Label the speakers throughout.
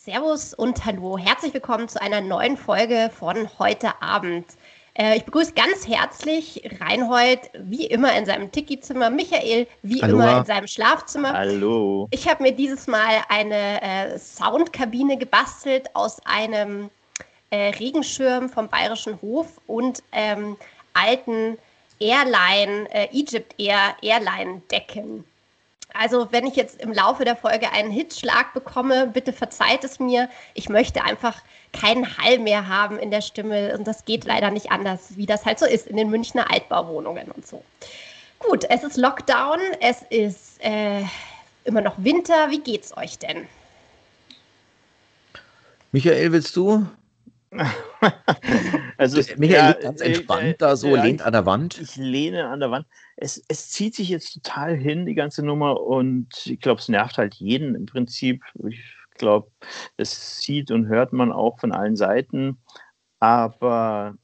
Speaker 1: Servus und hallo, herzlich willkommen zu einer neuen Folge von heute Abend. Ich begrüße ganz herzlich Reinhold, wie immer in seinem Tiki-Zimmer, Michael, wie immer in seinem Schlafzimmer.
Speaker 2: Hallo.
Speaker 1: Ich habe mir dieses Mal eine Soundkabine gebastelt aus einem Regenschirm vom Bayerischen Hof und alten Egypt Air Airline-Decken. Also wenn ich jetzt im Laufe der Folge einen Hitzschlag bekomme, bitte verzeiht es mir. Ich möchte einfach keinen Hall mehr haben in der Stimme und das geht leider nicht anders, wie das halt so ist in den Münchner Altbauwohnungen und so. Gut, es ist Lockdown, es ist immer noch Winter. Wie geht's euch denn?
Speaker 3: Michael, willst du?
Speaker 2: Also
Speaker 3: Michael liegt ganz entspannt da so, lehnt an der Wand.
Speaker 2: Ich lehne an der Wand. Es zieht sich jetzt total hin, die ganze Nummer, und ich glaube, es nervt halt jeden im Prinzip. Ich glaube, das sieht und hört man auch von allen Seiten. Aber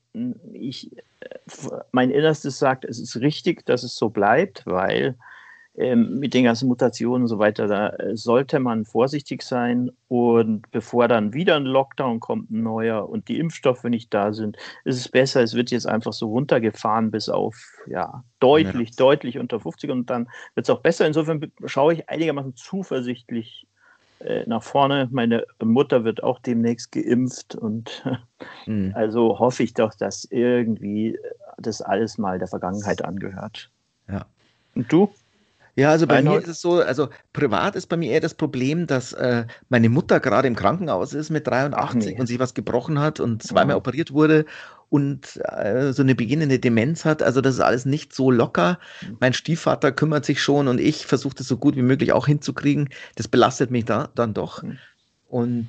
Speaker 2: mein Innerstes sagt, es ist richtig, dass es so bleibt, weil mit den ganzen Mutationen und so weiter, da sollte man vorsichtig sein, und bevor dann wieder ein Lockdown kommt, ein neuer, und die Impfstoffe nicht da sind, ist es besser, es wird jetzt einfach so runtergefahren bis auf deutlich unter 50, und dann wird es auch besser. Insofern schaue ich einigermaßen zuversichtlich nach vorne. Meine Mutter wird auch demnächst geimpft, und also hoffe ich doch, dass irgendwie das alles mal der Vergangenheit angehört.
Speaker 3: Ja.
Speaker 2: Und du?
Speaker 3: Ja, also bei mir ist es so, also privat ist bei mir eher das Problem, dass meine Mutter gerade im Krankenhaus ist mit 83 und sich was gebrochen hat und zweimal operiert wurde und so eine beginnende Demenz hat. Also das ist alles nicht so locker. Mein Stiefvater kümmert sich schon und ich versuche das so gut wie möglich auch hinzukriegen. Das belastet mich dann doch. Und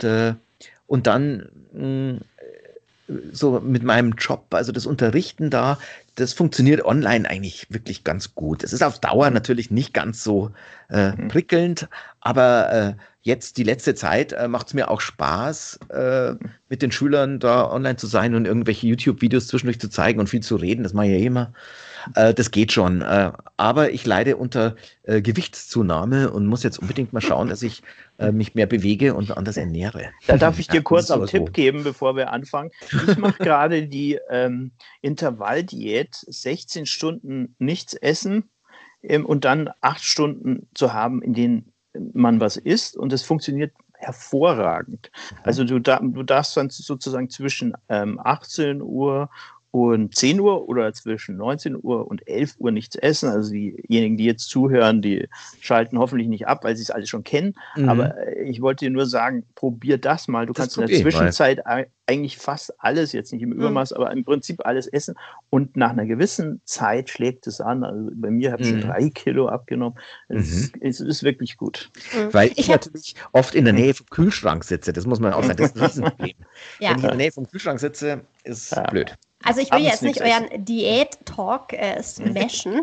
Speaker 3: dann so mit meinem Job, also das Unterrichten da, das funktioniert online eigentlich wirklich ganz gut. Es ist auf Dauer natürlich nicht ganz so prickelnd, aber jetzt die letzte Zeit macht es mir auch Spaß, mit den Schülern da online zu sein und irgendwelche YouTube-Videos zwischendurch zu zeigen und viel zu reden. Das mache ich ja immer. Das geht schon. Aber ich leide unter Gewichtszunahme und muss jetzt unbedingt mal schauen, dass ich mich mehr bewege und anders ernähre.
Speaker 2: Da darf ich dir kurz einen Tipp geben, bevor wir anfangen. Ich mache gerade die Intervalldiät, 16 Stunden nichts essen und dann 8 Stunden zu haben, in denen man was isst, und das funktioniert hervorragend. Also du darfst dann sozusagen zwischen 18 Uhr und 10 Uhr oder zwischen 19 Uhr und 11 Uhr nichts essen. Also diejenigen, die jetzt zuhören, die schalten hoffentlich nicht ab, weil sie es alles schon kennen. Aber ich wollte dir nur sagen, probier das mal. Du kannst in der Zwischenzeit eigentlich fast alles, jetzt nicht im Übermaß, aber im Prinzip alles essen. Und nach einer gewissen Zeit schlägt es an. Also bei mir habe ich schon 3 Kilo abgenommen. Es ist wirklich gut.
Speaker 3: Weil ich natürlich oft in der Nähe vom Kühlschrank sitze. Das muss man auch sagen. Das ist ein Riesenproblem. Wenn ich in der Nähe vom Kühlschrank sitze, ist blöd.
Speaker 1: Also ich will jetzt nicht euren Diät-Talk smashen,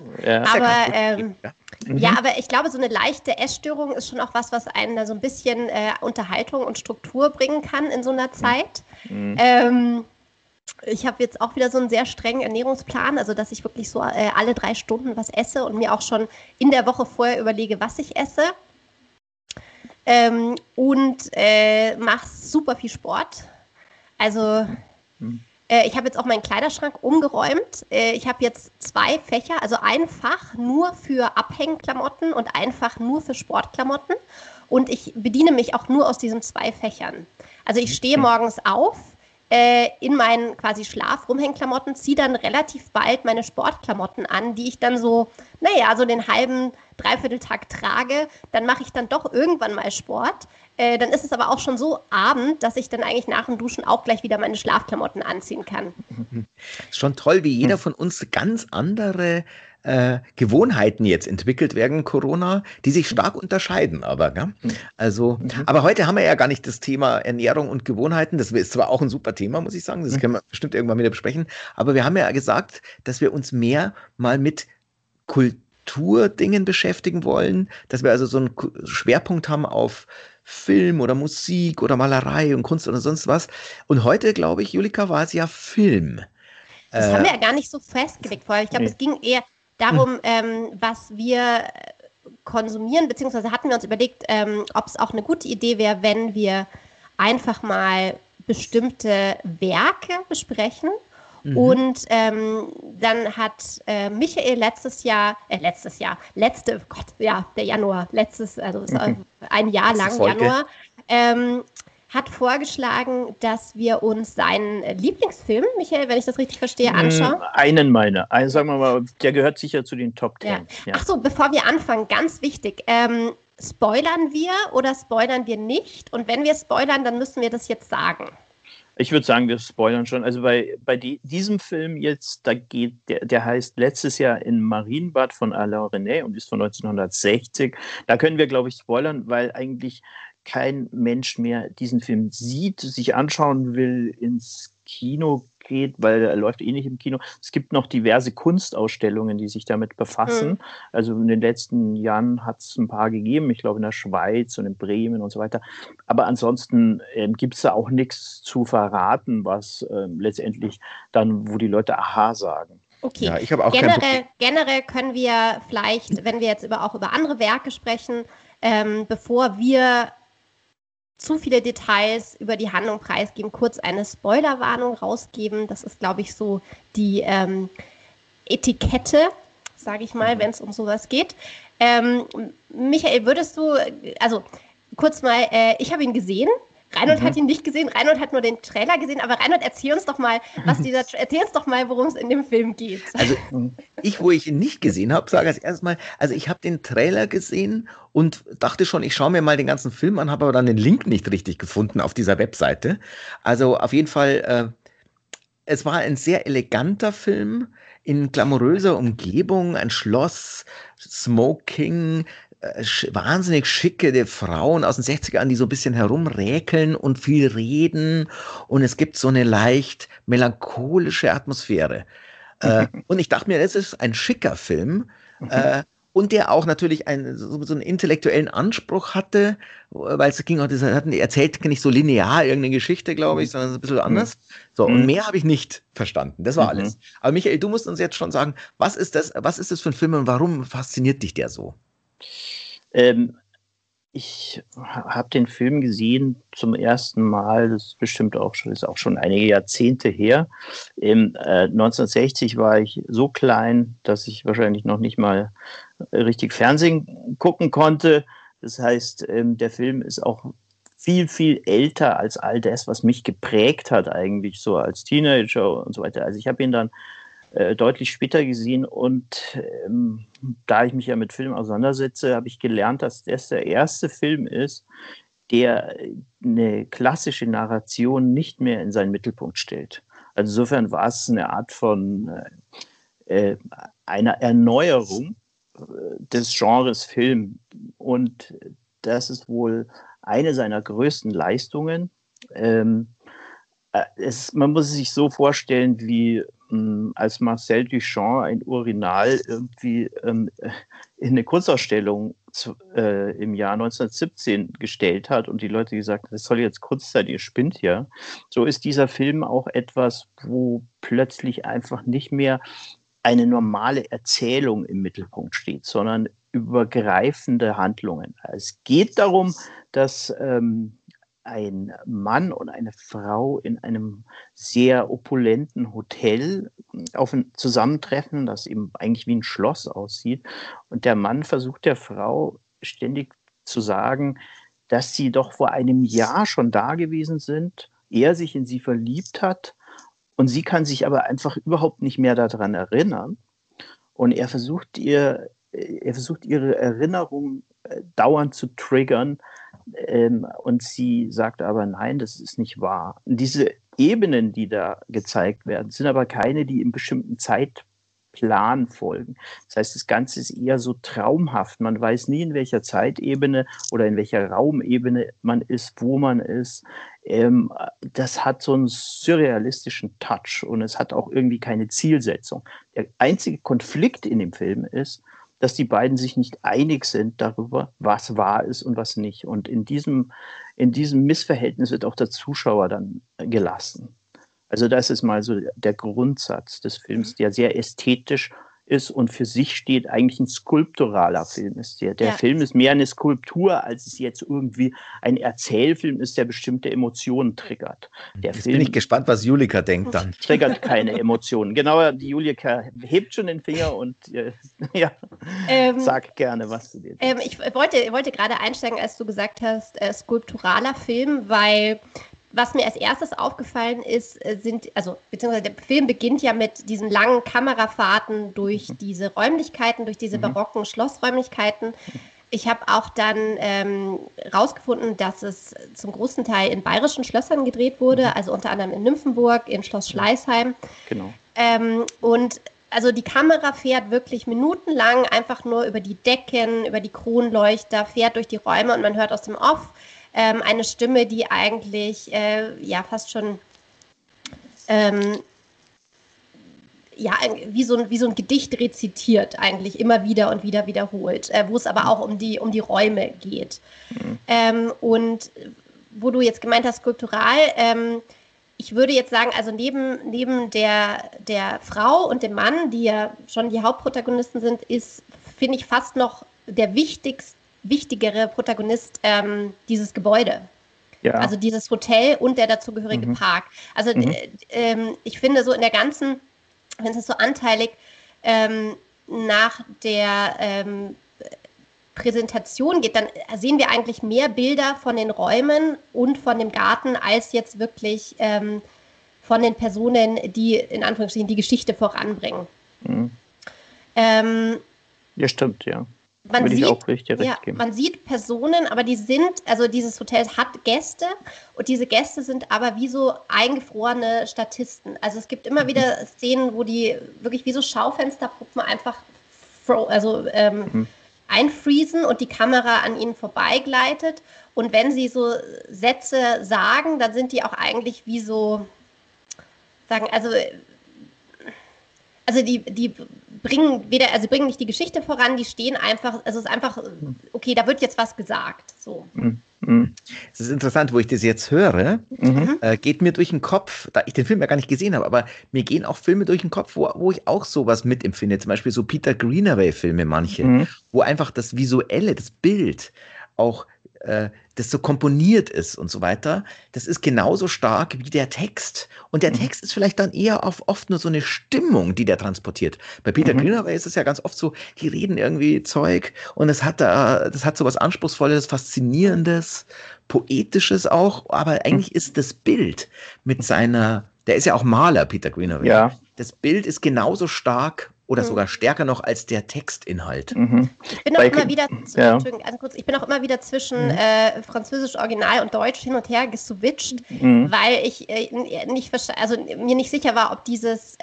Speaker 1: aber ich glaube, so eine leichte Essstörung ist schon auch was einen da so ein bisschen Unterhaltung und Struktur bringen kann in so einer Zeit. Ich habe jetzt auch wieder so einen sehr strengen Ernährungsplan, also dass ich wirklich so alle 3 Stunden was esse und mir auch schon in der Woche vorher überlege, was ich esse. Und mache super viel Sport. Also ich habe jetzt auch meinen Kleiderschrank umgeräumt. Ich habe jetzt 2 Fächer, also ein Fach nur für Abhängklamotten und ein Fach nur für Sportklamotten. Und ich bediene mich auch nur aus diesen 2 Fächern. Also ich stehe morgens auf, in meinen quasi Schlaf-Rumhängklamotten, ziehe dann relativ bald meine Sportklamotten an, die ich dann so den halben, dreiviertel Tag trage. Dann mache ich dann doch irgendwann mal Sport. Dann ist es aber auch schon so Abend, dass ich dann eigentlich nach dem Duschen auch gleich wieder meine Schlafklamotten anziehen kann.
Speaker 3: Ist schon toll, wie jeder von uns ganz andere Gewohnheiten jetzt entwickelt während Corona, die sich stark unterscheiden, aber aber heute haben wir ja gar nicht das Thema Ernährung und Gewohnheiten. Das ist zwar auch ein super Thema, muss ich sagen, das können wir bestimmt irgendwann wieder besprechen, aber wir haben ja gesagt, dass wir uns mehr mal mit Kulturdingen beschäftigen wollen, dass wir also so einen Schwerpunkt haben auf Film oder Musik oder Malerei und Kunst oder sonst was. Und heute, glaube ich, Julika, war es ja Film.
Speaker 1: Das haben wir ja gar nicht so festgelegt vorher. Ich glaube, es ging eher darum, was wir konsumieren, beziehungsweise hatten wir uns überlegt, ob es auch eine gute Idee wäre, wenn wir einfach mal bestimmte Werke besprechen. Und dann hat Michael der Januar, ein Jahr lang Januar, hat vorgeschlagen, dass wir uns seinen Lieblingsfilm, Michael, wenn ich das richtig verstehe, anschauen.
Speaker 2: Sagen wir mal, der gehört sicher zu den Top 10.
Speaker 1: Ja. Ja. Ach so, bevor wir anfangen, ganz wichtig, spoilern wir oder spoilern wir nicht? Und wenn wir spoilern, dann müssen wir das jetzt sagen.
Speaker 2: Ich würde sagen, wir spoilern schon. Also bei diesem Film jetzt, der heißt Letztes Jahr in Marienbad von Alain Resnais und ist von 1960. Da können wir, glaube ich, spoilern, weil eigentlich kein Mensch mehr diesen Film sieht, sich anschauen will, ins Kino geht, weil er läuft eh nicht im Kino. Es gibt noch diverse Kunstausstellungen, die sich damit befassen. Also in den letzten Jahren hat es ein paar gegeben, ich glaube in der Schweiz und in Bremen und so weiter. Aber ansonsten gibt es da auch nichts zu verraten, was letztendlich dann, wo die Leute Aha sagen.
Speaker 1: Okay, ja, ich habe auch generell können wir vielleicht, wenn wir jetzt auch über andere Werke sprechen, bevor wir zu viele Details über die Handlung preisgeben, kurz eine Spoilerwarnung rausgeben. Das ist, glaube ich, so die Etikette, sage ich mal, wenn es um sowas geht. Michael, würdest du, also kurz mal, ich habe ihn gesehen. Reinhold hat ihn nicht gesehen, Reinhold hat nur den Trailer gesehen, aber Reinhold, erzähl uns doch mal, worum es in dem Film geht.
Speaker 3: Also wo ich ihn nicht gesehen habe, sage als erstes mal, also ich habe den Trailer gesehen und dachte schon, ich schaue mir mal den ganzen Film an, habe aber dann den Link nicht richtig gefunden auf dieser Webseite. Also auf jeden Fall, es war ein sehr eleganter Film in glamouröser Umgebung, ein Schloss, Smoking, wahnsinnig schicke Frauen aus den 60ern, die so ein bisschen herumräkeln und viel reden und es gibt so eine leicht melancholische Atmosphäre. Und ich dachte mir, das ist ein schicker Film und der auch natürlich so einen intellektuellen Anspruch hatte, weil es ging, er erzählt nicht so linear irgendeine Geschichte, glaube ich, sondern ein bisschen anders. So, und mehr habe ich nicht verstanden. Das war alles. Aber Michael, du musst uns jetzt schon sagen, was ist das für ein Film und warum fasziniert dich der so?
Speaker 2: Ich habe den Film gesehen zum ersten Mal, das ist auch schon einige Jahrzehnte her. 1960 war ich so klein, dass ich wahrscheinlich noch nicht mal richtig Fernsehen gucken konnte. Das heißt, der Film ist auch viel, viel älter als all das, was mich geprägt hat eigentlich so als Teenager und so weiter. Also ich habe ihn dann deutlich später gesehen und da ich mich ja mit Film auseinandersetze, habe ich gelernt, dass das der erste Film ist, der eine klassische Narration nicht mehr in seinen Mittelpunkt stellt. Also insofern war es eine Art von einer Erneuerung des Genres Film und das ist wohl eine seiner größten Leistungen. Man muss es sich so vorstellen, wie als Marcel Duchamp ein Urinal irgendwie in eine Kunstausstellung im Jahr 1917 gestellt hat und die Leute gesagt haben, das soll jetzt Kunst sein, ihr spinnt ja. So ist dieser Film auch etwas, wo plötzlich einfach nicht mehr eine normale Erzählung im Mittelpunkt steht, sondern übergreifende Handlungen. Es geht darum, dass ein Mann und eine Frau in einem sehr opulenten Hotel zusammentreffen, das eben eigentlich wie ein Schloss aussieht. Und der Mann versucht der Frau ständig zu sagen, dass sie doch vor einem Jahr schon da gewesen sind, er sich in sie verliebt hat und sie kann sich aber einfach überhaupt nicht mehr daran erinnern. Und er versucht ihre Erinnerung dauernd zu triggern, und sie sagt aber, nein, das ist nicht wahr. Und diese Ebenen, die da gezeigt werden, sind aber keine, die im bestimmten Zeitplan folgen. Das heißt, das Ganze ist eher so traumhaft. Man weiß nie, in welcher Zeitebene oder in welcher Raumebene man ist, wo man ist. Das hat so einen surrealistischen Touch und es hat auch irgendwie keine Zielsetzung. Der einzige Konflikt in dem Film ist, dass die beiden sich nicht einig sind darüber, was wahr ist und was nicht. Und in diesem Missverhältnis wird auch der Zuschauer dann gelassen. Also das ist mal so der Grundsatz des Films, der sehr ästhetisch ist und für sich steht, eigentlich ein skulpturaler Film ist. Der Film ist mehr eine Skulptur, als es jetzt irgendwie ein Erzählfilm ist, der bestimmte Emotionen triggert.
Speaker 3: Jetzt bin ich gespannt, was Julika denkt dann.
Speaker 2: Triggert keine Emotionen. Genau, die Julika hebt schon den Finger und sag gerne, was du dir denkst.
Speaker 1: Ich wollte gerade einsteigen, als du gesagt hast, skulpturaler Film, weil was mir als erstes aufgefallen ist, beziehungsweise der Film beginnt ja mit diesen langen Kamerafahrten durch diese Räumlichkeiten, durch diese barocken Schlossräumlichkeiten. Ich habe auch dann rausgefunden, dass es zum großen Teil in bayerischen Schlössern gedreht wurde, also unter anderem in Nymphenburg, in Schloss Schleißheim.
Speaker 2: Genau.
Speaker 1: Und also die Kamera fährt wirklich minutenlang einfach nur über die Decken, über die Kronleuchter, fährt durch die Räume und man hört aus dem Off eine Stimme, die eigentlich fast schon wie so ein Gedicht rezitiert, eigentlich immer wieder und wieder wiederholt, wo es aber auch um die Räume geht. Und wo du jetzt gemeint hast, skulptural, ich würde jetzt sagen, also neben der Frau und dem Mann, die ja schon die Hauptprotagonisten sind, ist, finde ich, fast noch der wichtigere Protagonist dieses Gebäude. Ja. Also dieses Hotel und der dazugehörige Park. Also ich finde so in der ganzen, wenn es so anteilig nach der Präsentation geht, dann sehen wir eigentlich mehr Bilder von den Räumen und von dem Garten, als jetzt wirklich von den Personen, die in Anführungsstrichen die Geschichte voranbringen.
Speaker 2: Ja, stimmt, ja. Würde ich auch recht geben.
Speaker 1: Man sieht Personen, aber dieses Hotel hat Gäste und diese Gäste sind aber wie so eingefrorene Statisten. Also es gibt immer wieder Szenen, wo die wirklich wie so Schaufensterpuppen einfach einfriesen und die Kamera an ihnen vorbeigleitet. Und wenn sie so Sätze sagen, dann sind die auch eigentlich wie so, die bringen nicht die Geschichte voran, die stehen einfach, also es ist einfach, okay, da wird jetzt was gesagt. So.
Speaker 3: Es ist interessant, wo ich das jetzt höre, geht mir durch den Kopf, da ich den Film ja gar nicht gesehen habe, aber mir gehen auch Filme durch den Kopf, wo ich auch sowas mitempfinde, zum Beispiel so Peter Greenaway-Filme manche, wo einfach das Visuelle, das Bild auch das so komponiert ist und so weiter, das ist genauso stark wie der Text. Und der Text ist vielleicht dann eher oft nur so eine Stimmung, die der transportiert. Bei Peter Greenaway ist es ja ganz oft so, die reden irgendwie Zeug und das hat so was Anspruchsvolles, Faszinierendes, Poetisches auch, aber eigentlich ist das Bild der ist ja auch Maler, Peter Greenaway. Ja. Das Bild ist genauso stark oder sogar stärker noch als der Textinhalt.
Speaker 1: Ich bin auch immer wieder zwischen Französisch Original und Deutsch hin und her geswitcht, weil ich mir nicht sicher war, ob dieses,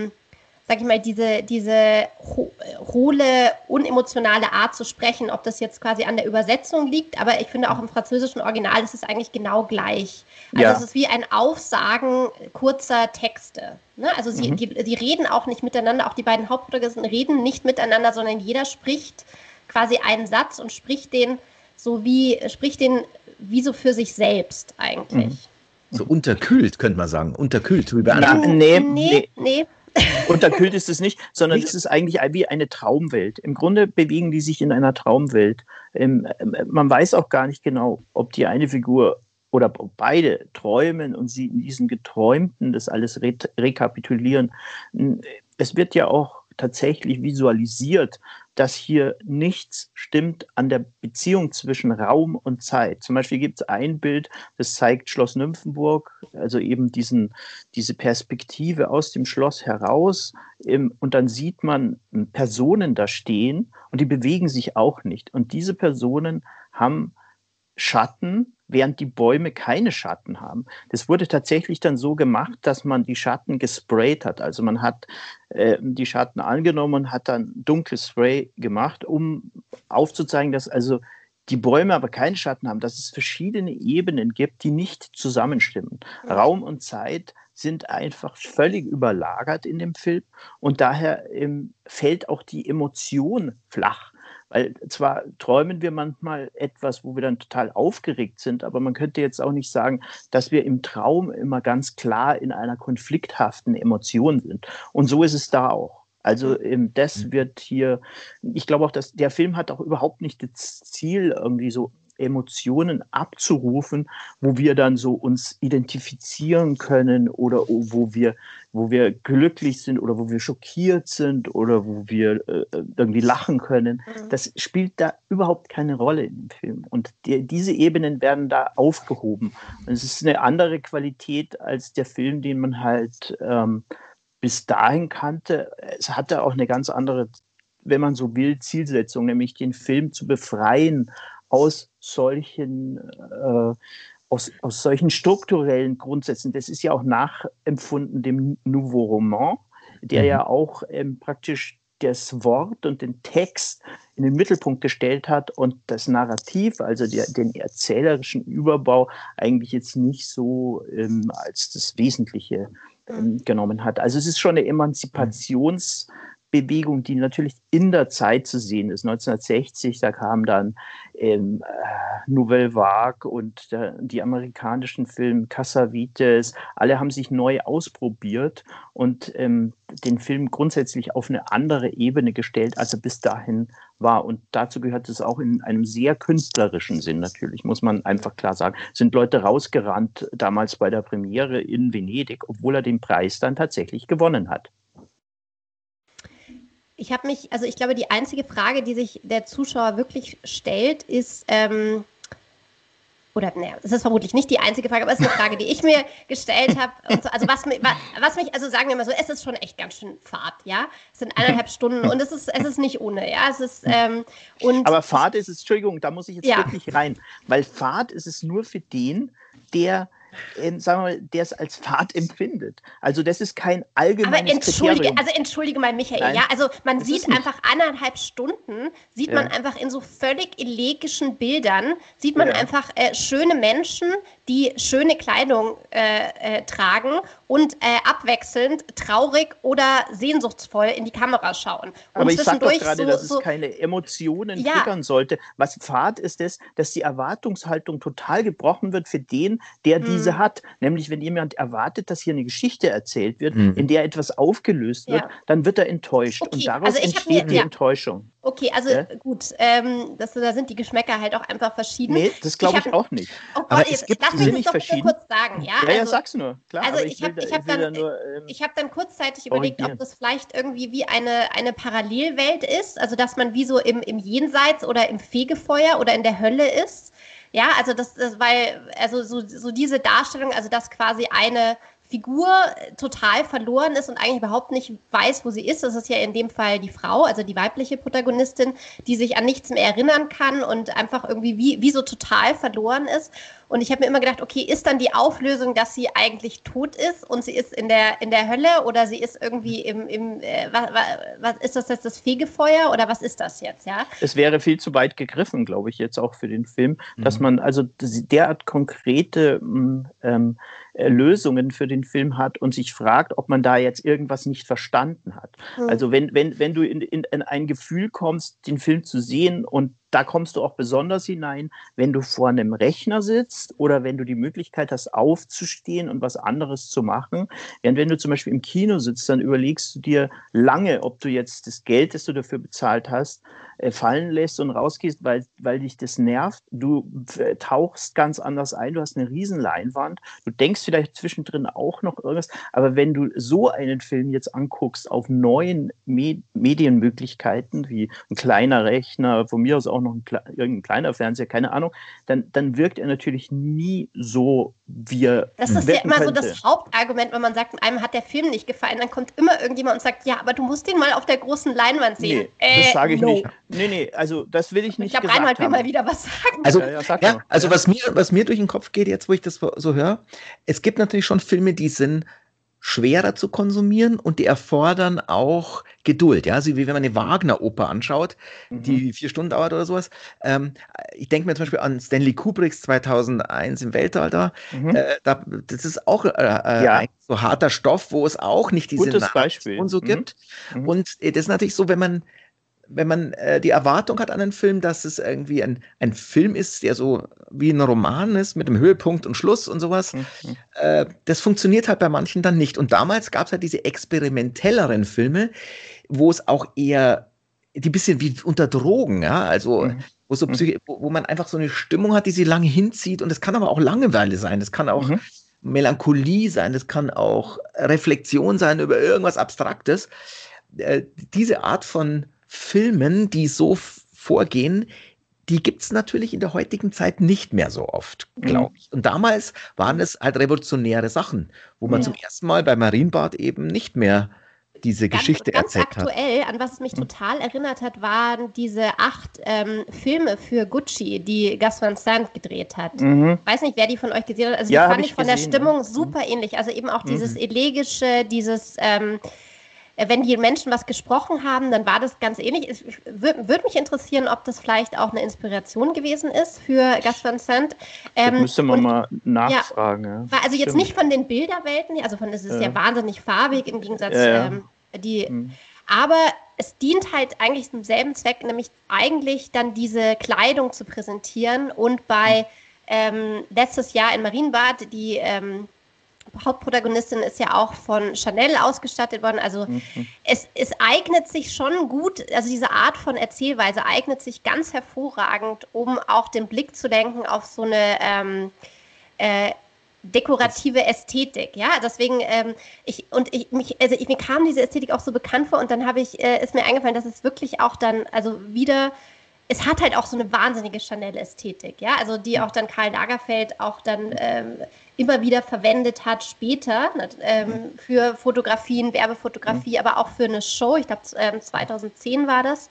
Speaker 1: diese hohle, unemotionale Art zu sprechen, ob das jetzt quasi an der Übersetzung liegt, aber ich finde auch im französischen Original ist es eigentlich genau gleich. Also es ist wie ein Aufsagen kurzer Texte. Ne? Also die reden auch nicht miteinander, auch die beiden Hauptprotagonisten reden nicht miteinander, sondern jeder spricht quasi einen Satz und spricht den wie so für sich selbst eigentlich.
Speaker 3: So unterkühlt, könnte man sagen. Unterkühlt.
Speaker 2: Nee. Unterkühlt ist es nicht, sondern es ist eigentlich wie eine Traumwelt. Im Grunde bewegen die sich in einer Traumwelt. Man weiß auch gar nicht genau, ob die eine Figur oder beide träumen und sie in diesen Geträumten das alles rekapitulieren. Es wird ja auch tatsächlich visualisiert, dass hier nichts stimmt an der Beziehung zwischen Raum und Zeit. Zum Beispiel gibt es ein Bild, das zeigt Schloss Nymphenburg, also eben diese Perspektive aus dem Schloss heraus, und dann sieht man Personen da stehen und die bewegen sich auch nicht. Und diese Personen haben Schatten, während die Bäume keine Schatten haben. Das wurde tatsächlich dann so gemacht, dass man die Schatten gesprayt hat. Also man hat die Schatten angenommen und hat dann dunkles Spray gemacht, um aufzuzeigen, dass also die Bäume aber keinen Schatten haben, dass es verschiedene Ebenen gibt, die nicht zusammenstimmen. Raum und Zeit sind einfach völlig überlagert in dem Film und daher fällt auch die Emotion flach. Weil zwar träumen wir manchmal etwas, wo wir dann total aufgeregt sind, aber man könnte jetzt auch nicht sagen, dass wir im Traum immer ganz klar in einer konflikthaften Emotion sind. Und so ist es da auch. Also das wird hier, ich glaube auch, dass der Film hat auch überhaupt nicht das Ziel, irgendwie so Emotionen abzurufen, wo wir dann so uns identifizieren können oder wo wir glücklich sind oder wo wir schockiert sind oder wo wir irgendwie lachen können. Das spielt da überhaupt keine Rolle in dem Film. Und diese Ebenen werden da aufgehoben. Und es ist eine andere Qualität als der Film, den man halt bis dahin kannte. Es hatte auch eine ganz andere, wenn man so will, Zielsetzung, nämlich den Film zu befreien aus solchen strukturellen Grundsätzen. Das ist ja auch nachempfunden dem Nouveau Roman, der ja auch praktisch das Wort und den Text in den Mittelpunkt gestellt hat und das Narrativ, also den erzählerischen Überbau, eigentlich jetzt nicht so als das Wesentliche genommen hat. Also es ist schon eine Emanzipationsbewegung, die natürlich in der Zeit zu sehen ist. 1960, da kam dann Nouvelle Vague und die amerikanischen Filme Cassavetes, alle haben sich neu ausprobiert und den Film grundsätzlich auf eine andere Ebene gestellt, als er bis dahin war. Und dazu gehört es auch in einem sehr künstlerischen Sinn natürlich, muss man einfach klar sagen. Sind Leute rausgerannt damals bei der Premiere in Venedig, obwohl er den Preis dann tatsächlich gewonnen hat.
Speaker 1: Ich glaube, die einzige Frage, die sich der Zuschauer wirklich stellt, ist, es ist vermutlich nicht die einzige Frage, aber es ist eine Frage, die ich mir gestellt habe. So, also sagen wir mal so, es ist schon echt ganz schön Fahrt, ja. Es sind 1,5 Stunden und es ist nicht ohne, ja.
Speaker 2: Aber Fahrt ist es, Entschuldigung, da muss ich jetzt wirklich rein, weil Fahrt ist es nur für den, der sagen wir mal, der es als Fahrt empfindet. Also das ist kein allgemeines Kriterium.
Speaker 1: Entschuldige mal, Michael, Nein, ja, also man sieht einfach 1,5 Stunden, man einfach in so völlig elegischen Bildern, sieht man einfach schöne Menschen, die schöne Kleidung tragen und abwechselnd traurig oder sehnsuchtsvoll in die Kamera schauen. Und
Speaker 2: aber ich sage doch gerade, dass es keine Emotionen triggern sollte. Was Fahrt ist, dass die Erwartungshaltung total gebrochen wird für den, der diese hat. Nämlich, wenn jemand erwartet, dass hier eine Geschichte erzählt wird, in der etwas aufgelöst wird, dann wird er enttäuscht. Okay. Und daraus entsteht die Enttäuschung.
Speaker 1: Okay, also gut, da sind die Geschmäcker halt auch einfach verschieden.
Speaker 2: Nee, das glaube ich auch nicht.
Speaker 1: Oh Gott, aber es gibt lass mich das doch kurz sagen. Ja,
Speaker 2: sag's nur. Klar,
Speaker 1: also ich habe dann kurzzeitig überlegt, ob das vielleicht irgendwie wie eine Parallelwelt ist, also dass man wie so im Jenseits oder im Fegefeuer oder in der Hölle ist. Ja, also so diese Darstellung, also dass quasi eine Figur total verloren ist und eigentlich überhaupt nicht weiß, wo sie ist. Das ist ja in dem Fall die Frau, also die weibliche Protagonistin, die sich an nichts mehr erinnern kann und einfach irgendwie wie so total verloren ist. Und ich habe mir immer gedacht, okay, ist dann die Auflösung, dass sie eigentlich tot ist und sie ist in der Hölle oder sie ist irgendwie was ist das jetzt, das Fegefeuer oder was ist das jetzt, ja?
Speaker 2: Es wäre viel zu weit gegriffen, glaube ich, jetzt auch für den Film, dass man also derart konkrete Lösungen für den Film hat und sich fragt, ob man da jetzt irgendwas nicht verstanden hat. Also wenn du in ein Gefühl kommst, den Film zu sehen, und da kommst du auch besonders hinein, wenn du vor einem Rechner sitzt oder wenn du die Möglichkeit hast, aufzustehen und was anderes zu machen. Während wenn du zum Beispiel im Kino sitzt, dann überlegst du dir lange, ob du jetzt das Geld, das du dafür bezahlt hast, fallen lässt und rausgehst, weil dich das nervt. Du tauchst ganz anders ein, du hast eine riesen Leinwand, du denkst vielleicht zwischendrin auch noch irgendwas, aber wenn du so einen Film jetzt anguckst auf neuen Medienmöglichkeiten, wie ein kleiner Rechner, von mir aus auch noch irgendein kleiner Fernseher, keine Ahnung, dann wirkt er natürlich nie so, wie er
Speaker 1: Das ist ja immer könnte. So das Hauptargument, wenn man sagt, einem hat der Film nicht gefallen, dann kommt immer irgendjemand und sagt, ja, aber du musst ihn mal auf der großen Leinwand sehen.
Speaker 2: Nee, das sage ich nicht. Nee, also das will ich nicht gesagt haben.
Speaker 1: Ich glaube, Reinhold will mal wieder was sagen.
Speaker 3: Also was mir durch den Kopf geht, jetzt wo ich das so höre, es gibt natürlich schon Filme, die sind schwerer zu konsumieren und die erfordern auch Geduld, ja, also wie wenn man eine Wagner-Oper anschaut, die 4 Stunden dauert oder sowas. Ich denke mir zum Beispiel an Stanley Kubricks 2001 im Weltall da. Das ist auch ein so harter Stoff, wo es auch nicht diese
Speaker 2: Narration
Speaker 3: so gibt. Und das ist natürlich so, wenn man wenn man die Erwartung hat an einen Film, dass es irgendwie ein Film ist, der so wie ein Roman ist, mit einem Höhepunkt und Schluss und sowas, das funktioniert halt bei manchen dann nicht. Und damals gab es halt diese experimentelleren Filme, wo es auch eher die bisschen wie unter Drogen, ja, also wo man einfach so eine Stimmung hat, die sie lange hinzieht, und das kann aber auch Langeweile sein, das kann auch Melancholie sein, das kann auch Reflexion sein über irgendwas Abstraktes. Diese Art von Filmen, die so vorgehen, die gibt es natürlich in der heutigen Zeit nicht mehr so oft, glaube ich. Und damals waren es halt revolutionäre Sachen, wo man zum ersten Mal bei Marienbad eben nicht mehr diese Geschichte erzählt hat.
Speaker 1: Ganz aktuell, an was es mich total erinnert hat, waren diese 8 Filme für Gucci, die Gus Van Sant gedreht hat. Weiß nicht, wer die von euch gesehen hat. Also die fand ich von der Stimmung super ähnlich. Also eben auch dieses Elegische, dieses wenn die Menschen was gesprochen haben, dann war das ganz ähnlich. Es würde mich interessieren, ob das vielleicht auch eine Inspiration gewesen ist für Gus Van Sant.
Speaker 2: Müsste man mal nachfragen. Ja.
Speaker 1: War also jetzt nicht von den Bilderwelten, also es ist ja wahnsinnig farbig im Gegensatz aber es dient halt eigentlich dem selben Zweck, nämlich eigentlich dann diese Kleidung zu präsentieren. Und bei letztes Jahr in Marienbad, die Hauptprotagonistin ist ja auch von Chanel ausgestattet worden. Also es eignet sich schon gut, also diese Art von Erzählweise eignet sich ganz hervorragend, um auch den Blick zu lenken auf so eine dekorative Ästhetik, ja, deswegen mir kam diese Ästhetik auch so bekannt vor, und dann ist mir eingefallen, dass es wirklich auch dann, also wieder, es hat halt auch so eine wahnsinnige Chanel-Ästhetik, ja, also die auch dann Karl Lagerfeld auch dann immer wieder verwendet hat später für Fotografien, Werbefotografie, aber auch für eine Show, ich glaube 2010 war das.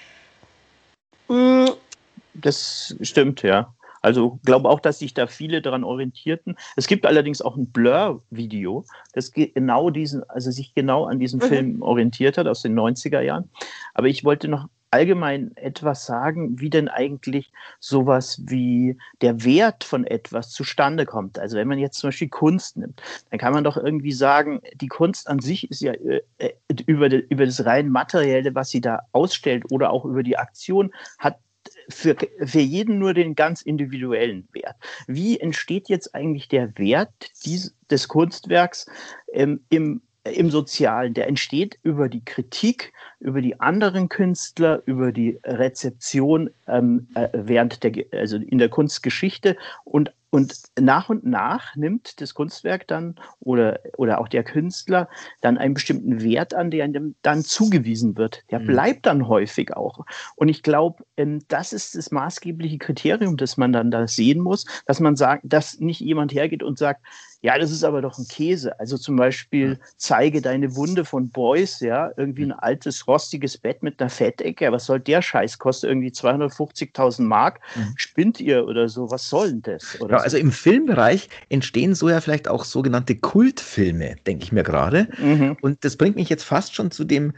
Speaker 2: Das stimmt, ja. Also glaube auch, dass sich da viele daran orientierten. Es gibt allerdings auch ein Blur-Video, das sich genau an diesem Film orientiert hat, aus den 90er Jahren. Aber ich wollte noch allgemein etwas sagen, wie denn eigentlich sowas wie der Wert von etwas zustande kommt. Also wenn man jetzt zum Beispiel Kunst nimmt, dann kann man doch irgendwie sagen, die Kunst an sich ist ja über das rein Materielle, was sie da ausstellt, oder auch über die Aktion, hat für jeden nur den ganz individuellen Wert. Wie entsteht jetzt eigentlich der Wert des Kunstwerks im Sozialen? Der entsteht über die Kritik, über die anderen Künstler, über die Rezeption also in der Kunstgeschichte, und nach nimmt das Kunstwerk dann oder auch der Künstler dann einen bestimmten Wert an, der ihm dann zugewiesen wird. Der bleibt dann häufig auch. Und ich glaube, das ist das maßgebliche Kriterium, das man dann da sehen muss, dass man sagt, dass nicht jemand hergeht und sagt, ja, das ist aber doch ein Käse. Also zum Beispiel Zeige deine Wunde von Beuys, ja, irgendwie ein altes, rostiges Bett mit einer Fettecke. Was soll der Scheiß? Kostet irgendwie 250.000 Mark. Spinnt ihr oder so? Was soll denn das? Oder
Speaker 3: also im Filmbereich entstehen so ja vielleicht auch sogenannte Kultfilme, denke ich mir gerade. Und das bringt mich jetzt fast schon zu dem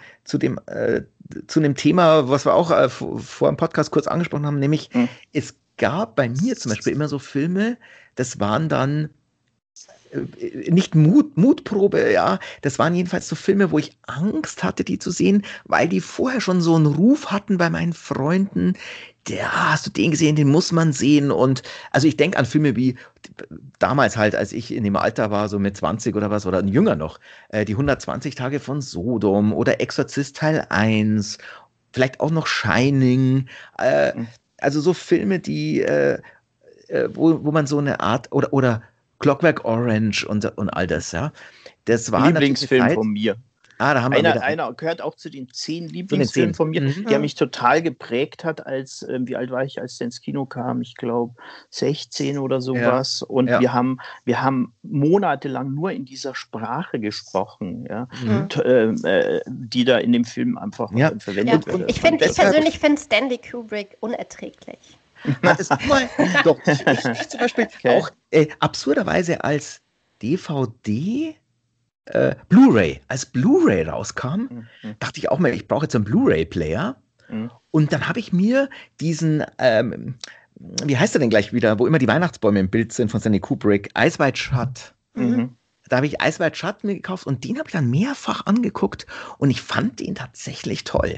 Speaker 3: Thema, was wir auch vor dem Podcast kurz angesprochen haben, nämlich es gab bei mir zum Beispiel immer so Filme, das waren dann nicht Mutprobe, ja, das waren jedenfalls so Filme, wo ich Angst hatte, die zu sehen, weil die vorher schon so einen Ruf hatten bei meinen Freunden. Hast du den gesehen, den muss man sehen. Und also ich denke an Filme wie damals halt, als ich in dem Alter war, so mit 20 oder was, oder jünger noch, die 120 Tage von Sodom oder Exorzist Teil 1, vielleicht auch noch Shining, also so Filme, die wo man so eine Art oder Clockwork Orange und all das, ja. Das war
Speaker 2: Lieblingsfilm von mir.
Speaker 3: Da haben
Speaker 2: einer gehört auch zu den 10 Lieblingsfilmen von mir, der mich total geprägt hat, wie alt war ich, als der ins Kino kam? Ich glaube 16 oder sowas. Ja. Und wir haben monatelang nur in dieser Sprache gesprochen, ja, die da in dem Film einfach verwendet wird.
Speaker 1: Ich persönlich finde Stanley Kubrick unerträglich.
Speaker 3: Ich zum Beispiel auch absurderweise als DVD als Blu-ray rauskam, dachte ich auch mal, ich brauche jetzt einen Blu-ray-Player. Und dann habe ich mir diesen, wie heißt der denn gleich wieder, wo immer die Weihnachtsbäume im Bild sind von Stanley Kubrick, Eyes Wide Shut. Da habe ich Eyes Wide Shut mir gekauft und den habe ich dann mehrfach angeguckt und ich fand den tatsächlich toll.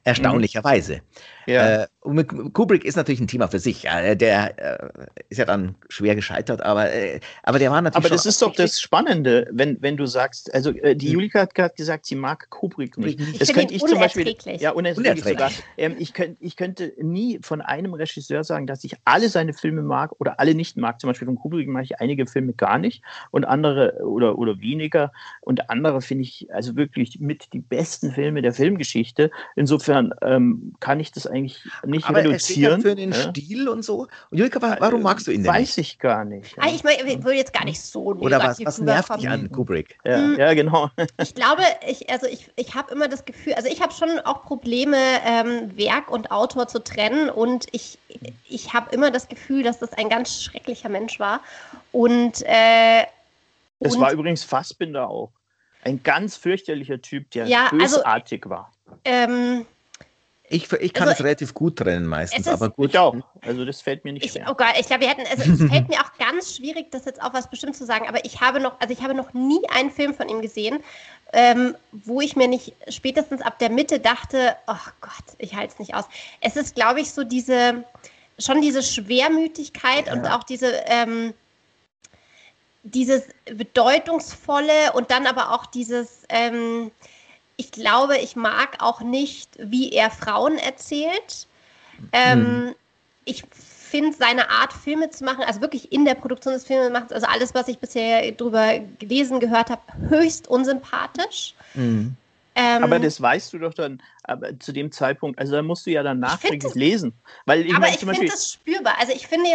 Speaker 3: Erstaunlicherweise.
Speaker 2: Ja.
Speaker 3: Und mit Kubrick ist natürlich ein Thema für sich. Der ist ja dann schwer gescheitert, aber der war natürlich.
Speaker 2: Aber das ist doch das Spannende, wenn du sagst, also die Julika hat gerade gesagt, sie mag Kubrick nicht.
Speaker 1: Das könnte ich zum Beispiel.
Speaker 2: Ja, unerträglich sogar. Ich könnte nie von einem Regisseur sagen, dass ich alle seine Filme mag oder alle nicht mag. Zum Beispiel von Kubrick mag ich einige Filme gar nicht und andere oder weniger. Und andere finde ich also wirklich mit die besten Filme der Filmgeschichte. Insofern kann ich das eigentlich nicht
Speaker 3: aber
Speaker 2: reduzieren.
Speaker 3: Für den Stil und so. Und Julika, warum magst du ihn denn?
Speaker 2: Weiß ich gar nicht.
Speaker 1: Ja. Ich will jetzt gar nicht so
Speaker 3: oder was nervt dich an Kubrick?
Speaker 2: Ja, genau.
Speaker 1: Ich glaube, ich habe immer das Gefühl, also ich habe schon auch Probleme, Werk und Autor zu trennen und ich habe immer das Gefühl, dass das ein ganz schrecklicher Mensch war. Und
Speaker 2: das war übrigens Fassbinder auch. Ein ganz fürchterlicher Typ, der bösartig war.
Speaker 3: Ich kann es relativ gut trennen meistens, aber gut.
Speaker 2: Ich auch. Also das fällt mir nicht schwer.
Speaker 1: Oh Gott, ich glaube, es fällt mir auch ganz schwierig, das jetzt auch was bestimmt zu sagen, aber ich habe noch nie einen Film von ihm gesehen, wo ich mir nicht spätestens ab der Mitte dachte, oh Gott, ich halte es nicht aus. Es ist, glaube ich, so diese Schwermütigkeit und auch dieses Bedeutungsvolle und dann aber auch dieses, ich glaube, ich mag auch nicht, wie er Frauen erzählt. Ich finde seine Art, Filme zu machen, also wirklich in der Produktion des Filmemachens, also alles, was ich bisher drüber gelesen, gehört habe, höchst unsympathisch.
Speaker 2: Aber das weißt du doch dann zu dem Zeitpunkt, also da musst du ja dann nachträglich lesen. Weil ich finde
Speaker 1: das spürbar. Also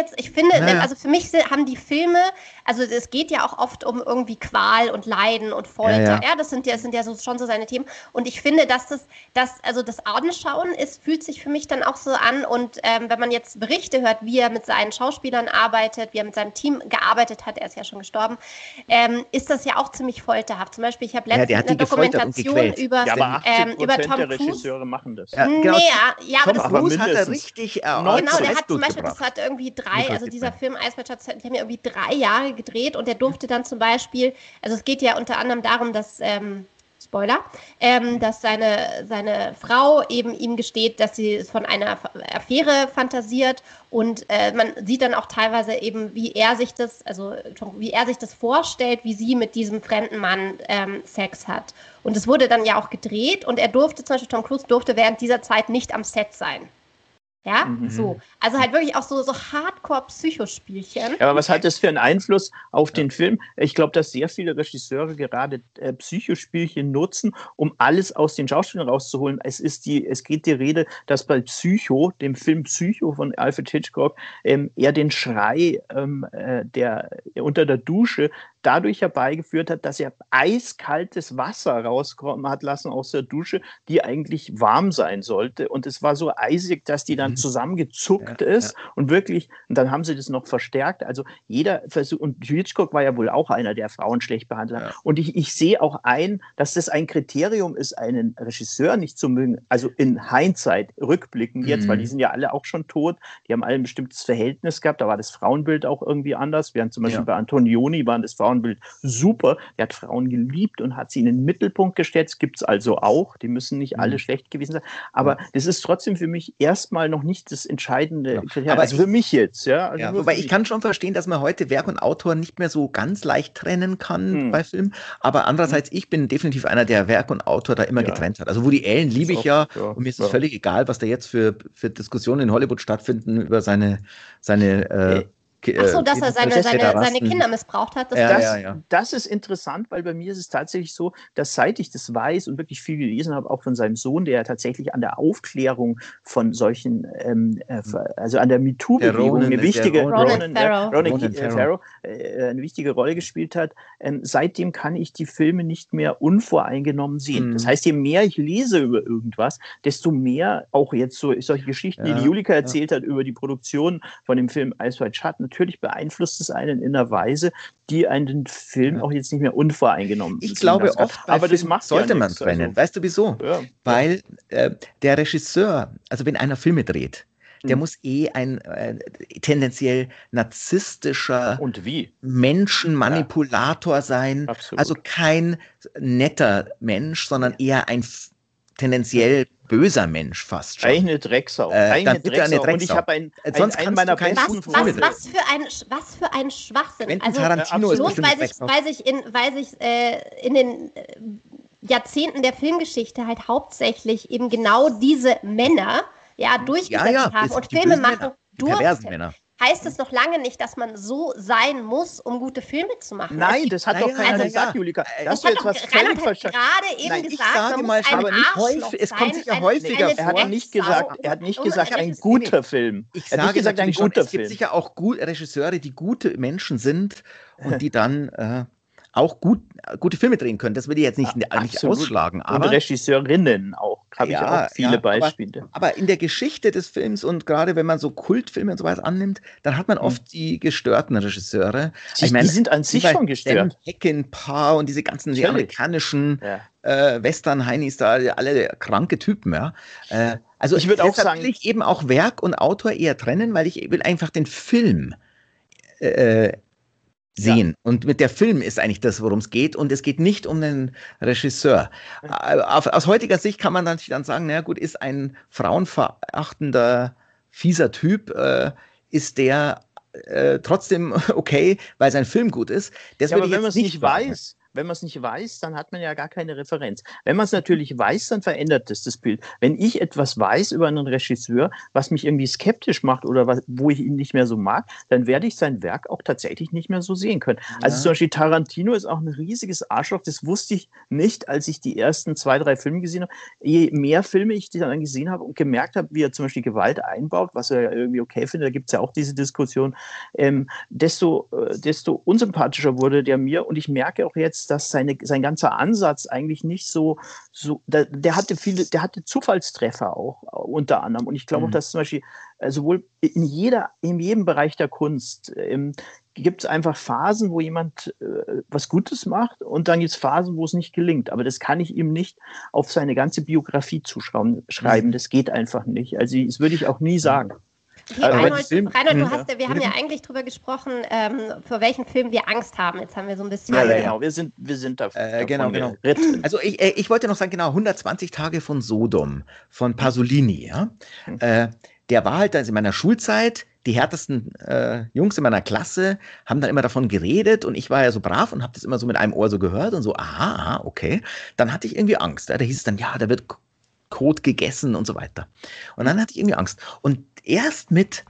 Speaker 1: also für mich haben die Filme, also es geht ja auch oft um irgendwie Qual und Leiden und Folter. Ja, das sind ja schon so seine Themen. Und ich finde, dass das Anschauen fühlt sich für mich dann auch so an. Und wenn man jetzt Berichte hört, wie er mit seinen Schauspielern arbeitet, wie er mit seinem Team gearbeitet hat, er ist ja schon gestorben, ist das ja auch ziemlich folterhaft. Zum Beispiel, ich habe letztens eine Dokumentation über Tom Cruise.
Speaker 2: Machen das.
Speaker 1: Ja, genau. Aber das
Speaker 3: Cruise hat er richtig
Speaker 1: genau, der hat zum Beispiel, das hat irgendwie dieser Film Eisbärschatz, die haben ja irgendwie 3 Jahre gedreht und der durfte dann zum Beispiel, also es geht ja unter anderem darum, dass Spoiler, dass seine Frau eben ihm gesteht, dass sie von einer Affäre fantasiert und man sieht dann auch teilweise eben, wie er sich das vorstellt, wie sie mit diesem fremden Mann Sex hat. Und es wurde dann ja auch gedreht und Tom Cruise durfte während dieser Zeit nicht am Set sein. Ja, so. Also halt wirklich auch so Hardcore-Psychospielchen.
Speaker 2: Ja, aber was hat das für einen Einfluss auf den Film? Ich glaube, dass sehr viele Regisseure gerade Psychospielchen nutzen, um alles aus den Schauspielern rauszuholen. Es geht die Rede, dass bei Psycho, dem Film Psycho von Alfred Hitchcock, er den Schrei der unter der Dusche dadurch herbeigeführt hat, dass er eiskaltes Wasser rauskommen hat lassen aus der Dusche, die eigentlich warm sein sollte. Und es war so eisig, dass die dann zusammengezuckt ist. Und wirklich, und dann haben sie das noch verstärkt. Also jeder Versuch, und Hitchcock war ja wohl auch einer, der Frauen schlecht behandelt hat. Und ich sehe auch dass das ein Kriterium ist, einen Regisseur nicht zu mögen. Also in Hindsight, rückblickend jetzt, weil die sind ja alle auch schon tot. Die haben alle ein bestimmtes Verhältnis gehabt. Da war das Frauenbild auch irgendwie anders. Während zum Beispiel bei Antonioni waren das Frauenbild super. Der hat Frauen geliebt und hat sie in den Mittelpunkt gestellt. Das gibt es also auch. Die müssen nicht alle schlecht gewesen sein. Aber das ist trotzdem für mich erstmal noch nicht das entscheidende Kriterium. Aber also für mich jetzt. Also
Speaker 3: wobei ich kann schon verstehen, dass man heute Werk und Autor nicht mehr so ganz leicht trennen kann bei Filmen. Aber andererseits, ich bin definitiv einer, der Werk und Autor da immer getrennt hat. Also Woody Allen liebe ich ja. Und mir ist es völlig egal, was da jetzt für Diskussionen in Hollywood stattfinden über seine
Speaker 1: Achso, dass er seine Kinder missbraucht hat.
Speaker 2: Das ist interessant, weil bei mir ist es tatsächlich so, dass seit ich das weiß und wirklich viel gelesen habe, auch von seinem Sohn, der tatsächlich an der Aufklärung von solchen, also an der MeToo-Bewegung eine wichtige Rolle gespielt hat, seitdem kann ich die Filme nicht mehr unvoreingenommen sehen. Das heißt, je mehr ich lese über irgendwas, desto mehr auch jetzt solche Geschichten, die Julika erzählt hat über die Produktion von dem Film Eisweit Schatten. Natürlich beeinflusst es einen in einer Weise, die einen Film auch jetzt nicht mehr unvoreingenommen
Speaker 3: Ich glaube oft,
Speaker 2: aber das
Speaker 3: sollte man trennen. Also, weißt du wieso? Weil der Regisseur, also wenn einer Filme dreht, der muss ein tendenziell narzisstischer Menschenmanipulator sein.
Speaker 2: Absolut.
Speaker 3: Also kein netter Mensch, sondern eher ein tendenziell böser Mensch fast schon.
Speaker 2: Eine Drecksau.
Speaker 3: Eine Drecksau.
Speaker 2: Und ich habe einen
Speaker 3: meiner
Speaker 2: besten
Speaker 1: Freunde. Was für ein Schwachsinn.
Speaker 3: Quentin Tarantino ist
Speaker 1: bloß weil sich in den Jahrzehnten der Filmgeschichte halt hauptsächlich eben genau diese Männer durchgesetzt haben und Filme machen durften. Heißt es noch lange nicht, dass man so sein muss, um gute Filme zu machen?
Speaker 2: Nein, das hat doch keiner gesagt, Julika.
Speaker 1: Das hat doch Reinhard gerade eben gesagt, man muss ein Arschloch
Speaker 3: es kommt sicher häufiger vor.
Speaker 2: Er hat nicht gesagt, ein guter Film.
Speaker 3: Er hat nicht gesagt, ein guter Film. Es gibt sicher auch Regisseure, die gute Menschen sind und die dann auch gute Filme drehen können. Das will ich jetzt nicht ausschlagen. Aber
Speaker 2: und Regisseurinnen auch. Habe ich auch viele Beispiele.
Speaker 3: Aber in der Geschichte des Films und gerade wenn man so Kultfilme und so weiter annimmt, dann hat man oft die gestörten Regisseure.
Speaker 2: Die sind an sich schon gestört.
Speaker 3: Peckinpah und diese ganzen die amerikanischen Western-Heinis da, alle kranke Typen. Ja. Also ich würde auch sagen, will ich eben auch Werk und Autor eher trennen, weil ich will einfach den Film sehen. Ja. Und mit der Film ist eigentlich das, worum es geht. Und es geht nicht um den Regisseur. Aus heutiger Sicht kann man natürlich dann sagen, naja gut, ist ein frauenverachtender, fieser Typ, ist der trotzdem okay, weil sein Film gut ist. Das
Speaker 2: aber wenn man es nicht weiß, dann hat man ja gar keine Referenz. Wenn man es natürlich weiß, dann verändert das Bild. Wenn ich etwas weiß über einen Regisseur, was mich irgendwie skeptisch macht oder wo ich ihn nicht mehr so mag, dann werde ich sein Werk auch tatsächlich nicht mehr so sehen können. Ja. Also zum Beispiel Tarantino ist auch ein riesiges Arschloch. Das wusste ich nicht, als ich die ersten 2, 3 Filme gesehen habe. Je mehr Filme ich dann gesehen habe und gemerkt habe, wie er zum Beispiel Gewalt einbaut, was er ja irgendwie okay findet, da gibt es ja auch diese Diskussion, desto unsympathischer wurde der mir. Und ich merke auch jetzt, dass sein ganzer Ansatz eigentlich nicht der hatte Zufallstreffer auch unter anderem. Und ich glaube auch, dass zum Beispiel sowohl in jedem Bereich der Kunst gibt es einfach Phasen, wo jemand was Gutes macht und dann gibt es Phasen, wo es nicht gelingt. Aber das kann ich ihm nicht auf seine ganze Biografie schreiben. Das geht einfach nicht. Also das würde ich auch nie sagen.
Speaker 1: Reinhold, wir haben ja eigentlich drüber gesprochen, für welchen Film wir Angst haben. Jetzt haben wir so ein bisschen...
Speaker 2: Ja, genau, wir sind da.
Speaker 3: Genau. Also ich wollte noch sagen, genau, 120 Tage von Sodom, von Pasolini. Ja? Der war halt also in meiner Schulzeit, die härtesten Jungs in meiner Klasse haben dann immer davon geredet und ich war ja so brav und habe das immer so mit einem Ohr so gehört und so, aha, okay. Dann hatte ich irgendwie Angst. Da hieß es dann, ja, da wird Kot gegessen und so weiter. Und dann hatte ich irgendwie Angst. Und erst mit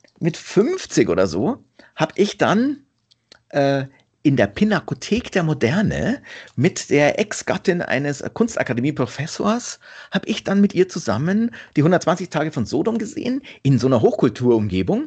Speaker 3: 50 oder so habe ich dann in der Pinakothek der Moderne mit der Ex-Gattin eines Kunstakademie-Professors habe ich dann mit ihr zusammen die 120 Tage von Sodom gesehen, in so einer Hochkulturumgebung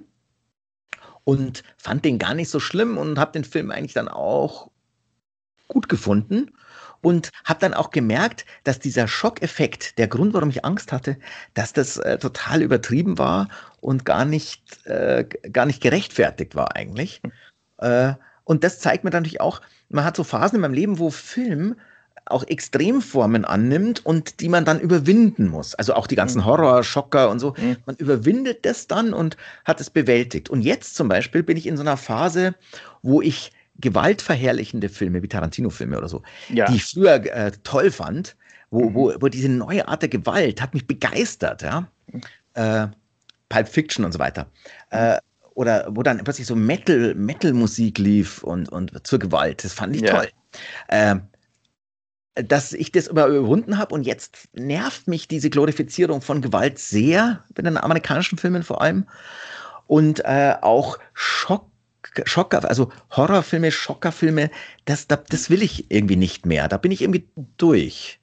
Speaker 3: und fand den gar nicht so schlimm und habe den Film eigentlich dann auch gut gefunden. Und habe dann auch gemerkt, dass dieser Schockeffekt, der Grund, warum ich Angst hatte, dass das total übertrieben war und gar nicht gerechtfertigt war eigentlich. Und das zeigt mir dann natürlich auch, man hat so Phasen in meinem Leben, wo Film auch Extremformen annimmt und die man dann überwinden muss. Also auch die ganzen Horror, Schocker und so. Man überwindet das dann und hat es bewältigt. Und jetzt zum Beispiel bin ich in so einer Phase, wo ich gewaltverherrlichende Filme, wie Tarantino-Filme oder so, die ich früher toll fand, wo diese neue Art der Gewalt hat mich begeistert, ja. Pulp Fiction und so weiter. Oder wo dann plötzlich so Metal-Musik lief und zur Gewalt. Das fand ich toll. Dass ich das überwunden habe und jetzt nervt mich diese Glorifizierung von Gewalt sehr, bei den amerikanischen Filmen vor allem. Und auch Schocker, also Horrorfilme, Schockerfilme, das will ich irgendwie nicht mehr. Da bin ich irgendwie durch.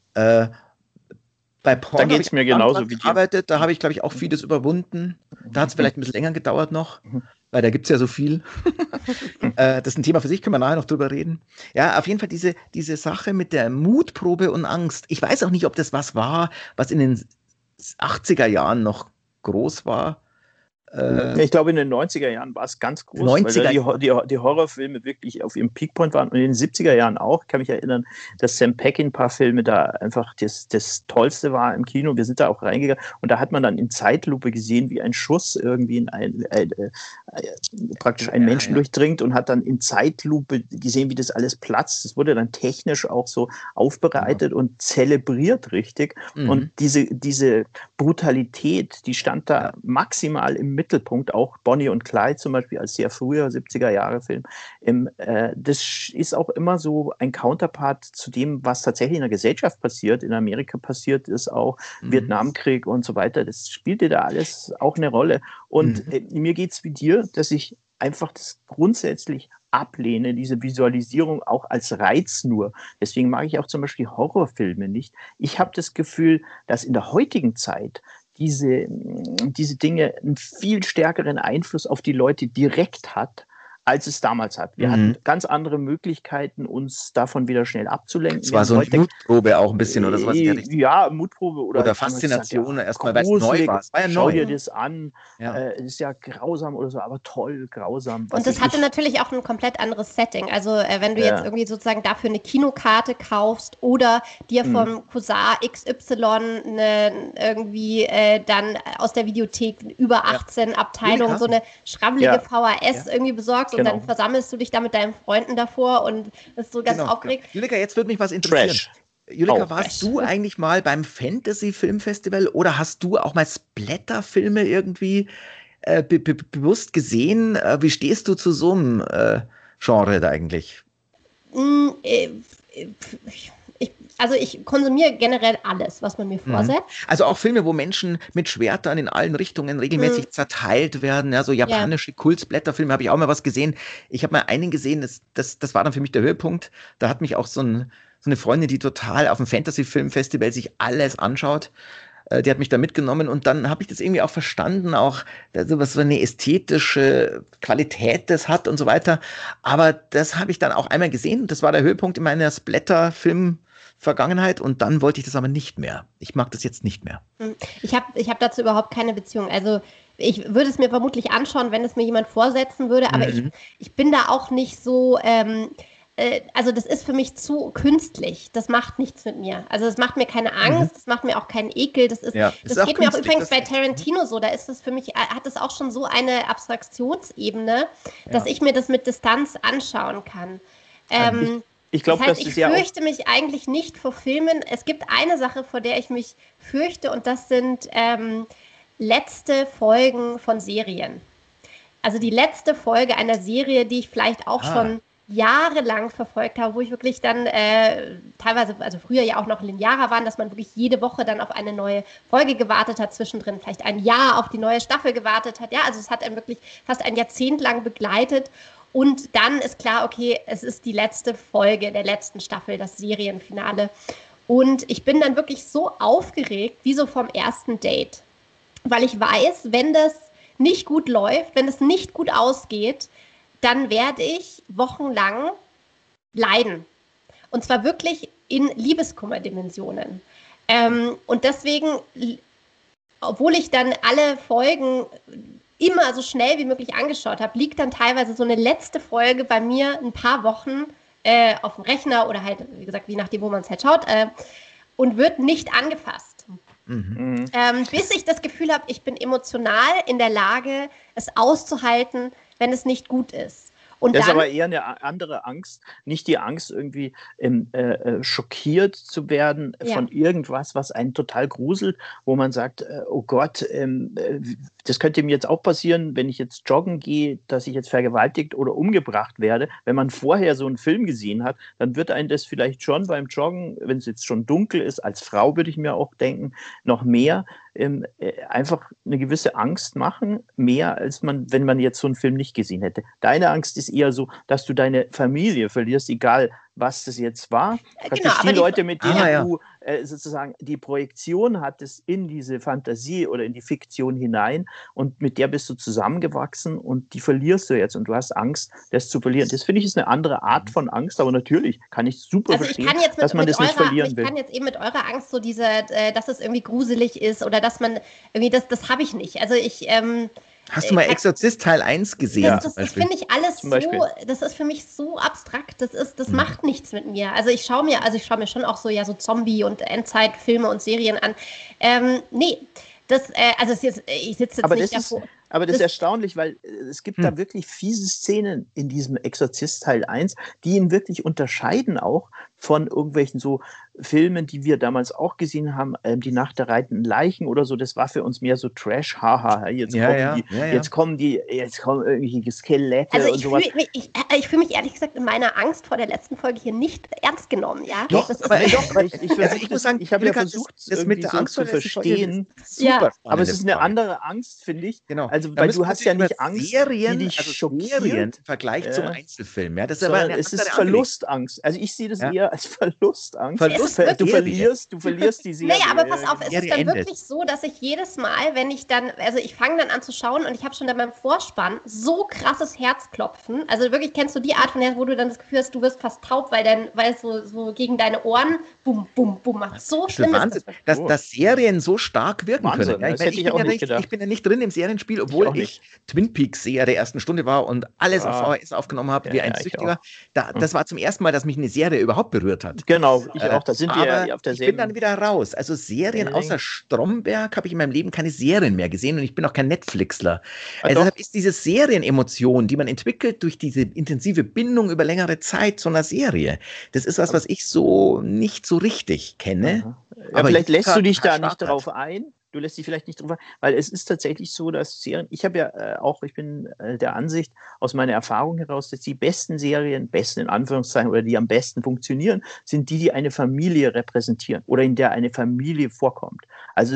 Speaker 3: Bei Porno
Speaker 2: da geht's mir genauso wie dir.
Speaker 3: Gearbeitet, da habe ich, glaube ich, auch vieles überwunden. Da hat es vielleicht ein bisschen länger gedauert noch, weil da gibt es ja so viel. Das ist ein Thema für sich, können wir nachher noch drüber reden. Ja, auf jeden Fall diese Sache mit der Mutprobe und Angst. Ich weiß auch nicht, ob das was war, was in den 80er Jahren noch groß war.
Speaker 2: Ich glaube, in den 90er Jahren war es ganz groß,
Speaker 3: 90er.
Speaker 2: weil die Horrorfilme wirklich auf ihrem Peakpoint waren. Und in den 70er Jahren auch. Ich kann mich erinnern, dass Sam Peckinpah-Filme da einfach das Tollste war im Kino. Wir sind da auch reingegangen und da hat man dann in Zeitlupe gesehen, wie ein Schuss irgendwie praktisch einen Menschen durchdringt und hat dann in Zeitlupe gesehen, wie das alles platzt. Das wurde dann technisch auch so aufbereitet und zelebriert richtig. Und diese Brutalität, die stand da maximal im Mittelpunkt, auch Bonnie und Clyde zum Beispiel als sehr früher 70er-Jahre-Film. Das ist auch immer so ein Counterpart zu dem, was tatsächlich in der Gesellschaft passiert. In Amerika passiert ist auch Vietnamkrieg und so weiter. Das spielte da alles auch eine Rolle. Und mir geht es wie dir, dass ich einfach das grundsätzlich ablehne, diese Visualisierung auch als Reiz nur. Deswegen mag ich auch zum Beispiel Horrorfilme nicht. Ich habe das Gefühl, dass in der heutigen Zeit diese Dinge einen viel stärkeren Einfluss auf die Leute direkt hat, als es damals hat. Wir hatten ganz andere Möglichkeiten, uns davon wieder schnell abzulenken.
Speaker 3: Es war so eine Mutprobe auch ein bisschen oder sowas.
Speaker 2: Ja, Mutprobe oder
Speaker 3: Faszination
Speaker 2: gesagt,
Speaker 3: erstmal, weil es neu war. Es war ja
Speaker 2: Schau
Speaker 3: neu.
Speaker 2: dir das an. Es ist ja grausam oder so, aber toll, grausam.
Speaker 1: Und das hatte natürlich auch ein komplett anderes Setting. Also wenn du jetzt irgendwie sozusagen dafür eine Kinokarte kaufst oder dir vom Cousin XY irgendwie dann aus der Videothek über 18 Abteilung so eine schrammelige VHS irgendwie besorgst und dann versammelst du dich da mit deinen Freunden davor und bist so ganz aufgeregt.
Speaker 3: Julika, jetzt würde mich was interessieren.
Speaker 2: Trash.
Speaker 3: Julika, warst du eigentlich mal beim Fantasy-Filmfestival oder hast du auch mal Splatter-Filme irgendwie bewusst gesehen? Wie stehst du zu so einem Genre da eigentlich?
Speaker 1: Also ich konsumiere generell alles, was man mir vorsetzt.
Speaker 3: Also auch Filme, wo Menschen mit Schwertern in allen Richtungen regelmäßig zerteilt werden. Ja, so japanische Kultblätterfilme habe ich auch mal was gesehen. Ich habe mal einen gesehen, das war dann für mich der Höhepunkt. Da hat mich auch so eine Freundin, die total auf dem Fantasy-Filmfestival sich alles anschaut, die hat mich da mitgenommen und dann habe ich das irgendwie auch verstanden, auch was so eine ästhetische Qualität das hat und so weiter. Aber das habe ich dann auch einmal gesehen. Das war der Höhepunkt in meiner Splatter-Film-Vergangenheit und dann wollte ich das aber nicht mehr. Ich mag das jetzt nicht mehr.
Speaker 1: Ich hab dazu überhaupt keine Beziehung. Also ich würde es mir vermutlich anschauen, wenn es mir jemand vorsetzen würde, aber ich bin da auch nicht so... also das ist für mich zu künstlich. Das macht nichts mit mir. Also das macht mir keine Angst, das macht mir auch keinen Ekel. Das geht mir auch übrigens bei Tarantino so. Da ist es für mich, hat es auch schon so eine Abstraktionsebene, dass ich mir das mit Distanz anschauen kann.
Speaker 2: Ich glaube,
Speaker 1: das heißt, ich fürchte mich eigentlich nicht vor Filmen. Es gibt eine Sache, vor der ich mich fürchte, und das sind letzte Folgen von Serien. Also die letzte Folge einer Serie, die ich vielleicht auch schon jahrelang verfolgt habe, wo ich wirklich dann teilweise, also früher ja auch noch linearer waren, dass man wirklich jede Woche dann auf eine neue Folge gewartet hat, zwischendrin vielleicht ein Jahr auf die neue Staffel gewartet hat. Ja, also es hat einen wirklich fast ein Jahrzehnt lang begleitet. Und dann ist klar, okay, es ist die letzte Folge der letzten Staffel, das Serienfinale. Und ich bin dann wirklich so aufgeregt, wie so vom ersten Date. Weil ich weiß, wenn das nicht gut läuft, wenn es nicht gut ausgeht, dann werde ich wochenlang leiden. Und zwar wirklich in Liebeskummerdimensionen. Und deswegen, obwohl ich dann alle Folgen immer so schnell wie möglich angeschaut habe, liegt dann teilweise so eine letzte Folge bei mir ein paar Wochen auf dem Rechner oder halt, wie gesagt, je nachdem, wo man es halt schaut, und wird nicht angefasst. Bis ich das Gefühl habe, ich bin emotional in der Lage, es auszuhalten, wenn es nicht gut ist. Und
Speaker 2: das ist aber eher eine andere Angst, nicht die Angst, irgendwie schockiert zu werden von irgendwas, was einen total gruselt, wo man sagt, oh Gott, das könnte mir jetzt auch passieren, wenn ich jetzt joggen gehe, dass ich jetzt vergewaltigt oder umgebracht werde. Wenn man vorher so einen Film gesehen hat, dann wird einen das vielleicht schon beim Joggen, wenn es jetzt schon dunkel ist, als Frau würde ich mir auch denken, noch mehr einfach eine gewisse Angst machen, mehr als wenn man jetzt so einen Film nicht gesehen hätte. Deine Angst ist eher so, dass du deine Familie verlierst, egal was das jetzt war. Genau, die Leute, mit denen du sozusagen die Projektion hattest in diese Fantasie oder in die Fiktion hinein und mit der bist du zusammengewachsen und die verlierst du jetzt und du hast Angst, das zu verlieren. Das finde ich ist eine andere Art von Angst, aber natürlich kann ich super verstehen, dass man das nicht verlieren will.
Speaker 1: Ich kann jetzt eben mit eurer Angst so dass es irgendwie gruselig ist oder dass man irgendwie, das habe ich nicht. Also
Speaker 3: Hast du mal Exorzist Teil 1 gesehen?
Speaker 1: Das finde ich alles so, das ist für mich so abstrakt, das macht nichts mit mir. Also ich schaue mir schon auch so Zombie- und Endzeitfilme und Serien an. Nee, ich sitze jetzt nicht davor.
Speaker 2: Aber das ist erstaunlich, weil es gibt da wirklich fiese Szenen in diesem Exorzist Teil 1, die ihn wirklich unterscheiden auch von irgendwelchen so Filmen, die wir damals auch gesehen haben, die Nacht der reitenden Leichen oder so. Das war für uns mehr so Trash, haha, jetzt kommen irgendwelche Skelette
Speaker 1: also
Speaker 2: und sowas.
Speaker 1: Ich fühle mich ehrlich gesagt in meiner Angst vor der letzten Folge hier nicht ernst genommen, ja?
Speaker 3: Doch, ich muss sagen,
Speaker 2: ich habe ja versucht, das mit der Angst zu verstehen.
Speaker 3: Super,
Speaker 2: aber es ist eine andere Angst, finde ich.
Speaker 3: Genau.
Speaker 2: Also, weil du hast ja nicht Angst,
Speaker 3: Serien,
Speaker 2: die dich schockiert
Speaker 3: im Vergleich zum Einzelfilm. Ja, das ist
Speaker 2: aber es ist Verlustangst. Also ich sehe das eher als Verlustangst. Du verlierst die Serie.
Speaker 1: Naja, aber pass auf, es ist dann wirklich so, dass ich jedes Mal, wenn ich dann, also ich fange dann an zu schauen und ich habe schon dann beim Vorspann so krasses Herzklopfen. Also wirklich kennst du die Art von Herz, wo du dann das Gefühl hast, du wirst fast taub, weil es so gegen deine Ohren bum, bum, bum macht. So schlimm ist das.
Speaker 3: Dass Serien so stark wirken können. Ja, ich bin ja nicht drin im Serienspiel, obwohl ich Twin Peaks Seher der ersten Stunde war und alles auf VHS aufgenommen habe, wie ein Süchtiger. Das war zum ersten Mal, dass mich eine Serie überhaupt berührt hat.
Speaker 2: Genau, ich auch. Da sind wir auf der
Speaker 3: Serie. Ich bin dann wieder raus. Also Serien außer Stromberg habe ich in meinem Leben keine Serien mehr gesehen und ich bin auch kein Netflixler. Also deshalb ist diese Serienemotion, die man entwickelt durch diese intensive Bindung über längere Zeit zu einer Serie, das ist was ich so nicht so richtig kenne.
Speaker 2: Aber vielleicht lässt du dich da nicht drauf ein. Du lässt dich vielleicht nicht drüber, weil es ist tatsächlich so, dass Serien, ich bin der Ansicht aus meiner Erfahrung heraus, dass die besten Serien, besten in Anführungszeichen, oder die am besten funktionieren, sind die eine Familie repräsentieren oder in der eine Familie vorkommt. Also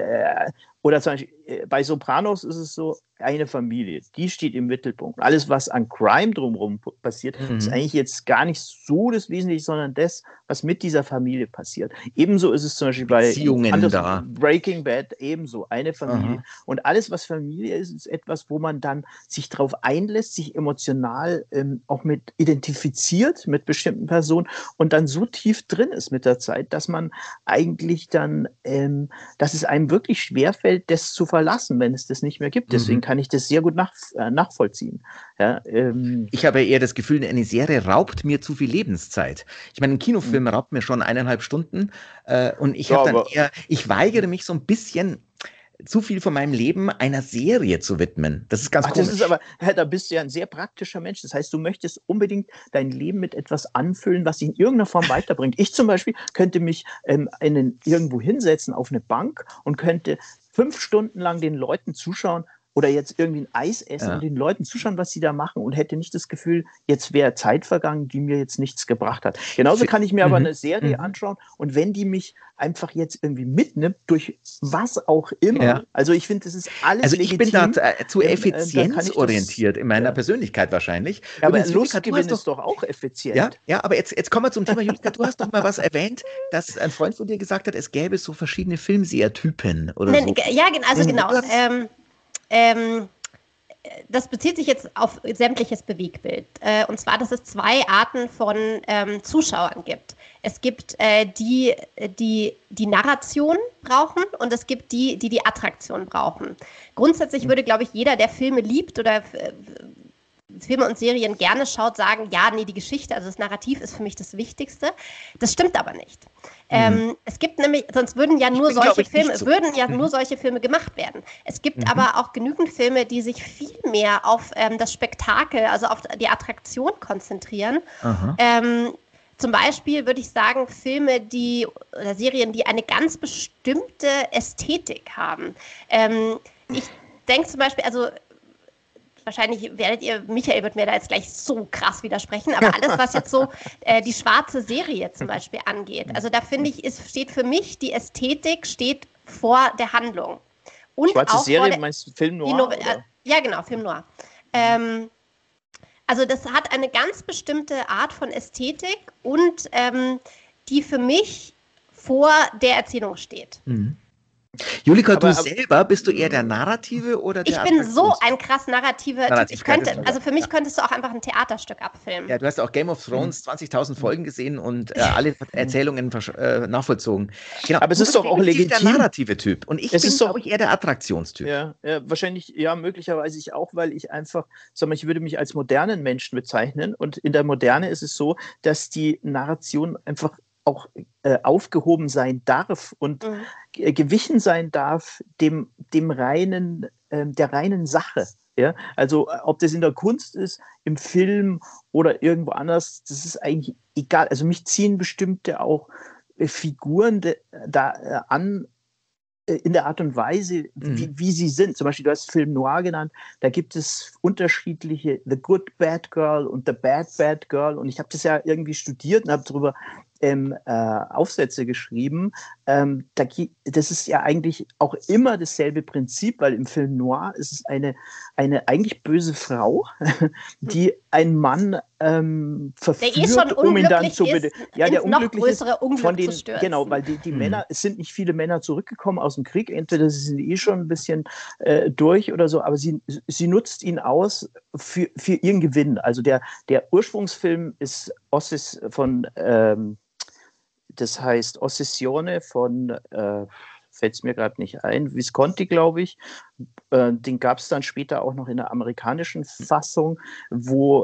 Speaker 2: oder zum Beispiel bei Sopranos ist es so, eine Familie, die steht im Mittelpunkt. Alles, was an Crime drumherum passiert, ist eigentlich jetzt gar nicht so das Wesentliche, sondern das, was mit dieser Familie passiert. Ebenso ist es zum Beispiel bei Breaking Bad ebenso, eine Familie. Aha. Und alles, was Familie ist, ist etwas, wo man dann sich drauf einlässt, sich emotional auch mit identifiziert mit bestimmten Personen und dann so tief drin ist mit der Zeit, dass man eigentlich dann, dass es einem wirklich schwerfällt, das zu verlassen, wenn es das nicht mehr gibt. Deswegen kann ich das sehr gut nachvollziehen. Ja,
Speaker 3: ich habe eher das Gefühl, eine Serie raubt mir zu viel Lebenszeit. Ich meine, ein Kinofilm raubt mir schon 1,5 Stunden und ich weigere mich so ein bisschen, zu viel von meinem Leben einer Serie zu widmen. Das ist ganz komisch.
Speaker 2: Das ist aber, da bist du ja ein sehr praktischer Mensch. Das heißt, du möchtest unbedingt dein Leben mit etwas anfüllen, was dich in irgendeiner Form weiterbringt. Ich zum Beispiel könnte mich irgendwo hinsetzen auf eine Bank und könnte 5 Stunden lang den Leuten zuschauen oder jetzt irgendwie ein Eis essen und den Leuten zuschauen, was sie da machen und hätte nicht das Gefühl, jetzt wäre Zeit vergangen, die mir jetzt nichts gebracht hat. Genauso kann ich mir aber eine Serie anschauen und wenn die mich einfach jetzt irgendwie mitnimmt, durch was auch immer, also ich finde, das ist alles legitim.
Speaker 3: Ich bin da zu effizienzorientiert in meiner Persönlichkeit wahrscheinlich.
Speaker 2: Ja, aber Lustgewinn ist doch auch effizient.
Speaker 3: Ja, aber jetzt kommen wir zum Thema, Julika, du hast doch mal was erwähnt, dass ein Freund von dir gesagt hat, es gäbe so verschiedene Filmsehertypen oder so.
Speaker 1: Ja, also genau. Das bezieht sich jetzt auf sämtliches Bewegtbild. Und zwar, dass es 2 Arten von Zuschauern gibt. Es gibt die Narration brauchen und es gibt die Attraktion brauchen. Grundsätzlich würde, glaube ich, jeder, der Filme liebt oder Filme und Serien gerne schaut, sagen, ja, nee, die Geschichte, also das Narrativ ist für mich das Wichtigste. Das stimmt aber nicht. Es gibt nämlich, sonst würden ja nur solche Filme gemacht werden. Es gibt aber auch genügend Filme, die sich viel mehr auf das Spektakel, also auf die Attraktion konzentrieren. Zum Beispiel würde ich sagen, Filme oder Serien, die eine ganz bestimmte Ästhetik haben. Ich denke zum Beispiel, also wahrscheinlich Michael wird mir da jetzt gleich so krass widersprechen, aber alles, was jetzt so die schwarze Serie zum Beispiel angeht, also da finde ich, steht für mich, die Ästhetik steht vor der Handlung. Und
Speaker 2: schwarze
Speaker 1: auch
Speaker 2: Serie, meinst du Film Noir?
Speaker 1: Ja, genau, Film Noir. Also das hat eine ganz bestimmte Art von Ästhetik und die für mich vor der Erzählung steht.
Speaker 3: Julika, du selber, bist du eher der Narrative oder der
Speaker 1: Ich bin so ein krass narrativer Typ. Ich könnte, also für mich könntest du auch einfach ein Theaterstück abfilmen.
Speaker 3: Ja, du hast auch Game of Thrones 20.000 Folgen gesehen und alle Erzählungen nachvollzogen. Genau.
Speaker 2: Aber es ist doch auch legitim.
Speaker 3: Der narrative Typ. Und ich bin, glaube ich, eher der Attraktionstyp.
Speaker 2: Ja, wahrscheinlich, ja, möglicherweise ich auch, weil ich einfach, ich würde mich als modernen Menschen bezeichnen. Und in der Moderne ist es so, dass die Narration einfach auch aufgehoben sein darf und gewichen sein darf der reinen Sache. Ja? Also ob das in der Kunst ist, im Film oder irgendwo anders, das ist eigentlich egal. Also mich ziehen bestimmte auch Figuren an, in der Art und Weise, wie sie sind. Zum Beispiel, du hast Film Noir genannt, da gibt es unterschiedliche, The Good Bad Girl und The Bad Bad Girl, und ich habe das ja irgendwie studiert und habe darüber Aufsätze geschrieben. Das ist ja eigentlich auch immer dasselbe Prinzip, weil im Film Noir ist es eine eigentlich böse Frau, die einen Mann verführt, um ihn dann zu der
Speaker 1: noch größere Unglück zu stürzen.
Speaker 2: Genau, weil die Männer, es sind nicht viele Männer zurückgekommen aus dem Krieg, entweder sie sind schon ein bisschen durch oder so, aber sie nutzt ihn aus für ihren Gewinn. Also der Ursprungsfilm ist das heißt Ossessione von, fällt es mir gerade nicht ein, Visconti, glaube ich. Den gab es dann später auch noch in der amerikanischen Fassung, wo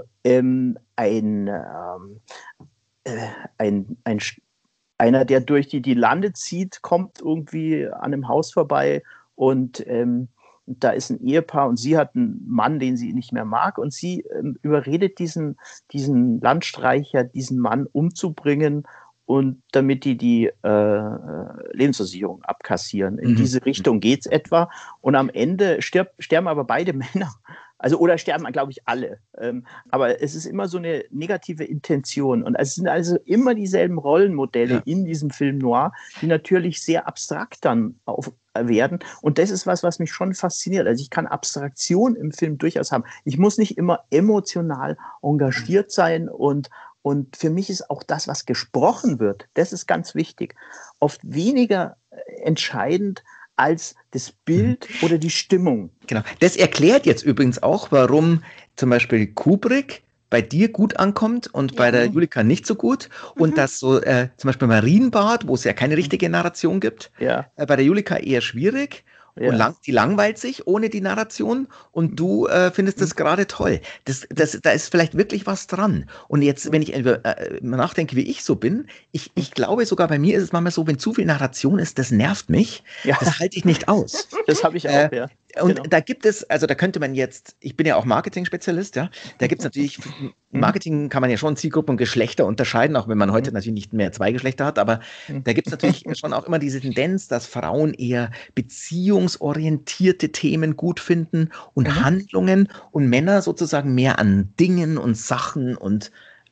Speaker 2: einer, der durch die Lande zieht, kommt irgendwie an einem Haus vorbei und da ist ein Ehepaar und sie hat einen Mann, den sie nicht mehr mag, und sie überredet diesen Landstreicher, diesen Mann umzubringen, und damit die Lebensversicherung abkassieren. In diese Richtung geht es etwa. Und am Ende sterben aber beide Männer. Oder sterben, glaube ich, alle. Aber es ist immer so eine negative Intention. Und es sind also immer dieselben Rollenmodelle in diesem Film Noir, die natürlich sehr abstrakt dann werden. Und das ist was mich schon fasziniert. Also ich kann Abstraktion im Film durchaus haben. Ich muss nicht immer emotional engagiert sein, und für mich ist auch das, was gesprochen wird, das ist ganz wichtig, oft weniger entscheidend als das Bild oder die Stimmung.
Speaker 3: Genau. Das erklärt jetzt übrigens auch, warum zum Beispiel Kubrick bei dir gut ankommt und bei der Julika nicht so gut. Und dass so zum Beispiel Marienbad, wo es ja keine richtige Narration gibt, bei der Julika eher schwierig. Ja. Und die langweilt sich ohne die Narration, und du findest das gerade toll. Da ist vielleicht wirklich was dran. Und jetzt, wenn ich nachdenke, wie ich so bin, ich glaube sogar, bei mir ist es manchmal so, wenn zu viel Narration ist, das nervt mich. Ja. Das halte ich nicht aus.
Speaker 2: Das habe ich auch, ja.
Speaker 3: Und da gibt es, also da könnte man jetzt, ich bin ja auch Marketing-Spezialist, ja, da gibt es natürlich, im Marketing kann man ja schon Zielgruppen und Geschlechter unterscheiden, auch wenn man heute natürlich nicht mehr 2 Geschlechter hat, aber da gibt es natürlich schon auch immer diese Tendenz, dass Frauen eher beziehungsorientierte Themen gut finden und Handlungen, und Männer sozusagen mehr an Dingen und Sachen und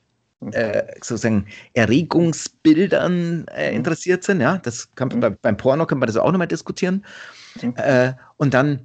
Speaker 3: sozusagen Erregungsbildern interessiert sind, ja, das kann beim Porno können wir das auch nochmal diskutieren. Und dann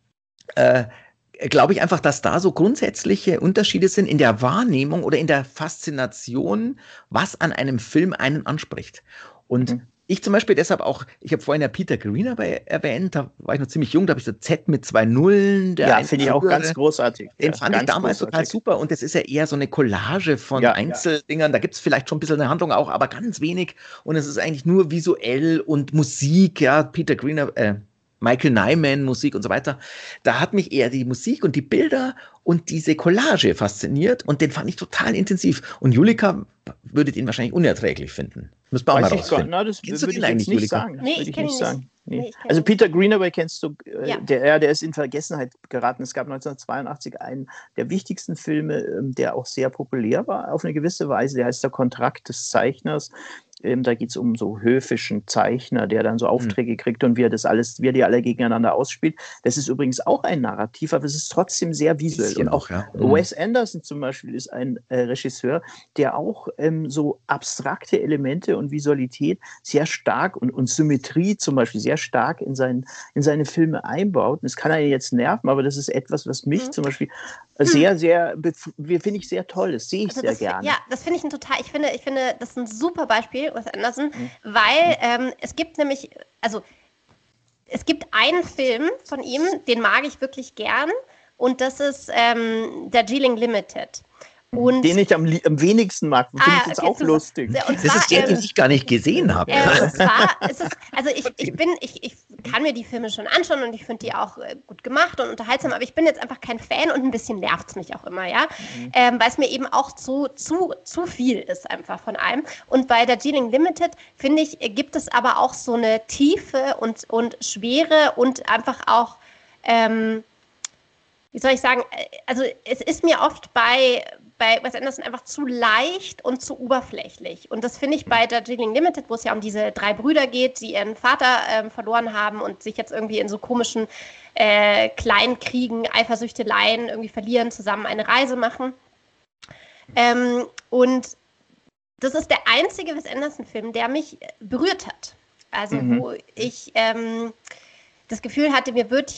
Speaker 3: glaube ich einfach, dass da so grundsätzliche Unterschiede sind in der Wahrnehmung oder in der Faszination, was an einem Film einen anspricht. Und ich zum Beispiel deshalb auch, ich habe vorhin ja Peter Greener erwähnt, da war ich noch ziemlich jung, da habe ich so Z mit 2 Nullen.
Speaker 2: Ja, finde ich auch ganz großartig.
Speaker 3: Den fand ich damals total super, und das ist ja eher so eine Collage von Einzeldingern, da gibt es vielleicht schon ein bisschen eine Handlung auch, aber ganz wenig, und es ist eigentlich nur visuell und Musik, ja, Peter Greener, Michael Nyman, Musik und so weiter. Da hat mich eher die Musik und die Bilder und diese Collage fasziniert, und den fand ich total intensiv. Und Julika würdet ihn wahrscheinlich unerträglich finden. Müssen wir auch mal rausfinden.
Speaker 2: Das
Speaker 3: kennst du
Speaker 2: würde
Speaker 3: den
Speaker 2: ich
Speaker 3: eigentlich,
Speaker 2: nicht
Speaker 3: Julika?
Speaker 2: sagen.
Speaker 1: Nee, ich kenne ihn nicht.
Speaker 2: Nee. Also Peter Greenaway kennst du, der ist in Vergessenheit geraten. Es gab 1982 einen der wichtigsten Filme, der auch sehr populär war auf eine gewisse Weise. Der heißt Der Kontrakt des Zeichners. Da geht es um so höfischen Zeichner, der dann so Aufträge kriegt und wie er die alle gegeneinander ausspielt. Das ist übrigens auch ein Narrativ, aber es ist trotzdem sehr visuell. Und auch Wes Anderson zum Beispiel ist ein Regisseur, der auch so abstrakte Elemente und Visualität sehr stark und Symmetrie zum Beispiel sehr stark in seine Filme einbaut. Und das kann einen jetzt nerven, aber das ist etwas, was mich zum Beispiel sehr, sehr, finde ich sehr toll. Das sehe ich sehr gerne.
Speaker 1: Ja, das finde ich ich finde, das ist ein super Beispiel, Wes Anderson, weil es gibt nämlich, also es gibt einen Film von ihm, den mag ich wirklich gern. Und das ist Darjeeling Limited. Und
Speaker 2: den ich am wenigsten mag. Finde ich jetzt auch lustig.
Speaker 3: Und zwar, das ist der, den ich gar nicht gesehen habe.
Speaker 1: Und zwar ist es, also ich kann mir die Filme schon anschauen und ich finde die auch gut gemacht und unterhaltsam, aber ich bin jetzt einfach kein Fan und ein bisschen nervt es mich auch immer, ja. Weil es mir eben auch zu viel ist einfach von allem. Und bei Darjeeling Limited, finde ich, gibt es aber auch so eine Tiefe und Schwere und einfach auch, wie soll ich sagen, also es ist mir oft bei Wes Anderson einfach zu leicht und zu oberflächlich. Und das finde ich bei Darjeeling Limited, wo es ja um diese 3 Brüder geht, die ihren Vater verloren haben und sich jetzt irgendwie in so komischen Kleinkriegen, Eifersüchteleien irgendwie verlieren, zusammen eine Reise machen. Und das ist der einzige Wes Anderson-Film, der mich berührt hat. Also wo ich das Gefühl hatte,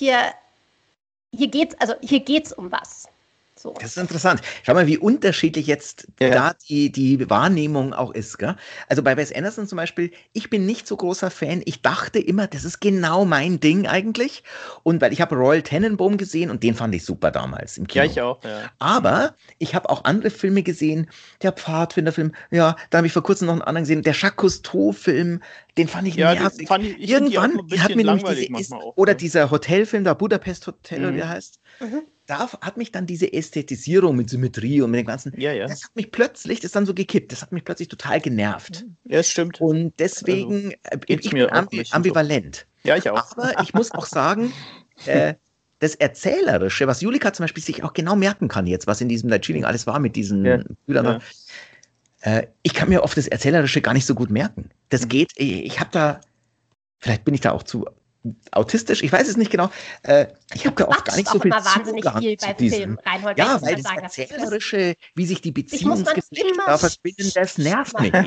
Speaker 1: hier geht's um was. So.
Speaker 3: Das ist interessant. Schau mal, wie unterschiedlich jetzt da die Wahrnehmung auch ist. Gell? Also bei Wes Anderson zum Beispiel, ich bin nicht so großer Fan. Ich dachte immer, das ist genau mein Ding eigentlich. Und weil ich habe Royal Tenenbaum gesehen und den fand ich super damals im Kino.
Speaker 2: Ja, ich auch. Ja.
Speaker 3: Aber ich habe auch andere Filme gesehen. Der Pfadfinderfilm, ja, da habe ich vor kurzem noch einen anderen gesehen. Der Jacques Cousteau-Film, den fand ich nervig. Irgendwann hat mir nämlich dieser Hotelfilm, der Budapest Hotel, oder wie er heißt. Da hat mich dann diese Ästhetisierung mit Symmetrie und mit dem ganzen, das hat mich plötzlich, das ist dann so gekippt, das hat mich plötzlich total genervt.
Speaker 2: Ja, das stimmt.
Speaker 3: Und deswegen, ich bin ambivalent.
Speaker 2: So. Ja, ich auch.
Speaker 3: Aber ich muss auch sagen, das Erzählerische, was Julika zum Beispiel sich auch genau merken kann jetzt, was in diesem Darjeeling alles war mit diesen Brüdern, ich kann mir oft das Erzählerische gar nicht so gut merken. Das geht, ich habe da, vielleicht bin ich da auch zu autistisch, ich weiß es nicht genau. Ich habe da oft gar nicht so viel
Speaker 1: wahnsinnig viel bei Filmen, Reinhold.
Speaker 3: Ja, weil das Erzählerische, wie sich die Beziehungsgeschichten da verbinden, das nervt mich.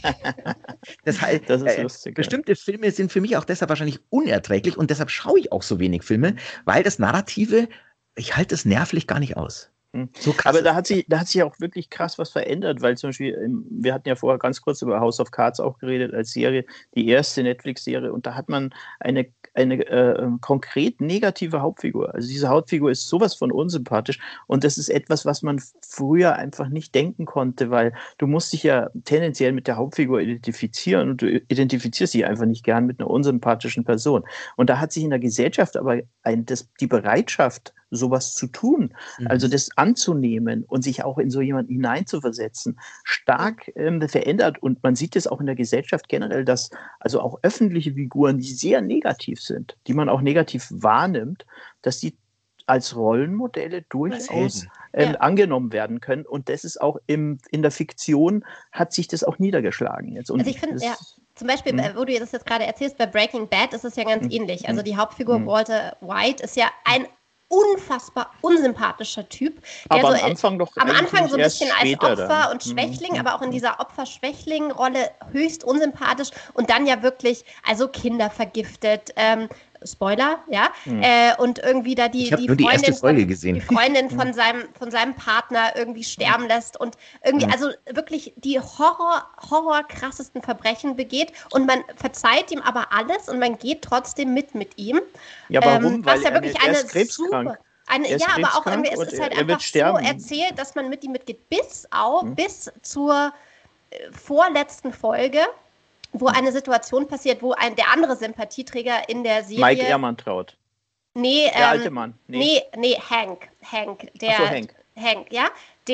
Speaker 3: Das ist lustig. Bestimmte Filme sind für mich auch deshalb wahrscheinlich unerträglich und deshalb schaue ich auch so wenig Filme, weil das Narrative, ich halte es nervlich gar nicht aus.
Speaker 2: So aber da hat sich auch wirklich krass was verändert, weil zum Beispiel, wir hatten ja vorher ganz kurz über House of Cards auch geredet als Serie, die erste Netflix-Serie, und da hat man eine konkret negative Hauptfigur. Also diese Hauptfigur ist sowas von unsympathisch und das ist etwas, was man früher einfach nicht denken konnte, weil du musst dich ja tendenziell mit der Hauptfigur identifizieren und du identifizierst dich einfach nicht gern mit einer unsympathischen Person. Und da hat sich in der Gesellschaft aber die Bereitschaft, sowas zu tun, also das anzunehmen und sich auch in so jemanden hineinzuversetzen, stark verändert. Und man sieht es auch in der Gesellschaft generell, dass also auch öffentliche Figuren, die sehr negativ sind, die man auch negativ wahrnimmt, dass die als Rollenmodelle durchaus angenommen werden können. Und das ist auch in der Fiktion hat sich das auch niedergeschlagen. Jetzt. Und
Speaker 1: also ich finde, zum Beispiel, wo du das jetzt gerade erzählst, bei Breaking Bad ist es ja ganz ähnlich. Also die Hauptfigur Walter White ist ja ein unfassbar unsympathischer Typ. Der
Speaker 2: aber
Speaker 1: so,
Speaker 2: am Anfang
Speaker 1: so ein bisschen als Opfer und Schwächling, aber auch in dieser Opfer-Schwächling-Rolle höchst unsympathisch und dann ja wirklich, also Kinder vergiftet, Spoiler, ja, und irgendwie da die Freundin von seinem Partner irgendwie sterben lässt und irgendwie, also wirklich die krassesten Verbrechen begeht und man verzeiht ihm aber alles und man geht trotzdem mit ihm.
Speaker 2: Ja, warum?
Speaker 1: Was ja wirklich eine
Speaker 2: super...
Speaker 1: aber auch irgendwie, es ist halt einfach so erzählt, dass man mit ihm mitgeht, bis zur vorletzten Folge, wo eine Situation passiert, wo der andere Sympathieträger in der Serie...
Speaker 2: Mike Ehrmantraut.
Speaker 1: Nee,
Speaker 2: der alte Mann.
Speaker 1: Nee, Hank. Hank, ja.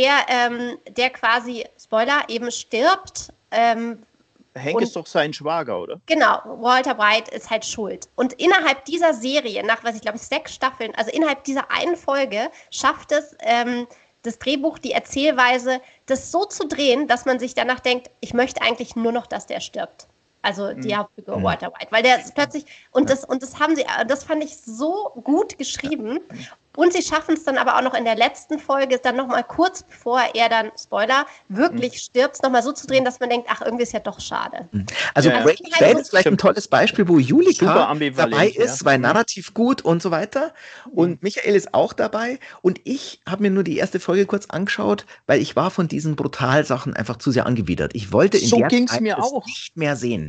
Speaker 1: Der quasi, Spoiler, eben stirbt.
Speaker 2: Hank ist doch sein Schwager, oder?
Speaker 1: Genau, Walter White ist halt schuld. Und innerhalb dieser Serie, nach, 6 Staffeln, also innerhalb dieser einen Folge, schafft es das Drehbuch, die Erzählweise, das so zu drehen, dass man sich danach denkt, ich möchte eigentlich nur noch, dass der stirbt. Also die Hauptfigur Walter White. Weil der plötzlich, das fand ich so gut geschrieben. Und sie schaffen es dann aber auch noch in der letzten Folge, dann nochmal kurz bevor er dann, Spoiler, wirklich stirbt, nochmal so zu drehen, dass man denkt, ach, irgendwie ist ja doch schade.
Speaker 3: Also Breaking Bad ist vielleicht ein tolles Beispiel, wo Julika dabei ist, weil narrativ gut und so weiter. Und Michael ist auch dabei. Und ich habe mir nur die erste Folge kurz angeschaut, weil ich war von diesen Brutalsachen einfach zu sehr angewidert. Ich wollte in der Zeit das nicht mehr sehen.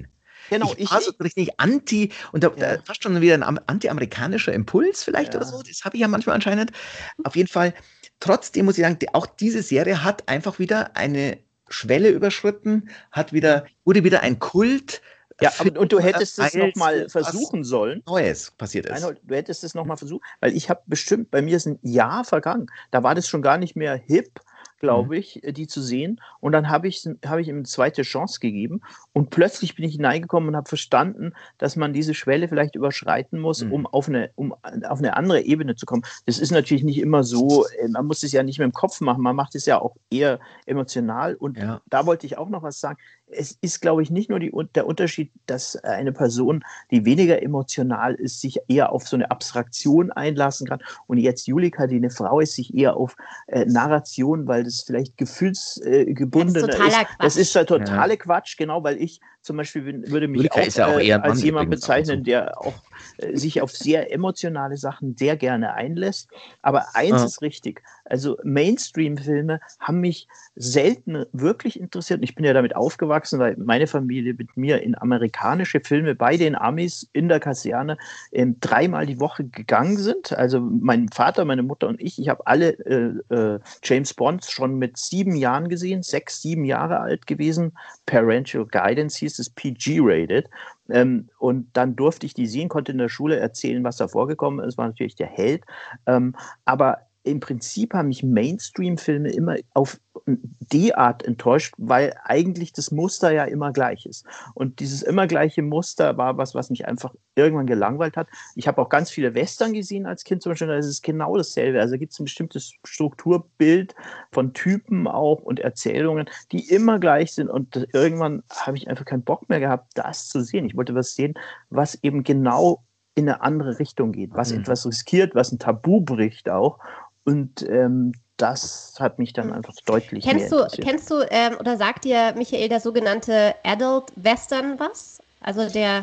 Speaker 2: Genau,
Speaker 3: ich war so richtig anti, und da fast schon wieder ein anti-amerikanischer Impuls vielleicht oder so. Das habe ich ja manchmal anscheinend. Auf jeden Fall, trotzdem muss ich sagen, auch diese Serie hat einfach wieder eine Schwelle überschritten, wurde wieder ein Kult.
Speaker 2: Ja, und du hättest es nochmal versuchen sollen.
Speaker 3: Neues passiert ist.
Speaker 2: Reinhold, du hättest es nochmal versucht, weil ich habe bestimmt, bei mir ist ein Jahr vergangen. Da war das schon gar nicht mehr hip, glaube ich, die zu sehen. Und dann habe ich ihm eine zweite Chance gegeben. Und plötzlich bin ich hineingekommen und habe verstanden, dass man diese Schwelle vielleicht überschreiten muss, um auf eine andere Ebene zu kommen. Das ist natürlich nicht immer so, man muss es ja nicht mit dem Kopf machen, man macht es ja auch eher emotional. Und da wollte ich auch noch was sagen. Es ist, glaube ich, nicht nur der Unterschied, dass eine Person, die weniger emotional ist, sich eher auf so eine Abstraktion einlassen kann. Und jetzt Julika, die eine Frau ist, sich eher auf Narration, weil das vielleicht gefühlsgebundener ist. Das ist der totale Quatsch, genau, weil ich zum Beispiel würde mich auch als jemand bezeichnen, der auch sich auf sehr emotionale Sachen sehr gerne einlässt. Aber eins ist richtig, also Mainstream-Filme haben mich selten wirklich interessiert. Ich bin ja damit aufgewachsen, weil meine Familie mit mir in amerikanische Filme bei den Amis in der Kaserne 3-mal die Woche gegangen sind. Also mein Vater, meine Mutter und ich habe alle James Bonds schon mit 7 Jahren gesehen, 6, 7 Jahre alt gewesen. Parental Guidance hieß es, PG-rated. Und dann durfte ich die sehen, konnte in der Schule erzählen, was da vorgekommen ist. War natürlich der Held. Aber im Prinzip haben mich Mainstream-Filme immer auf die Art enttäuscht, weil eigentlich das Muster ja immer gleich ist. Und dieses immer gleiche Muster war was mich einfach irgendwann gelangweilt hat. Ich habe auch ganz viele Western gesehen als Kind zum Beispiel, da ist es genau dasselbe. Also gibt es ein bestimmtes Strukturbild von Typen auch und Erzählungen, die immer gleich sind. Und irgendwann habe ich einfach keinen Bock mehr gehabt, das zu sehen. Ich wollte was sehen, was eben genau in eine andere Richtung geht, was etwas riskiert, was ein Tabu bricht auch. Und das hat mich dann einfach deutlich mehr interessiert.
Speaker 1: Kennst du oder sagt dir, Michael, der sogenannte Adult Western was? Also der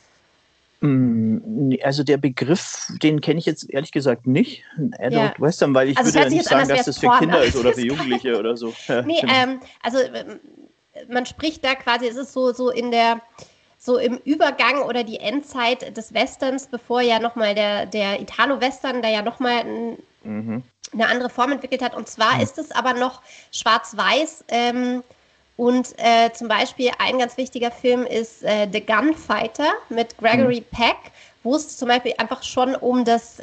Speaker 2: Begriff, den kenne ich jetzt ehrlich gesagt nicht, ein Adult Western, weil ich würde ja nicht sagen, dass das für Kinder ist oder für Jugendliche oder so.
Speaker 1: Nee, also man spricht da quasi, es ist so im Übergang oder die Endzeit des Westerns, bevor ja nochmal der Italo-Western, der ja nochmal eine andere Form entwickelt hat. Und zwar ist es aber noch schwarz-weiß. Und zum Beispiel ein ganz wichtiger Film ist The Gunfighter mit Gregory Peck, wo es zum Beispiel einfach schon um das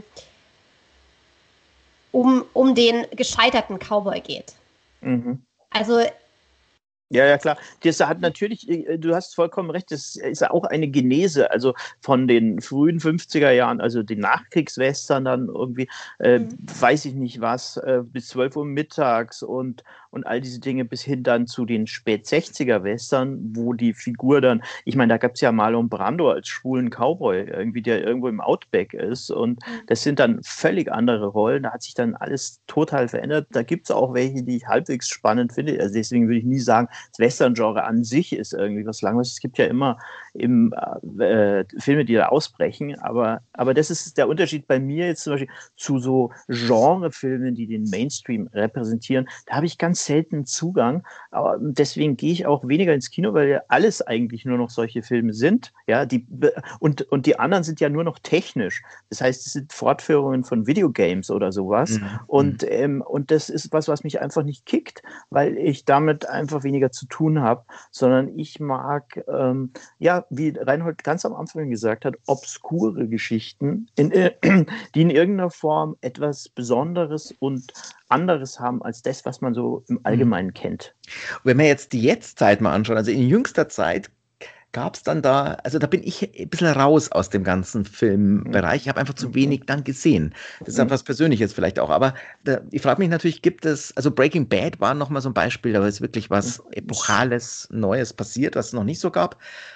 Speaker 1: um den gescheiterten Cowboy geht. Also
Speaker 2: ja, klar. Das hat natürlich, du hast vollkommen recht, das ist auch eine Genese, also von den frühen 50er Jahren, also die Nachkriegswestern dann irgendwie, weiß ich nicht was, bis 12 Uhr mittags und all diese Dinge bis hin dann zu den Spät-60er-Western, wo die Figur dann, ich meine, da gab es ja Marlon Brando als schwulen Cowboy, irgendwie, der irgendwo im Outback ist und das sind dann völlig andere Rollen, da hat sich dann alles total verändert. Da gibt es auch welche, die ich halbwegs spannend finde, also deswegen würde ich nie sagen, das Western-Genre an sich ist irgendwie was Langweiliges. Es gibt ja immer Filme, die da ausbrechen, aber das ist der Unterschied bei mir jetzt zum Beispiel zu so Genrefilmen, die den Mainstream repräsentieren. Da habe ich ganz selten Zugang, aber deswegen gehe ich auch weniger ins Kino, weil ja alles eigentlich nur noch solche Filme sind. Ja, und die anderen sind ja nur noch technisch. Das heißt, es sind Fortführungen von Videogames oder sowas. Und das ist was mich einfach nicht kickt, weil ich damit einfach weniger zu tun habe, sondern ich mag, wie Reinhold ganz am Anfang gesagt hat, obskure Geschichten, die in irgendeiner Form etwas Besonderes und anderes haben als das, was man so im Allgemeinen kennt.
Speaker 3: Wenn wir jetzt die Jetztzeit mal anschauen, also in jüngster Zeit gab es dann da, also da bin ich ein bisschen raus aus dem ganzen Filmbereich. Ich habe einfach zu wenig dann gesehen. Das ist etwas Persönliches vielleicht auch. Aber ich frage mich natürlich, gibt es, also Breaking Bad war nochmal so ein Beispiel, da ist wirklich was Epochales, Neues passiert, was es noch nicht so gab.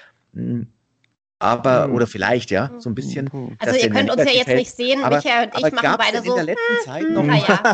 Speaker 3: Aber, oder vielleicht, so ein bisschen.
Speaker 1: Also ihr könnt uns ja jetzt nicht sehen, Michael und ich machen beide so.
Speaker 3: In der letzten Zeit noch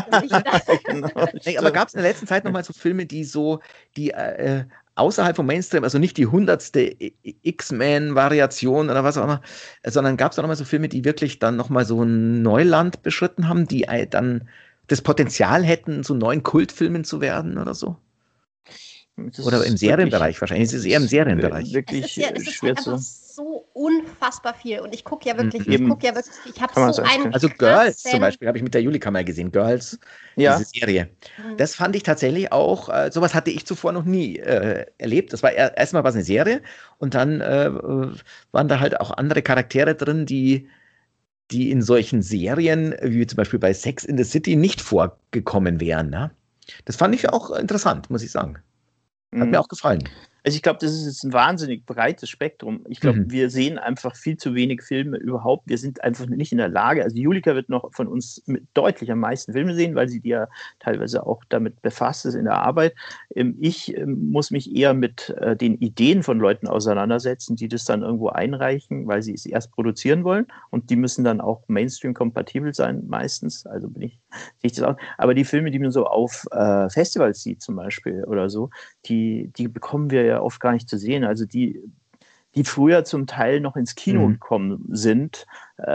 Speaker 3: aber gab es in der letzten Zeit noch mal so Filme, die außerhalb vom Mainstream, also nicht die 100. X-Men-Variation oder was auch immer, sondern gab es da noch mal so Filme, die wirklich dann noch mal so ein Neuland beschritten haben, die dann das Potenzial hätten, zu neuen Kultfilmen zu werden oder so? Oder im Serienbereich wahrscheinlich. Es ist eher im Serienbereich.
Speaker 2: Wirklich
Speaker 1: es ist
Speaker 2: schwer
Speaker 1: halt
Speaker 2: zu...
Speaker 1: einfach so unfassbar viel. Und ich gucke ja wirklich, ich habe
Speaker 2: Kann man
Speaker 1: so
Speaker 2: sagen.
Speaker 1: einen
Speaker 3: Also Girls zum Beispiel habe ich mit der Julika mal gesehen. Girls,
Speaker 2: Ja.
Speaker 3: diese Serie. Das fand ich tatsächlich auch, sowas hatte ich zuvor noch nie erlebt. Das war erstmal was eine Serie und dann waren da halt auch andere Charaktere drin, die in solchen Serien, wie zum Beispiel bei Sex in the City, nicht vorgekommen wären. Ne? Das fand ich auch interessant, muss ich sagen. Hat mir auch gefallen.
Speaker 2: Also ich glaube, das ist jetzt ein wahnsinnig breites Spektrum. Ich glaube, wir sehen einfach viel zu wenig Filme überhaupt. Wir sind einfach nicht in der Lage. Also Julika wird noch von uns deutlich am meisten Filme sehen, weil sie die ja teilweise auch damit befasst ist in der Arbeit. Ich muss mich eher mit den Ideen von Leuten auseinandersetzen, die das dann irgendwo einreichen, weil sie es erst produzieren wollen. Und die müssen dann auch Mainstream-kompatibel sein, meistens. Also sehe ich das auch. Aber die Filme, die man so auf Festivals sieht zum Beispiel oder so, die bekommen wir ja oft gar nicht zu sehen. Also die früher zum Teil noch ins Kino gekommen sind,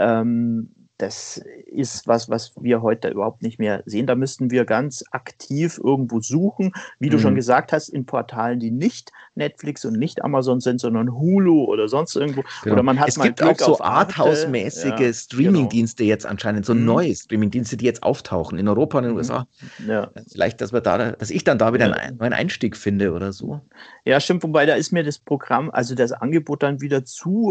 Speaker 2: das ist was wir heute überhaupt nicht mehr sehen. Da müssten wir ganz aktiv irgendwo suchen, wie du schon gesagt hast, in Portalen, die nicht Netflix und nicht Amazon sind, sondern Hulu oder sonst irgendwo.
Speaker 3: Genau.
Speaker 2: Oder man hat
Speaker 3: es
Speaker 2: mal
Speaker 3: gibt
Speaker 2: Glück
Speaker 3: auch so
Speaker 2: auf Arte.
Speaker 3: Arthouse-mäßige Streaming-Dienste jetzt anscheinend, so neue Streaming-Dienste, die jetzt auftauchen in Europa und in den USA.
Speaker 2: Ja.
Speaker 3: Vielleicht, dass ich dann da wieder einen neuen Einstieg finde oder so.
Speaker 2: Ja, stimmt, wobei da ist mir das Programm, also das Angebot dann wieder zu,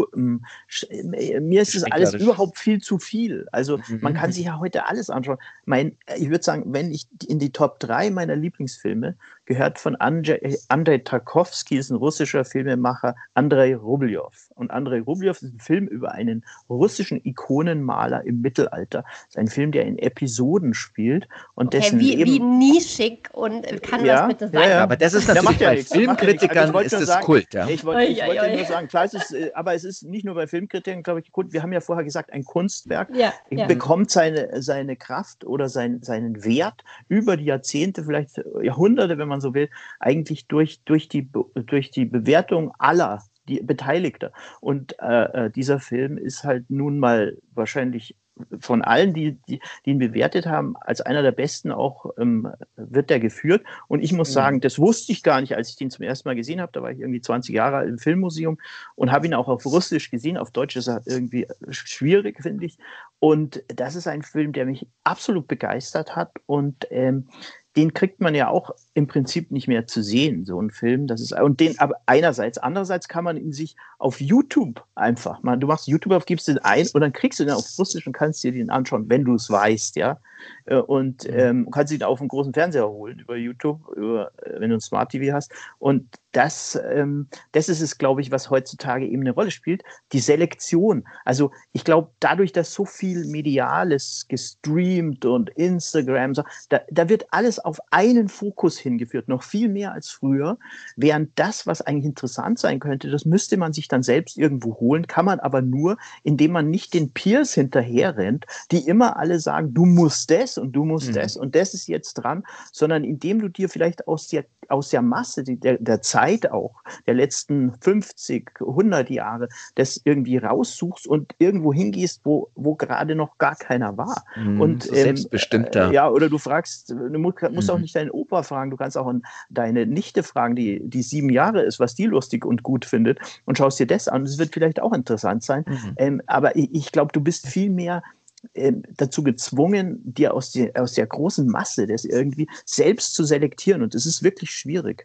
Speaker 2: mir ist das alles überhaupt viel zu viel. Also man kann sich ja heute alles anschauen. Ich würde sagen, wenn ich in die Top 3 meiner Lieblingsfilme gehört von Andrei Tarkovsky, ist ein russischer Filmemacher, Andrei Rublev. Und Andrei Rublev ist ein Film über einen russischen Ikonenmaler im Mittelalter. Das ist ein Film, der in Episoden spielt. Und dessen
Speaker 1: wie nischig und kann was bitte sein.
Speaker 3: Ja, aber das ist natürlich bei Filmkritikern ist das Kult. Ja.
Speaker 2: Ich wollte nur sagen, klar, aber es ist nicht nur bei Filmkritikern, glaube ich, Kult. Wir haben ja vorher gesagt, ein Kunstwerk bekommt seine Kraft oder seinen Wert über die Jahrzehnte, vielleicht Jahrhunderte, wenn man so will, eigentlich durch die Bewertung aller die Beteiligter. Und dieser Film ist halt nun mal wahrscheinlich von allen, die ihn bewertet haben, als einer der besten auch wird der geführt. Und ich muss sagen, das wusste ich gar nicht, als ich den zum ersten Mal gesehen habe. Da war ich irgendwie 20 Jahre alt im Filmmuseum und habe ihn auch auf Russisch gesehen. Auf Deutsch ist er irgendwie schwierig, finde ich. Und das ist ein Film, der mich absolut begeistert hat und den kriegt man ja auch im Prinzip nicht mehr zu sehen, so ein Film. Aber andererseits kann man ihn sich auf YouTube einfach mal, du machst YouTube auf, gibst den ein und dann kriegst du den auf Russisch und kannst dir den anschauen, wenn du es weißt, ja. Und kannst ihn auf dem großen Fernseher holen über YouTube, wenn du ein Smart TV hast. Und das ist es, glaube ich, was heutzutage eben eine Rolle spielt, die Selektion. Also ich glaube, dadurch, dass so viel Mediales gestreamt und Instagram, so, da wird alles auf einen Fokus hingeführt, noch viel mehr als früher, während das, was eigentlich interessant sein könnte, das müsste man sich dann selbst irgendwo holen, kann man aber nur, indem man nicht den Peers hinterher rennt, die immer alle sagen, du musst das und du musst das und das ist jetzt dran, sondern indem du dir vielleicht aus der Masse der Zeit auch, der letzten 50, 100 Jahre, das irgendwie raussuchst und irgendwo hingehst, wo gerade noch gar keiner war. Und
Speaker 3: so selbstbestimmter.
Speaker 2: Oder du fragst, du musst auch nicht deinen Opa fragen, du kannst auch deine Nichte fragen, die 7 Jahre ist, was die lustig und gut findet und schaust dir das an. Das wird vielleicht auch interessant sein. Aber ich glaube, du bist viel mehr dazu gezwungen, dir aus der großen Masse das irgendwie selbst zu selektieren. Und das ist wirklich schwierig,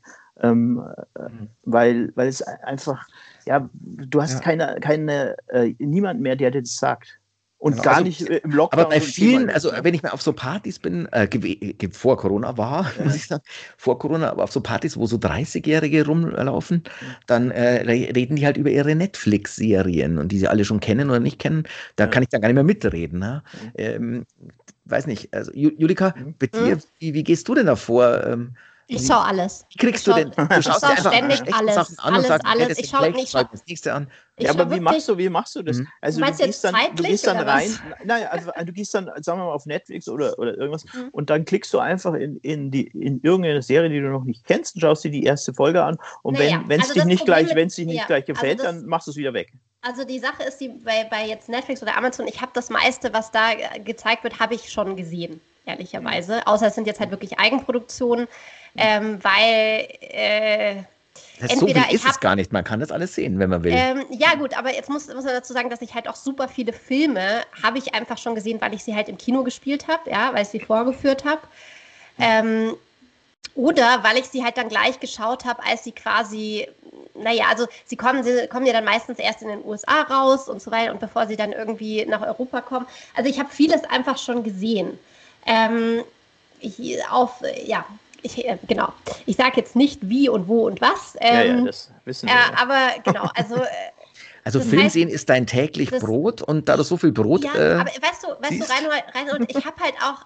Speaker 2: weil es einfach, du hast niemand mehr, der dir das sagt. Und gar nicht im Lockdown.
Speaker 3: Aber bei vielen, also wenn ich mal auf so Partys bin, vor Corona war, muss ich sagen, vor Corona, aber auf so Partys, wo so 30-Jährige rumlaufen, dann reden die halt über ihre Netflix-Serien und die sie alle schon kennen oder nicht kennen. Da kann ich dann gar nicht mehr mitreden. Ne? Weiß nicht, also Julika, bei dir, wie gehst du denn da vor?
Speaker 1: Ich schaue alles.
Speaker 3: Wie kriegst du denn? Du schaust dir einfach
Speaker 1: ständig alles.
Speaker 3: Sachen an und sagst,
Speaker 1: alles. Ich schaue nicht
Speaker 3: das nächste an.
Speaker 2: Ja, aber wie machst du das? Also
Speaker 1: du gehst dann
Speaker 2: rein, also du gehst dann, sagen wir mal, auf Netflix oder irgendwas und dann klickst du einfach in irgendeine Serie, die du noch nicht kennst und schaust dir die erste Folge an und wenn es dich nicht gleich gefällt, dann machst du es wieder weg.
Speaker 1: Also die Sache ist, bei jetzt Netflix oder Amazon, ich habe das meiste, was da gezeigt wird, habe ich schon gesehen. ehrlicherweise. Außer es sind jetzt halt wirklich Eigenproduktionen, weil
Speaker 3: entweder so viel ist es gar nicht. Man kann das alles sehen, wenn man will.
Speaker 1: Ja gut, aber jetzt muss man dazu sagen, dass ich halt auch super viele Filme habe ich einfach schon gesehen, weil ich sie halt im Kino gespielt habe, ja, weil ich sie vorgeführt habe. Oder weil ich sie halt dann gleich geschaut habe, als sie quasi, also sie kommen ja dann meistens erst in den USA raus und so weiter und bevor sie dann irgendwie nach Europa kommen. Also ich habe vieles einfach schon gesehen. Genau. Ich sage jetzt nicht wie und wo und was.
Speaker 2: Das wissen wir.
Speaker 1: Aber genau,
Speaker 3: also Film sehen ist dein täglich Brot und da du so viel Brot.
Speaker 1: Ja, aber weißt du, Reinhold, ich habe halt auch,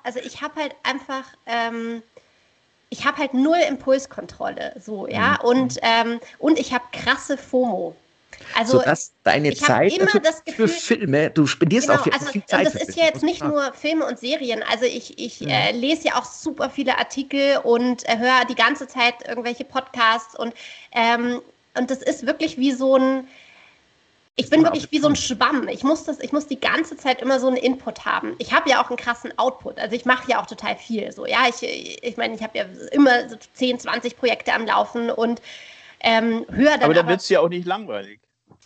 Speaker 1: ich habe halt null Impulskontrolle, so, ja, und ich habe krasse FOMO. Also,
Speaker 3: sodass deine Zeit
Speaker 1: immer das Gefühl,
Speaker 3: für Filme, du spendierst auch viel Zeit.
Speaker 1: Und das ist ja jetzt nicht nur Filme und Serien, also ich lese ja auch super viele Artikel und höre die ganze Zeit irgendwelche Podcasts und das ist wirklich wie so ein, ich bin wirklich wie so ein Schwamm. Ich muss die ganze Zeit immer so einen Input haben. Ich habe ja auch einen krassen Output. Also ich mache ja auch total viel. So, ja, ich meine, ich habe ja immer so 10, 20 Projekte am Laufen und höre dann.
Speaker 2: Aber dann wird es ja auch nicht langweilig.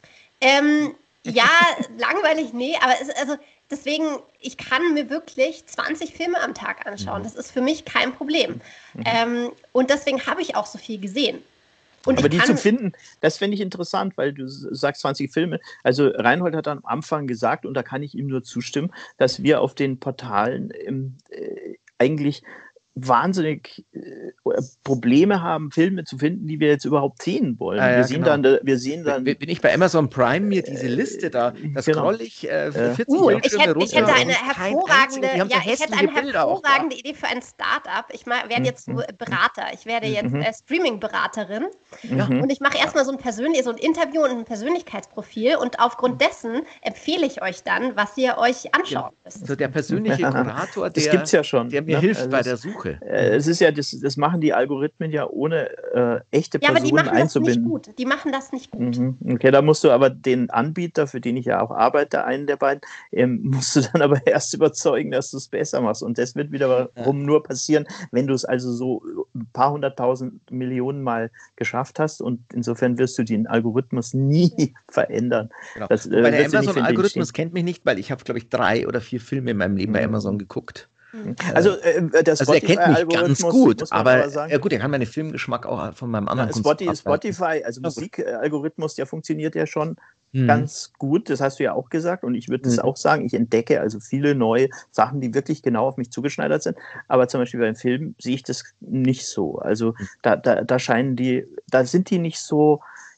Speaker 1: Ja, langweilig, nee, aber deswegen, ich kann mir wirklich 20 Filme am Tag anschauen. Das ist für mich kein Problem. Und deswegen habe ich auch so viel gesehen.
Speaker 2: Aber die zu finden, das finde ich interessant, weil du sagst 20 Filme. Also Reinhold hat am Anfang gesagt, und da kann ich ihm nur zustimmen, dass wir auf den Portalen eigentlich wahnsinnig Probleme haben, Filme zu finden, die wir jetzt überhaupt sehen wollen. Wir sehen dann.
Speaker 3: Wenn ich bei Amazon Prime mir diese Liste da, das scroll ich 40
Speaker 1: Bildschirme runter. Ich hätte eine hervorragende Idee für ein Start-up. Ich werde jetzt Berater. Ich werde jetzt Streaming-Beraterin. Und ich mache erstmal so ein Interview und ein Persönlichkeitsprofil und aufgrund dessen empfehle ich euch dann, was ihr euch anschauen müsst.
Speaker 3: So der persönliche Kurator,
Speaker 2: das gibt's ja schon,
Speaker 3: der mir hilft bei der Suche.
Speaker 2: Es ist ja, das machen die Algorithmen ja ohne echte Personen einzubinden.
Speaker 1: Die machen das nicht gut.
Speaker 2: Okay, da musst du aber den Anbieter, für den ich ja auch arbeite, einen der beiden, musst du dann aber erst überzeugen, dass du es besser machst. Und das wird wiederum nur passieren, wenn du es also so ein paar 100.000 Millionen Mal geschafft hast. Und insofern wirst du den Algorithmus nie verändern.
Speaker 3: Genau. Bei der Amazon-Algorithmus kennt mich nicht, weil ich habe, glaube ich, 3 oder 4 Filme in meinem Leben bei Amazon geguckt.
Speaker 2: Also
Speaker 3: er kennt mich ganz gut, aber gut, er kann meinen Filmgeschmack auch von meinem anderen
Speaker 2: Spotify, also Musikalgorithmus, der funktioniert ja schon ganz gut, das hast du ja auch gesagt und ich würde das auch sagen, ich entdecke also viele neue Sachen, die wirklich genau auf mich zugeschneidert sind, aber zum Beispiel beim Film sehe ich das nicht so, also da sind die nicht so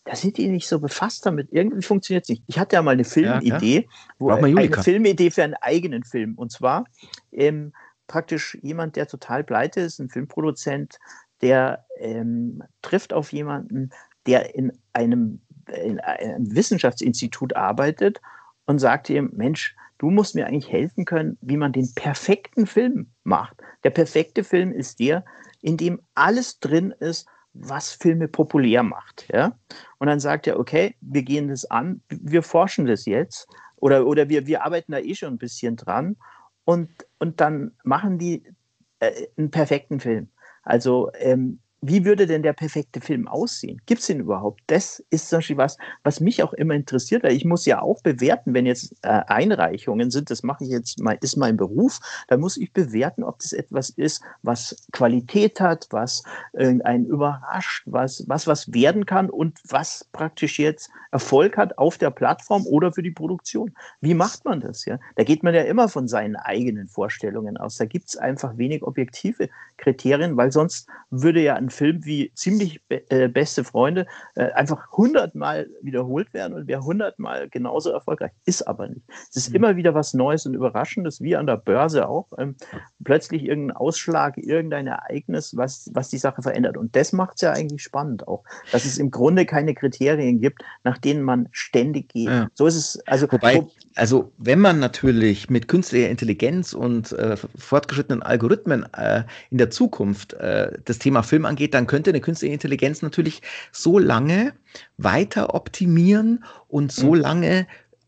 Speaker 2: befasst damit. Irgendwie funktioniert es nicht. Ich hatte ja mal eine Filmidee, eine Filmidee für einen eigenen Film. Und zwar praktisch jemand, der total pleite ist, ein Filmproduzent, der trifft auf jemanden, der in einem Wissenschaftsinstitut arbeitet und sagt ihm, Mensch, du musst mir eigentlich helfen können, wie man den perfekten Film macht. Der perfekte Film ist der, in dem alles drin ist, was Filme populär macht. Ja? Und dann sagt er, okay, wir gehen das an, wir forschen das jetzt oder wir arbeiten da schon ein bisschen dran und dann machen die einen perfekten Film. Also wie würde denn der perfekte Film aussehen? Gibt es den überhaupt? Das ist zum Beispiel was mich auch immer interessiert, weil ich muss ja auch bewerten, wenn jetzt Einreichungen sind, das mache ich jetzt mal, ist mein Beruf, dann muss ich bewerten, ob das etwas ist, was Qualität hat, was einen überrascht, was werden kann und was praktisch jetzt Erfolg hat auf der Plattform oder für die Produktion. Wie macht man das? Ja? Da geht man ja immer von seinen eigenen Vorstellungen aus. Da gibt es einfach wenig objektive Kriterien, weil sonst würde ja ein Film wie Ziemlich beste Freunde einfach 100-mal wiederholt werden und wäre 100-mal genauso erfolgreich. Ist aber nicht. Es ist immer wieder was Neues und Überraschendes, wie an der Börse auch. Plötzlich irgendein Ausschlag, irgendein Ereignis, was die Sache verändert. Und das macht es ja eigentlich spannend auch, dass es im Grunde keine Kriterien gibt, nach denen man ständig geht. Ja. So ist es.
Speaker 3: Also wenn man natürlich mit künstlicher Intelligenz und fortgeschrittenen Algorithmen in der Zukunft das Thema Film angeht, dann könnte eine künstliche Intelligenz natürlich so lange weiter optimieren und so lange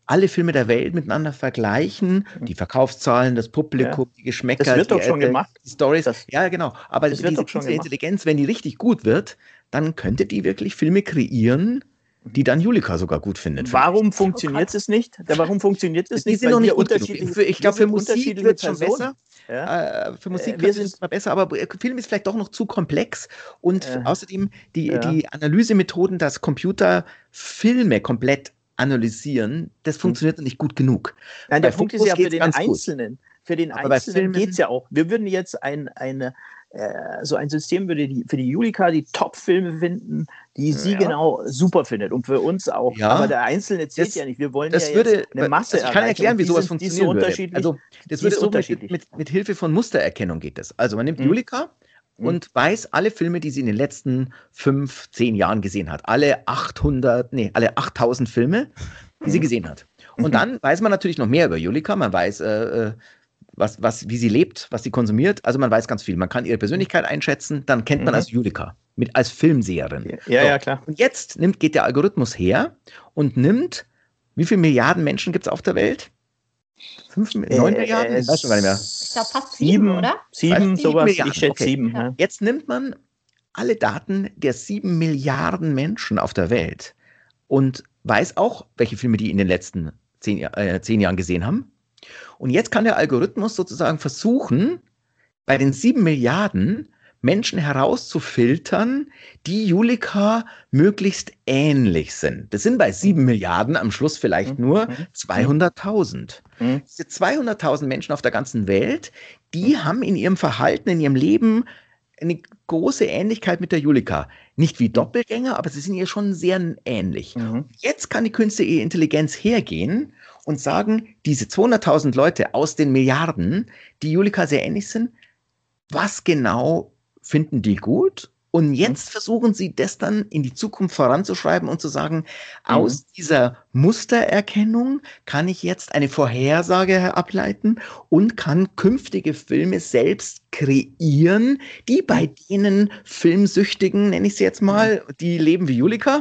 Speaker 3: alle Filme der Welt miteinander vergleichen, die Verkaufszahlen, das Publikum, die Geschmäcker,
Speaker 2: das wird doch schon gemacht.
Speaker 3: Die Storys. Ja, genau. Aber
Speaker 2: das
Speaker 3: diese künstliche Intelligenz, wenn die richtig gut wird, dann könnte die wirklich Filme kreieren, die dann Julika sogar gut findet.
Speaker 2: Warum funktioniert es nicht? Warum funktioniert es nicht?
Speaker 3: Die sind noch nicht unterschiedlich. Ich glaube, für Musik wird es schon besser. Ja? Für Musik wird es mal besser, aber Film ist vielleicht doch noch zu komplex. Und außerdem die Analysemethoden, dass Computer Filme komplett analysieren, das funktioniert nicht gut genug.
Speaker 2: Nein, der Punkt ist ja für den Einzelnen. Für den Einzelnen geht es ja auch. Wir würden jetzt so ein System für die Julika die Top-Filme finden, die sie genau super findet und für uns auch.
Speaker 3: Ja,
Speaker 2: aber der Einzelne zählt ja nicht. Wir wollen ja jetzt eine Masse
Speaker 3: erreichen. Ich kann erklären, wie sowas funktionieren würde. Also das würde so
Speaker 2: unterschiedlich.
Speaker 3: Mit Hilfe von Mustererkennung geht das. Also man nimmt Julika und weiß alle Filme, die sie in den letzten 5, 10 Jahren gesehen hat. Alle 8000 Filme, die sie gesehen hat. Und dann weiß man natürlich noch mehr über Julika. Man weiß, wie sie lebt, was sie konsumiert. Also man weiß ganz viel. Man kann ihre Persönlichkeit einschätzen. Dann kennt man als Julika, als Filmseherin.
Speaker 2: Ja, klar.
Speaker 3: Und jetzt geht der Algorithmus her und nimmt, wie viele Milliarden Menschen gibt es auf der Welt? 9 Milliarden? Ich weiß schon gar nicht mehr.
Speaker 1: Ich glaube fast 7, oder?
Speaker 2: 7, sowas.
Speaker 3: Milliarden.
Speaker 2: Ich schätze
Speaker 3: Okay.
Speaker 2: 7. Ja.
Speaker 3: Jetzt nimmt man alle Daten der 7 Milliarden Menschen auf der Welt und weiß auch, welche Filme die in den letzten 10 Jahren gesehen haben. Und jetzt kann der Algorithmus sozusagen versuchen, bei den 7 Milliarden Menschen herauszufiltern, die Julika möglichst ähnlich sind. Das sind bei 7 Milliarden am Schluss vielleicht nur 200.000. Diese 200.000 Menschen auf der ganzen Welt, die haben in ihrem Verhalten, in ihrem Leben eine große Ähnlichkeit mit der Julika. Nicht wie Doppelgänger, aber sie sind ihr schon sehr ähnlich. Jetzt kann die künstliche Intelligenz hergehen und sagen, diese 200.000 Leute aus den Milliarden, die Julika sehr ähnlich sind, was genau finden die gut? Und jetzt versuchen sie, das dann in die Zukunft voranzuschreiben und zu sagen, aus dieser Mustererkennung kann ich jetzt eine Vorhersage ableiten und kann künftige Filme selbst kreieren, die bei denen Filmsüchtigen, nenne ich sie jetzt mal, die leben wie Julika.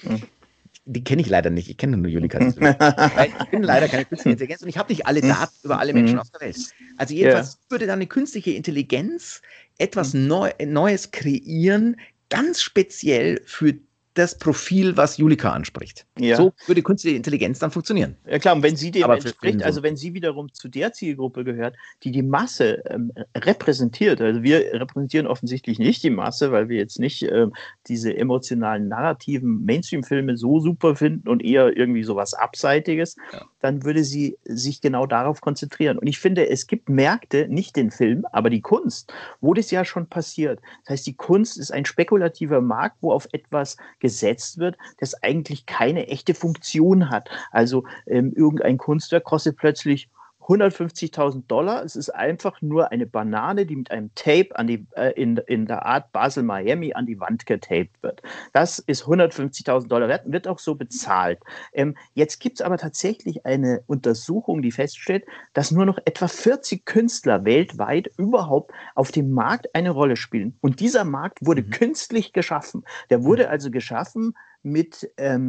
Speaker 3: Die kenne ich leider nicht. Ich kenne nur Julika. Ich bin leider keine künstliche Intelligenz und ich habe nicht alle Daten über alle Menschen auf der Welt. Also jedenfalls würde dann eine künstliche Intelligenz etwas Neues kreieren, ganz speziell für das Profil, was Julika anspricht. Ja. So würde künstliche Intelligenz dann funktionieren.
Speaker 2: Ja klar, und wenn sie dem entspricht, also wenn sie wiederum zu der Zielgruppe gehört, die Masse repräsentiert, also wir repräsentieren offensichtlich nicht die Masse, weil wir jetzt nicht diese emotionalen, narrativen Mainstream-Filme so super finden und eher irgendwie sowas Abseitiges, dann würde sie sich genau darauf konzentrieren. Und ich finde, es gibt Märkte, nicht den Film, aber die Kunst, wo das ja schon passiert. Das heißt, die Kunst ist ein spekulativer Markt, wo auf etwas gesetzt wird, das eigentlich keine echte Funktion hat. Also irgendein Kunstwerk kostet plötzlich $150.000. Es ist einfach nur eine Banane, die mit einem Tape in der Art Basel-Miami an die Wand getaped wird. Das ist $150.000 wert und wird auch so bezahlt. Jetzt gibt es aber tatsächlich eine Untersuchung, die feststellt, dass nur noch etwa 40 Künstler weltweit überhaupt auf dem Markt eine Rolle spielen. Und dieser Markt wurde künstlich geschaffen. Der wurde also geschaffen mit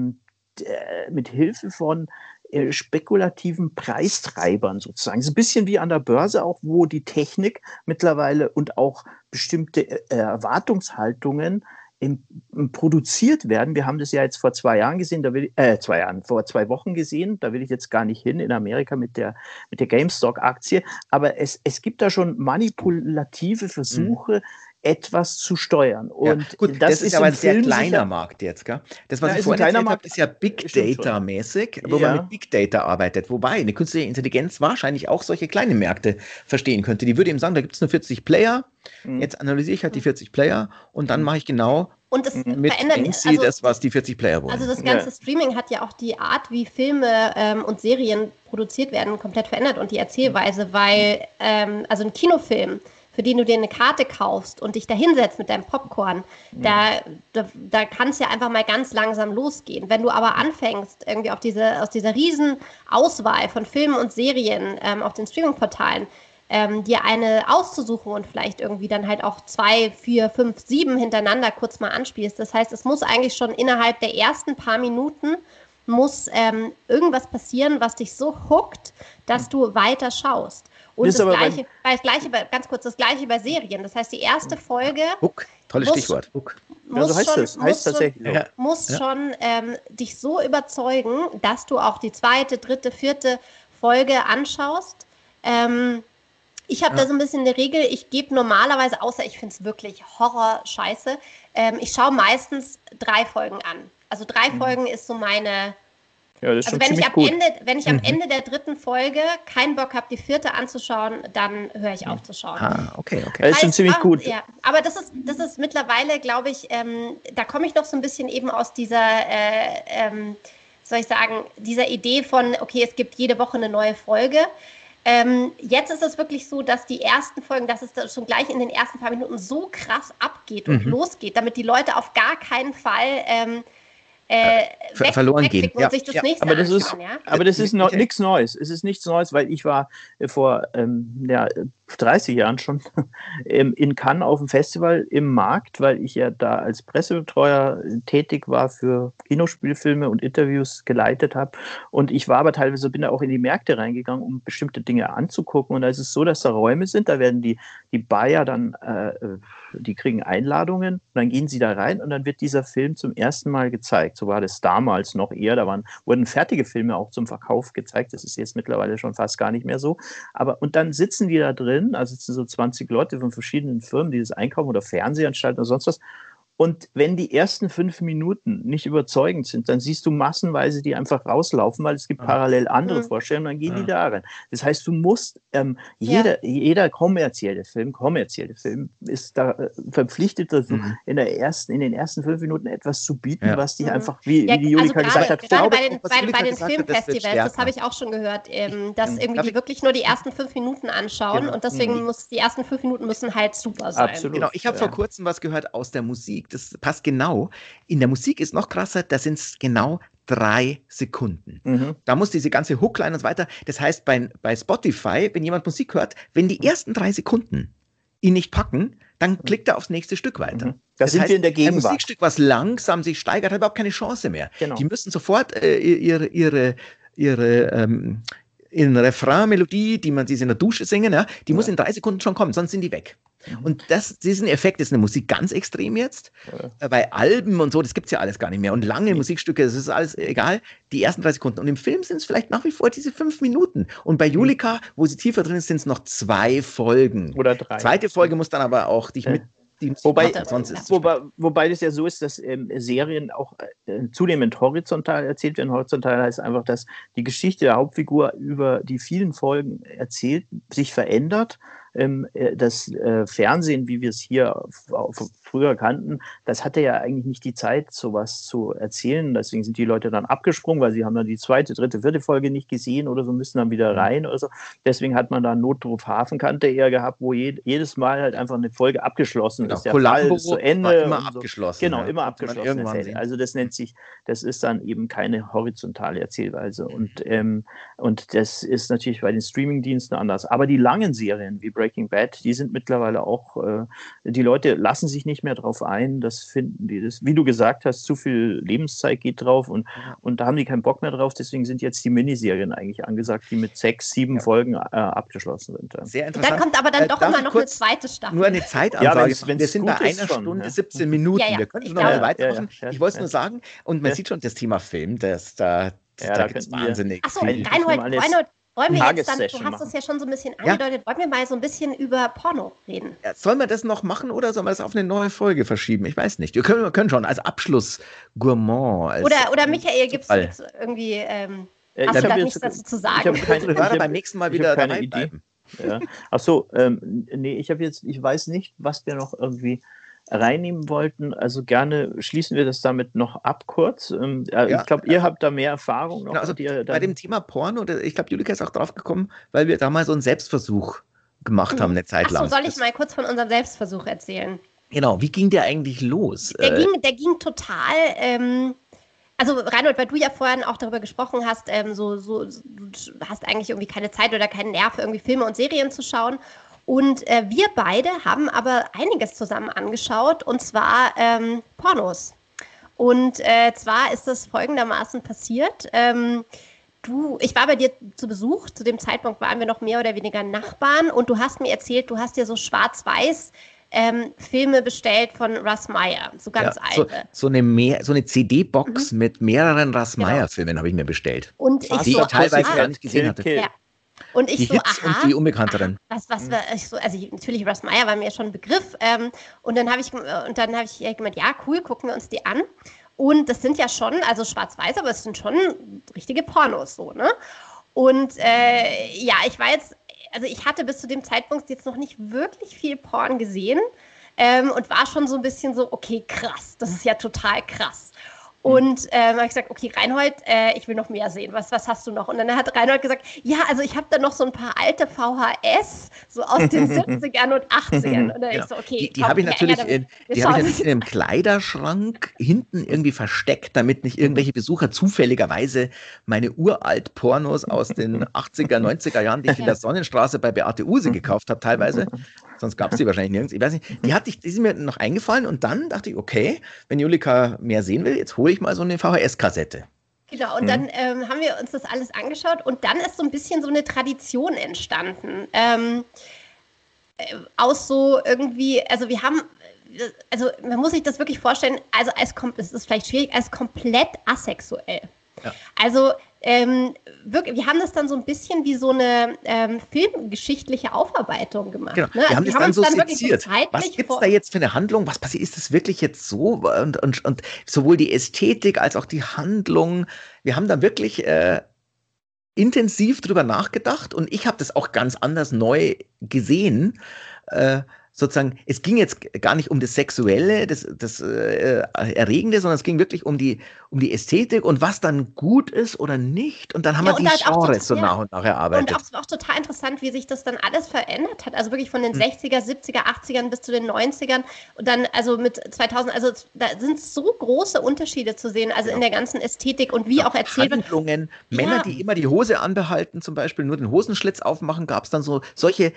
Speaker 2: Hilfe von spekulativen Preistreibern sozusagen. Es ist ein bisschen wie an der Börse auch, wo die Technik mittlerweile und auch bestimmte Erwartungshaltungen produziert werden. Wir haben das ja jetzt vor 2 Jahren gesehen, vor 2 Wochen gesehen, da will ich jetzt gar nicht hin, in Amerika mit der GameStop-Aktie, aber es gibt da schon manipulative Versuche, etwas zu steuern. Und
Speaker 3: gut, das ist aber ein sehr kleiner Markt jetzt, gell? Das, was ich vorhin erzählt habe, ist ja Big Data-mäßig, wo man mit Big Data arbeitet. Wobei eine künstliche Intelligenz wahrscheinlich auch solche kleine Märkte verstehen könnte. Die würde eben sagen, da gibt es nur 40 Player, jetzt analysiere ich halt die 40 Player und dann mache ich genau
Speaker 1: und das
Speaker 3: verändert das, was die 40 Player wollen.
Speaker 1: Also das ganze Streaming hat ja auch die Art, wie Filme und Serien produziert werden, komplett verändert und die Erzählweise, weil also ein Kinofilm, für den du dir eine Karte kaufst und dich da hinsetzt mit deinem Popcorn, da kann es ja einfach mal ganz langsam losgehen. Wenn du aber anfängst, irgendwie aus dieser riesen Auswahl von Filmen und Serien auf den Streaming-Portalen, dir eine auszusuchen und vielleicht irgendwie dann halt auch 2, 4, 5, 7 hintereinander kurz mal anspielst. Das heißt, es muss eigentlich schon innerhalb der ersten paar Minuten muss irgendwas passieren, was dich so hookt, dass du weiter schaust. Und das Gleiche bei Serien. Das heißt, die erste Folge
Speaker 3: Hook, tolles Stichwort. Hook.
Speaker 1: Muss schon dich so überzeugen, dass du auch die 2., 3., 4. Folge anschaust. Ich habe da so ein bisschen eine Regel, ich gebe normalerweise, außer ich finde es wirklich Horror-Scheiße, ich schaue meistens 3 Folgen an. Also 3 Folgen ist so meine...
Speaker 2: Ja, das ist
Speaker 1: also wenn ich am Ende der 3. Folge keinen Bock habe, die 4. anzuschauen, dann höre ich auf zu schauen.
Speaker 3: Okay.
Speaker 2: Das ist schon ziemlich gut.
Speaker 1: Ja, aber das ist mittlerweile, glaube ich, da komme ich noch so ein bisschen eben aus dieser, dieser Idee von, okay, es gibt jede Woche eine neue Folge. Jetzt ist es wirklich so, dass die ersten Folgen, dass es da schon gleich in den ersten paar Minuten so krass abgeht und losgeht, damit die Leute auf gar keinen Fall
Speaker 3: verloren gehen.
Speaker 1: Und sich das nächste
Speaker 2: aber das
Speaker 1: anschauen,
Speaker 2: aber das ist nichts Neues. Es ist nichts Neues, weil ich war vor 30 Jahren schon in Cannes auf dem Festival im Markt, weil ich ja da als Pressebetreuer tätig war, für Kinospielfilme und Interviews geleitet habe. Und ich war aber teilweise, bin da auch in die Märkte reingegangen, um bestimmte Dinge anzugucken. Und da ist es so, dass da Räume sind, da werden die Buyer dann, die kriegen Einladungen, und dann gehen sie da rein und dann wird dieser Film zum ersten Mal gezeigt. So war das damals noch eher. Da wurden fertige Filme auch zum Verkauf gezeigt. Das ist jetzt mittlerweile schon fast gar nicht mehr so. Und dann sitzen die da drin, also es sind so 20 Leute von verschiedenen Firmen, die das einkaufen oder Fernsehanstalten oder sonst was. Und wenn die ersten 5 Minuten nicht überzeugend sind, dann siehst du massenweise die einfach rauslaufen, weil es gibt parallel andere Vorstellungen, dann gehen die da rein. Das heißt, du musst, jeder kommerzielle Film ist da verpflichtet dazu, in den ersten 5 Minuten etwas zu bieten, was dich einfach, wie die Julika gesagt hat,
Speaker 1: gerade bei den Filmfestivals, das habe ich auch schon gehört, dass irgendwie die wirklich nur die ersten 5 Minuten anschauen und deswegen die ersten 5 Minuten müssen halt super sein.
Speaker 3: Absolut. Genau, ich habe vor kurzem was gehört aus der Musik. Das passt genau. In der Musik ist noch krasser, da sind es genau 3 Sekunden. Da muss diese ganze Hookline und so weiter. Das heißt, bei Spotify, wenn jemand Musik hört, wenn die ersten 3 Sekunden ihn nicht packen, dann klickt er aufs nächste Stück weiter.
Speaker 2: Das sind wir in der Gegenwart.
Speaker 3: Ein Musikstück, was langsam sich steigert, hat überhaupt keine Chance mehr.
Speaker 2: Genau.
Speaker 3: Die müssen sofort ihre Refrain-Melodie, die sie in der Dusche singen, die muss in 3 Sekunden schon kommen, sonst sind die weg. Und diesen Effekt ist in der Musik ganz extrem jetzt. Bei Alben und so, das gibt es ja alles gar nicht mehr. Und lange Musikstücke, das ist alles egal. Die ersten 3 Sekunden. Und im Film sind es vielleicht nach wie vor diese 5 Minuten. Und bei Julika, wo sie tiefer drin ist, sind es noch 2 Folgen.
Speaker 2: Oder 3.
Speaker 3: Die zweite Folge muss dann aber auch dich mit...
Speaker 2: Wobei das ja so ist, dass Serien auch zunehmend horizontal erzählt werden. Horizontal heißt einfach, dass die Geschichte der Hauptfigur über die vielen Folgen erzählt, sich verändert. Das Fernsehen, wie wir es hier früher kannten, das hatte ja eigentlich nicht die Zeit, sowas zu erzählen. Deswegen sind die Leute dann abgesprungen, weil sie haben dann die 2., 3., 4. Folge nicht gesehen oder so, müssen dann wieder rein oder so. Deswegen hat man da Notruf Hafenkante eher gehabt, wo jedes Mal halt einfach eine Folge abgeschlossen ist. Der
Speaker 3: Columbo
Speaker 2: Fall ist zu Ende.
Speaker 3: Immer
Speaker 2: so.
Speaker 3: abgeschlossen.
Speaker 2: Genau, immer abgeschlossen. Also das ist dann eben keine horizontale Erzählweise. Und das ist natürlich bei den Streamingdiensten anders. Aber die langen Serien wie Breaking Bad, die sind mittlerweile auch, die Leute lassen sich nicht mehr drauf ein, das finden die, wie du gesagt hast, zu viel Lebenszeit geht drauf und da haben die keinen Bock mehr drauf, deswegen sind jetzt die Miniserien eigentlich angesagt, die mit 6, 7 Folgen abgeschlossen sind.
Speaker 3: Sehr interessant.
Speaker 1: Dann kommt aber dann doch immer noch eine zweite Staffel.
Speaker 3: Nur eine Zeitansage. Wir sind bei 1 Stunde 17 Minuten. Wir können noch mal weitermachen. Ich wollte es nur sagen, und man sieht schon das Thema Film, da gibt es wahnsinnig.
Speaker 1: Achso, Reinhold, wollen wir jetzt dann, du hast es ja schon so ein bisschen angedeutet, wollen wir mal so ein bisschen über Porno reden?
Speaker 3: Ja, sollen wir das noch machen oder sollen wir das auf eine neue Folge verschieben? Ich weiß nicht. Wir können schon als Abschluss Gourmand.
Speaker 1: Oder Michael, gibt es jetzt irgendwie, hast du da nichts dazu zu sagen?
Speaker 3: Ich habe beim nächsten Mal wieder dabei bleiben.
Speaker 2: Ja. Achso, nee, ich weiß nicht, was wir noch irgendwie reinnehmen wollten. Also gerne schließen wir das damit noch ab kurz. Ich glaube, ihr habt da mehr Erfahrung noch.
Speaker 3: Genau, also bei dem Thema Porno, ich glaube, Julika ist auch drauf gekommen, weil wir da mal so einen Selbstversuch gemacht haben, eine Zeit lang.
Speaker 1: Achso, soll ich mal kurz von unserem Selbstversuch erzählen?
Speaker 3: Genau, wie ging der eigentlich los?
Speaker 1: Der ging total... Also Reinhold, weil du ja vorhin auch darüber gesprochen hast, du hast eigentlich irgendwie keine Zeit oder keinen Nerv, irgendwie Filme und Serien zu schauen. Und wir beide haben aber einiges zusammen angeschaut, und zwar Pornos. Und zwar ist das folgendermaßen passiert. Ich war bei dir zu Besuch. Zu dem Zeitpunkt waren wir noch mehr oder weniger Nachbarn. Und du hast mir erzählt, du hast dir so schwarz-weiß Filme bestellt von Russ Meyer, so ganz alte.
Speaker 3: So eine CD-Box mit mehreren Russ Meyer-Filmen habe ich mir bestellt.
Speaker 1: Und
Speaker 3: die ich teilweise gar nicht gesehen hatte.
Speaker 1: Ja. Und ich
Speaker 3: die Hits und die unbekannteren.
Speaker 1: Natürlich Russ Meyer war mir schon ein Begriff. Und dann habe ich gemeint, ja, cool, gucken wir uns die an. Und das sind ja schon, also schwarz-weiß, aber es sind schon richtige Pornos so, ne? Und ich war jetzt, also ich hatte bis zu dem Zeitpunkt jetzt noch nicht wirklich viel Porn gesehen und war schon so ein bisschen so, okay, krass, das ist ja total krass. Und habe ich gesagt, okay, Reinhold, ich will noch mehr sehen. Was hast du noch? Und dann hat Reinhold gesagt, ja, also ich habe da noch so ein paar alte VHS, so aus den 70ern und 80ern. Und dann ich so, okay,
Speaker 3: die habe ich natürlich in einem Kleiderschrank hinten irgendwie versteckt, damit nicht irgendwelche Besucher zufälligerweise meine uralt Pornos aus den 80er, 90er Jahren, die ich in der Sonnenstraße bei Beate Uhse gekauft habe teilweise, sonst gab es die wahrscheinlich nirgends, ich weiß nicht, die sind mir noch eingefallen und dann dachte ich, okay, wenn Julika mehr sehen will, jetzt hole ich mal so eine VHS-Kassette.
Speaker 1: Genau, und dann haben wir uns das alles angeschaut und dann ist so ein bisschen so eine Tradition entstanden. Aus so irgendwie, also man muss sich das wirklich vorstellen, also es ist vielleicht schwierig, als komplett asexuell. Ja. Also wirklich, wir haben das dann so ein bisschen wie so eine filmgeschichtliche Aufarbeitung gemacht.
Speaker 3: Genau.
Speaker 1: Ne?
Speaker 3: Wir haben das dann so seziert. Was gibt es da jetzt für eine Handlung? Was passiert? Ist das wirklich jetzt so? Und sowohl die Ästhetik als auch die Handlung. Wir haben da wirklich intensiv drüber nachgedacht und ich habe das auch ganz anders neu gesehen. Sozusagen, es ging jetzt gar nicht um das Sexuelle, das Erregende, sondern es ging wirklich um die Ästhetik und was dann gut ist oder nicht. Und dann haben wir die Genres so nach und nach erarbeitet.
Speaker 1: Und auch total interessant, wie sich das dann alles verändert hat. Also wirklich von den 60er, 70er, 80ern bis zu den 90ern. Und dann also mit 2000, also da sind so große Unterschiede zu sehen, also in der ganzen Ästhetik und wie auch erzählt wird.
Speaker 3: Handlungen, Männer, die immer die Hose anbehalten, zum Beispiel nur den Hosenschlitz aufmachen, gab es dann so solche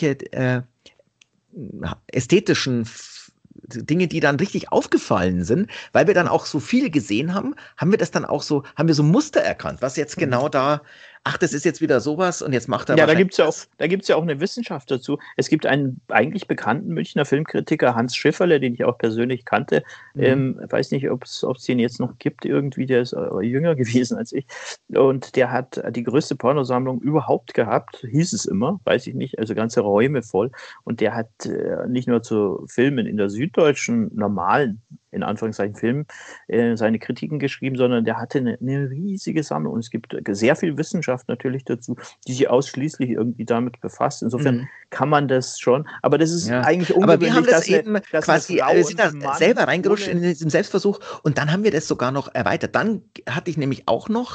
Speaker 3: ästhetischen Dinge, die dann richtig aufgefallen sind, weil wir dann auch so viel gesehen haben, haben wir so Muster erkannt, was jetzt genau da, das ist jetzt wieder sowas und jetzt macht er.
Speaker 2: Ja, da gibt's ja auch eine Wissenschaft dazu. Es gibt einen eigentlich bekannten Münchner Filmkritiker, Hans Schifferle, den ich auch persönlich kannte. Weiß nicht, ob es den jetzt noch gibt irgendwie, der ist jünger gewesen als ich. Und der hat die größte Pornosammlung überhaupt gehabt, hieß es immer, weiß ich nicht, also ganze Räume voll. Und der hat nicht nur zu Filmen in der süddeutschen normalen, in Anführungszeichen Filmen, seine Kritiken geschrieben, sondern der hatte eine riesige Sammlung. Und es gibt sehr viel Wissenschaft natürlich dazu, die sich ausschließlich irgendwie damit befasst. Insofern kann man das schon, aber das ist eigentlich ungewöhnlich.
Speaker 3: Aber wir haben das eben quasi, wir sind da selber reingerutscht in diesem Selbstversuch und dann haben wir das sogar noch erweitert. Dann hatte ich nämlich auch noch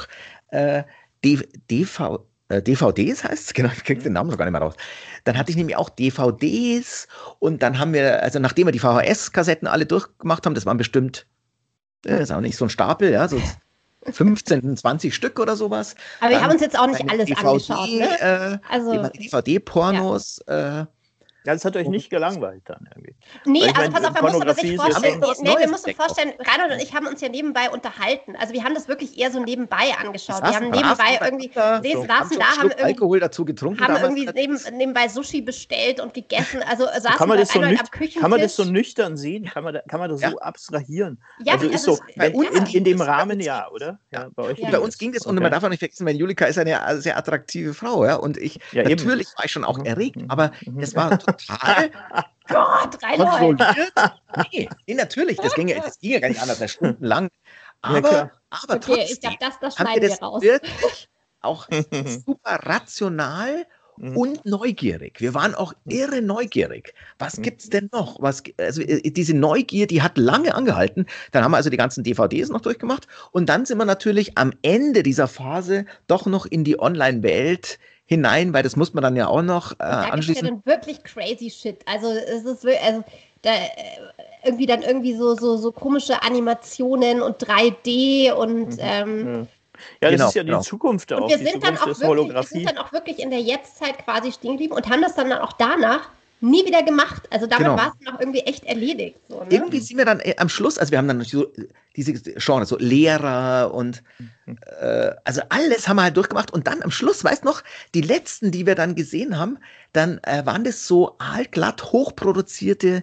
Speaker 3: DVDs heißt es, genau, ich kriege den Namen noch gar nicht mehr raus. Dann hatte ich nämlich auch DVDs und dann haben wir, also nachdem wir die VHS-Kassetten alle durchgemacht haben, das waren bestimmt, ist auch nicht so ein Stapel, ja, so 15, 20 Stück oder sowas.
Speaker 1: Aber wir haben uns jetzt auch nicht alles angeschaut, ne?
Speaker 3: DVD-Pornos,
Speaker 2: Ja, das hat euch nicht gelangweilt dann irgendwie.
Speaker 1: Nee, also pass auf, wir müssen uns vorstellen, Reinhold und ich haben uns ja nebenbei unterhalten. Also wir haben das wirklich eher so nebenbei angeschaut. Wir haben nebenbei irgendwie, saßen da, haben
Speaker 3: Alkohol dazu getrunken.
Speaker 1: Haben irgendwie nebenbei Sushi bestellt und gegessen. Also saßen
Speaker 2: kann man das
Speaker 1: am Küchentisch.
Speaker 2: Kann man das so nüchtern sehen? Kann man das so abstrahieren?
Speaker 1: Ja,
Speaker 2: also ist so, in dem Rahmen ja, oder?
Speaker 3: Ja, bei euch. Bei uns ging das, und man darf auch nicht vergessen, weil Julika ist eine sehr attraktive Frau, ja, und ich, natürlich war ich schon auch erregt, aber es war total
Speaker 1: kontrolliert.
Speaker 3: Nee, natürlich, das ging ja gar nicht anders, stundenlang. Aber trotzdem,
Speaker 1: ich dachte, das
Speaker 3: haben
Speaker 1: schneiden
Speaker 3: wir
Speaker 1: wir raus.
Speaker 3: Wirklich auch super rational und neugierig. Wir waren auch irre neugierig. Was gibt's denn noch? Also diese Neugier, die hat lange angehalten. Dann haben wir also die ganzen DVDs noch durchgemacht und dann sind wir natürlich am Ende dieser Phase doch noch in die Online-Welt hinein, weil das muss man dann ja auch noch anschließen.
Speaker 1: Da gibt es ja dann wirklich crazy shit. Also es ist wirklich, irgendwie so komische Animationen und 3D und
Speaker 2: ja, das ist ja die Zukunft auch.
Speaker 1: Und wir sind dann auch wirklich in der Jetztzeit quasi stehen geblieben und haben das dann auch danach nie wieder gemacht. Also damit war es dann auch irgendwie echt erledigt. So, ne?
Speaker 3: Irgendwie sind wir dann am Schluss, also wir haben dann so diese Genres, so Lehrer und also alles haben wir halt durchgemacht und dann am Schluss, weißt du noch, die letzten, die wir dann gesehen haben, dann waren das so aalglatt hochproduzierte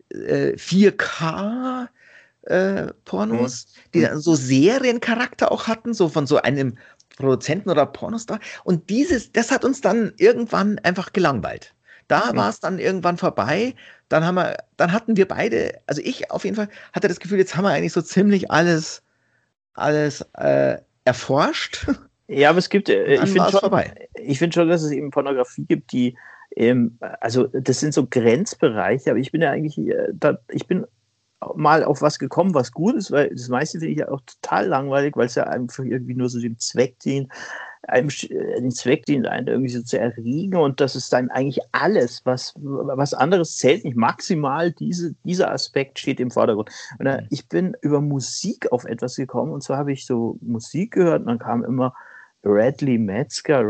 Speaker 3: 4K Pornos, die dann so Seriencharakter auch hatten, so von so einem Produzenten oder Pornostar. Und das hat uns dann irgendwann einfach gelangweilt. Da war es dann irgendwann vorbei. Dann hatten wir beide, also ich auf jeden Fall, hatte das Gefühl, jetzt haben wir eigentlich so ziemlich alles erforscht.
Speaker 2: Ja, aber es gibt, ich finde schon, dass es eben Pornografie gibt, die, also das sind so Grenzbereiche, aber ich bin ja eigentlich, ich bin mal auf was gekommen, was gut ist, weil das meiste finde ich ja auch total langweilig, weil es ja einfach irgendwie nur so dem Zweck dient, einen irgendwie so zu erregen und das ist dann eigentlich alles, was anderes zählt nicht. Maximal dieser Aspekt steht im Vordergrund. Und ich bin über Musik auf etwas gekommen und zwar habe ich so Musik gehört und dann kam immer Radley Metzger,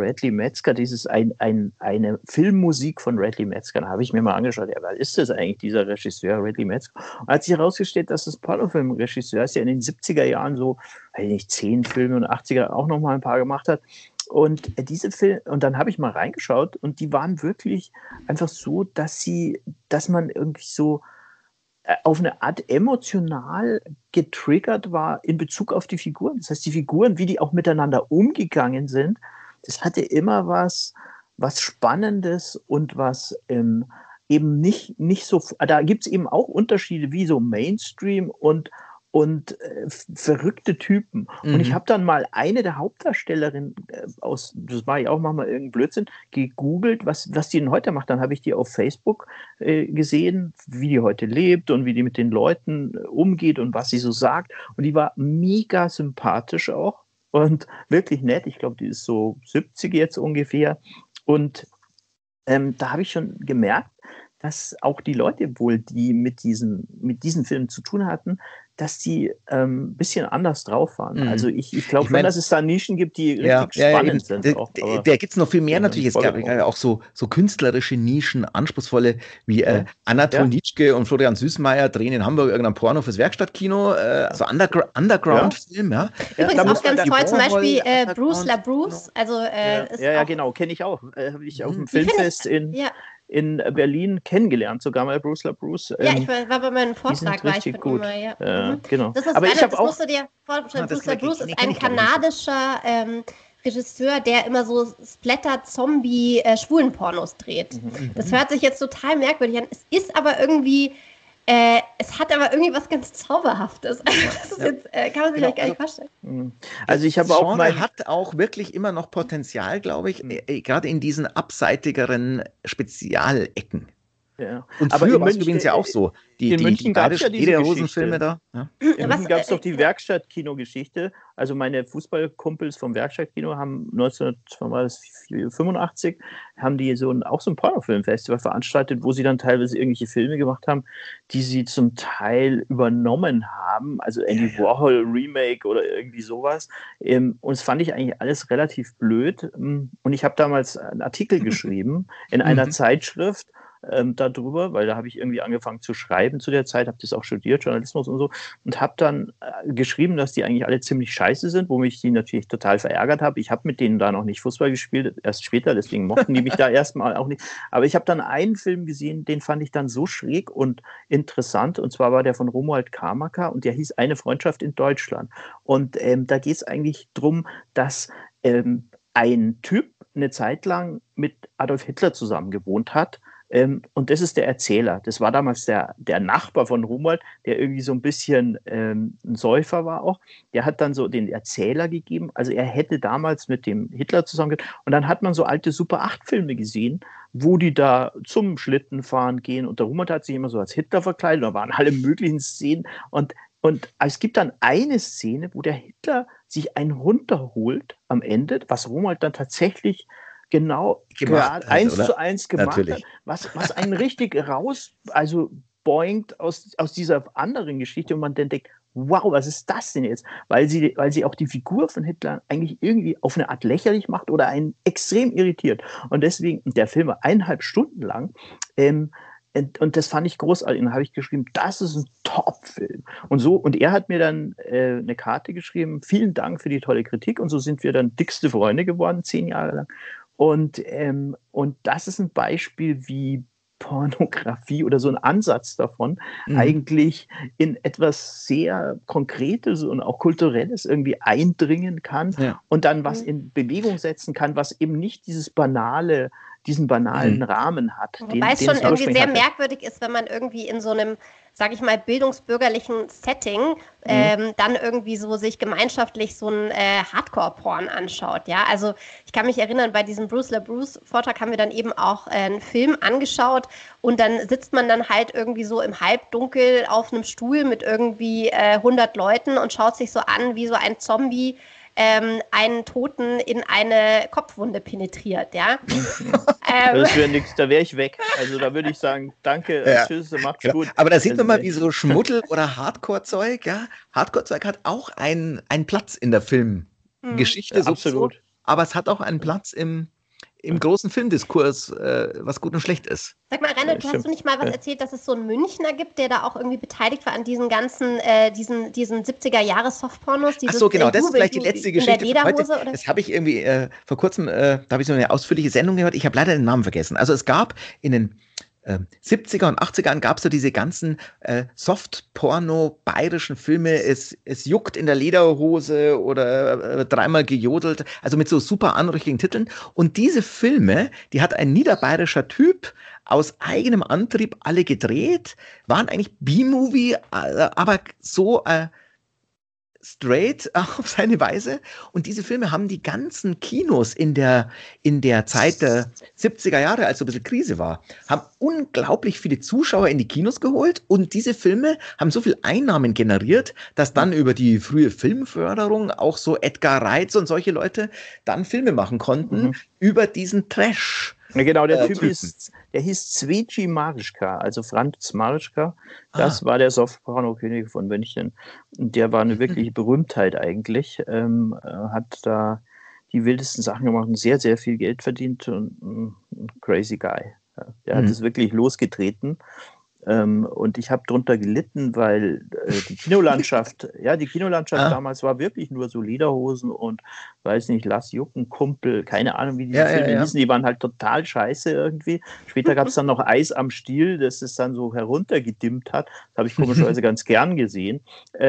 Speaker 2: eine Filmmusik von Radley Metzger. Da habe ich mir mal angeschaut, ja, was ist das eigentlich, dieser Regisseur Radley Metzger? Und hat sich herausgestellt, dass das Pornofilmregisseur ist, der in den 70er Jahren so, weiß nicht, 10 Filme und 80er auch noch mal ein paar gemacht hat. Und diese Filme, und dann habe ich mal reingeschaut und die waren wirklich einfach so, dass man irgendwie so auf eine Art emotional getriggert war in Bezug auf die Figuren. Das heißt, die Figuren, wie die auch miteinander umgegangen sind, das hatte immer was Spannendes und was eben nicht so, da gibt es eben auch Unterschiede wie so Mainstream und verrückte Typen. Und ich habe dann mal eine der Hauptdarstellerinnen das mache ich auch manchmal irgendeinen Blödsinn, gegoogelt, was die denn heute macht. Dann habe ich die auf Facebook gesehen, wie die heute lebt und wie die mit den Leuten umgeht und was sie so sagt. Und die war mega sympathisch auch und wirklich nett. Ich glaube, die ist so 70 jetzt ungefähr. Und da habe ich schon gemerkt, dass auch die Leute wohl, die mit diesen Filmen zu tun hatten, dass die ein bisschen anders drauf waren. Also ich glaube schon, dass es da Nischen gibt, die richtig spannend sind.
Speaker 3: Da gibt es noch viel mehr natürlich. Es gab auch so künstlerische Nischen, anspruchsvolle, wie Anatol Nitschke und Florian Süßmeier drehen in Hamburg irgendein Porno fürs Werkstattkino, so Underground-Film. Ja.
Speaker 1: Übrigens auch ganz toll, zum Beispiel Bruce LaBruce. Also,
Speaker 2: genau, kenne ich auch. Habe ich auf dem Filmfest in Berlin kennengelernt, sogar mal Bruce LaBruce.
Speaker 1: Ja, ich war bei meinem Vortrag, war ich von
Speaker 2: gut.
Speaker 1: Ihm.
Speaker 2: Genau.
Speaker 1: Das ist
Speaker 2: aber
Speaker 1: das musst du dir vorstellen. Bruce LaBruce ist ein kanadischer Regisseur, der immer so Splatter-Zombie-Schwulen-Pornos dreht. Das hört sich jetzt total merkwürdig an. Es ist aber irgendwie es hat aber irgendwie was ganz Zauberhaftes. Das ist jetzt, kann man sich vielleicht gar nicht vorstellen.
Speaker 3: Also ich habe auch hat auch wirklich immer noch Potenzial, glaube ich, gerade in diesen abseitigeren Spezialecken.
Speaker 2: Ja.
Speaker 3: Und früher war es übrigens ja auch so.
Speaker 2: In München gab es ja diese
Speaker 3: Hosenfilme da. Ja.
Speaker 2: In München gab es doch die Werkstattkino-Geschichte. Also meine Fußballkumpels vom Werkstattkino haben 1985 haben die auch so ein Pornofilmfestival veranstaltet, wo sie dann teilweise irgendwelche Filme gemacht haben, die sie zum Teil übernommen haben. Also Andy Warhol Remake oder irgendwie sowas. Und das fand ich eigentlich alles relativ blöd. Und ich habe damals einen Artikel geschrieben in einer Zeitschrift, darüber, weil da habe ich irgendwie angefangen zu schreiben zu der Zeit, habe das auch studiert, Journalismus und so, und habe dann geschrieben, dass die eigentlich alle ziemlich scheiße sind, wo mich die natürlich total verärgert habe. Ich habe mit denen da noch nicht Fußball gespielt, erst später, deswegen mochten die mich da erstmal auch nicht. Aber ich habe dann einen Film gesehen, den fand ich dann so schräg und interessant, und zwar war der von Romuald Kamaker und der hieß Eine Freundschaft in Deutschland. Und da geht es eigentlich darum, dass ein Typ eine Zeit lang mit Adolf Hitler zusammen gewohnt hat. Und das ist der Erzähler. Das war damals der Nachbar von Romuald, der irgendwie so ein bisschen ein Säufer war auch. Der hat dann so den Erzähler gegeben. Also er hätte damals mit dem Hitler zusammengearbeitet. Und dann hat man so alte Super-8-Filme gesehen, wo die da zum Schlittenfahren gehen. Und der Romuald hat sich immer so als Hitler verkleidet. Da waren alle möglichen Szenen. Und es gibt dann eine Szene, wo der Hitler sich einen runterholt am Ende, was Romuald dann tatsächlich genau eins zu eins gemacht hat, was einen richtig boingt aus dieser anderen Geschichte und man dann denkt, wow, was ist das denn jetzt? Weil sie auch die Figur von Hitler eigentlich irgendwie auf eine Art lächerlich macht oder einen extrem irritiert. Und deswegen, der Film war 1,5 Stunden lang, und das fand ich großartig. Und dann habe ich geschrieben, das ist ein Top-Film. Und er hat mir dann eine Karte geschrieben, vielen Dank für die tolle Kritik. Und so sind wir dann dickste Freunde geworden, 10 Jahre lang. Und das ist ein Beispiel, wie Pornografie oder so ein Ansatz davon eigentlich in etwas sehr Konkretes und auch Kulturelles irgendwie eindringen kann und dann was in Bewegung setzen kann, was eben nicht diesen banalen Rahmen hat.
Speaker 1: Wobei es schon irgendwie sehr merkwürdig ist, wenn man irgendwie in so einem, sage ich mal, bildungsbürgerlichen Setting dann irgendwie so sich gemeinschaftlich so ein Hardcore-Porn anschaut. Ja, also ich kann mich erinnern, bei diesem Bruce LaBruce-Vortrag haben wir dann eben auch einen Film angeschaut und dann sitzt man dann halt irgendwie so im Halbdunkel auf einem Stuhl mit irgendwie 100 Leuten und schaut sich so an, wie so ein Zombie einen Toten in eine Kopfwunde penetriert, ja.
Speaker 2: Das wäre nichts, da wäre ich weg. Also da würde ich sagen, danke, tschüss, macht's gut.
Speaker 3: Aber da sieht man mal, wie so Schmuddel- oder Hardcore-Zeug, Hardcore-Zeug hat auch einen Platz in der Filmgeschichte.
Speaker 2: Absolut.
Speaker 3: So, aber es hat auch einen Platz im großen Filmdiskurs, was gut und schlecht ist.
Speaker 1: Sag mal, Reinhold, hast du nicht mal was erzählt, dass es so einen Münchner gibt, der da auch irgendwie beteiligt war an diesen ganzen, diesen 70er-Jahre-Softpornos?
Speaker 3: Ach so, genau, das ist vielleicht die letzte Geschichte
Speaker 1: von heute.
Speaker 3: Das habe ich irgendwie vor kurzem, da habe ich so eine ausführliche Sendung gehört, ich habe leider den Namen vergessen. Also es gab in den 70er und 80ern gab es so diese ganzen Soft-Porno-bayerischen Filme, es juckt in der Lederhose oder dreimal gejodelt, also mit so super anrüchigen Titeln. Und diese Filme, die hat ein niederbayerischer Typ aus eigenem Antrieb alle gedreht, waren eigentlich B-Movie, aber so straight auf seine Weise. Und diese Filme haben die ganzen Kinos in der Zeit der 70er Jahre, als so ein bisschen Krise war, haben unglaublich viele Zuschauer in die Kinos geholt und diese Filme haben so viel Einnahmen generiert, dass dann über die frühe Filmförderung auch so Edgar Reitz und solche Leute dann Filme machen konnten über diesen Trash.
Speaker 2: Ja, genau, der Typ hieß Zwieci Marischka, also Franz Marischka. Das war der Softporno-König von München. Der war eine wirkliche Berühmtheit eigentlich. Hat da die wildesten Sachen gemacht und sehr, sehr viel Geld verdient. Und ein crazy guy. Ja, der hat es wirklich losgetreten. Und ich habe drunter gelitten, weil die Kinolandschaft damals war wirklich nur so Lederhosen und, weiß nicht, Lass jucken, Kumpel, keine Ahnung, wie die Filme hießen, die waren halt total scheiße irgendwie. Später gab es dann noch Eis am Stiel, das es dann so heruntergedimmt hat. Das habe ich komischerweise ganz gern gesehen.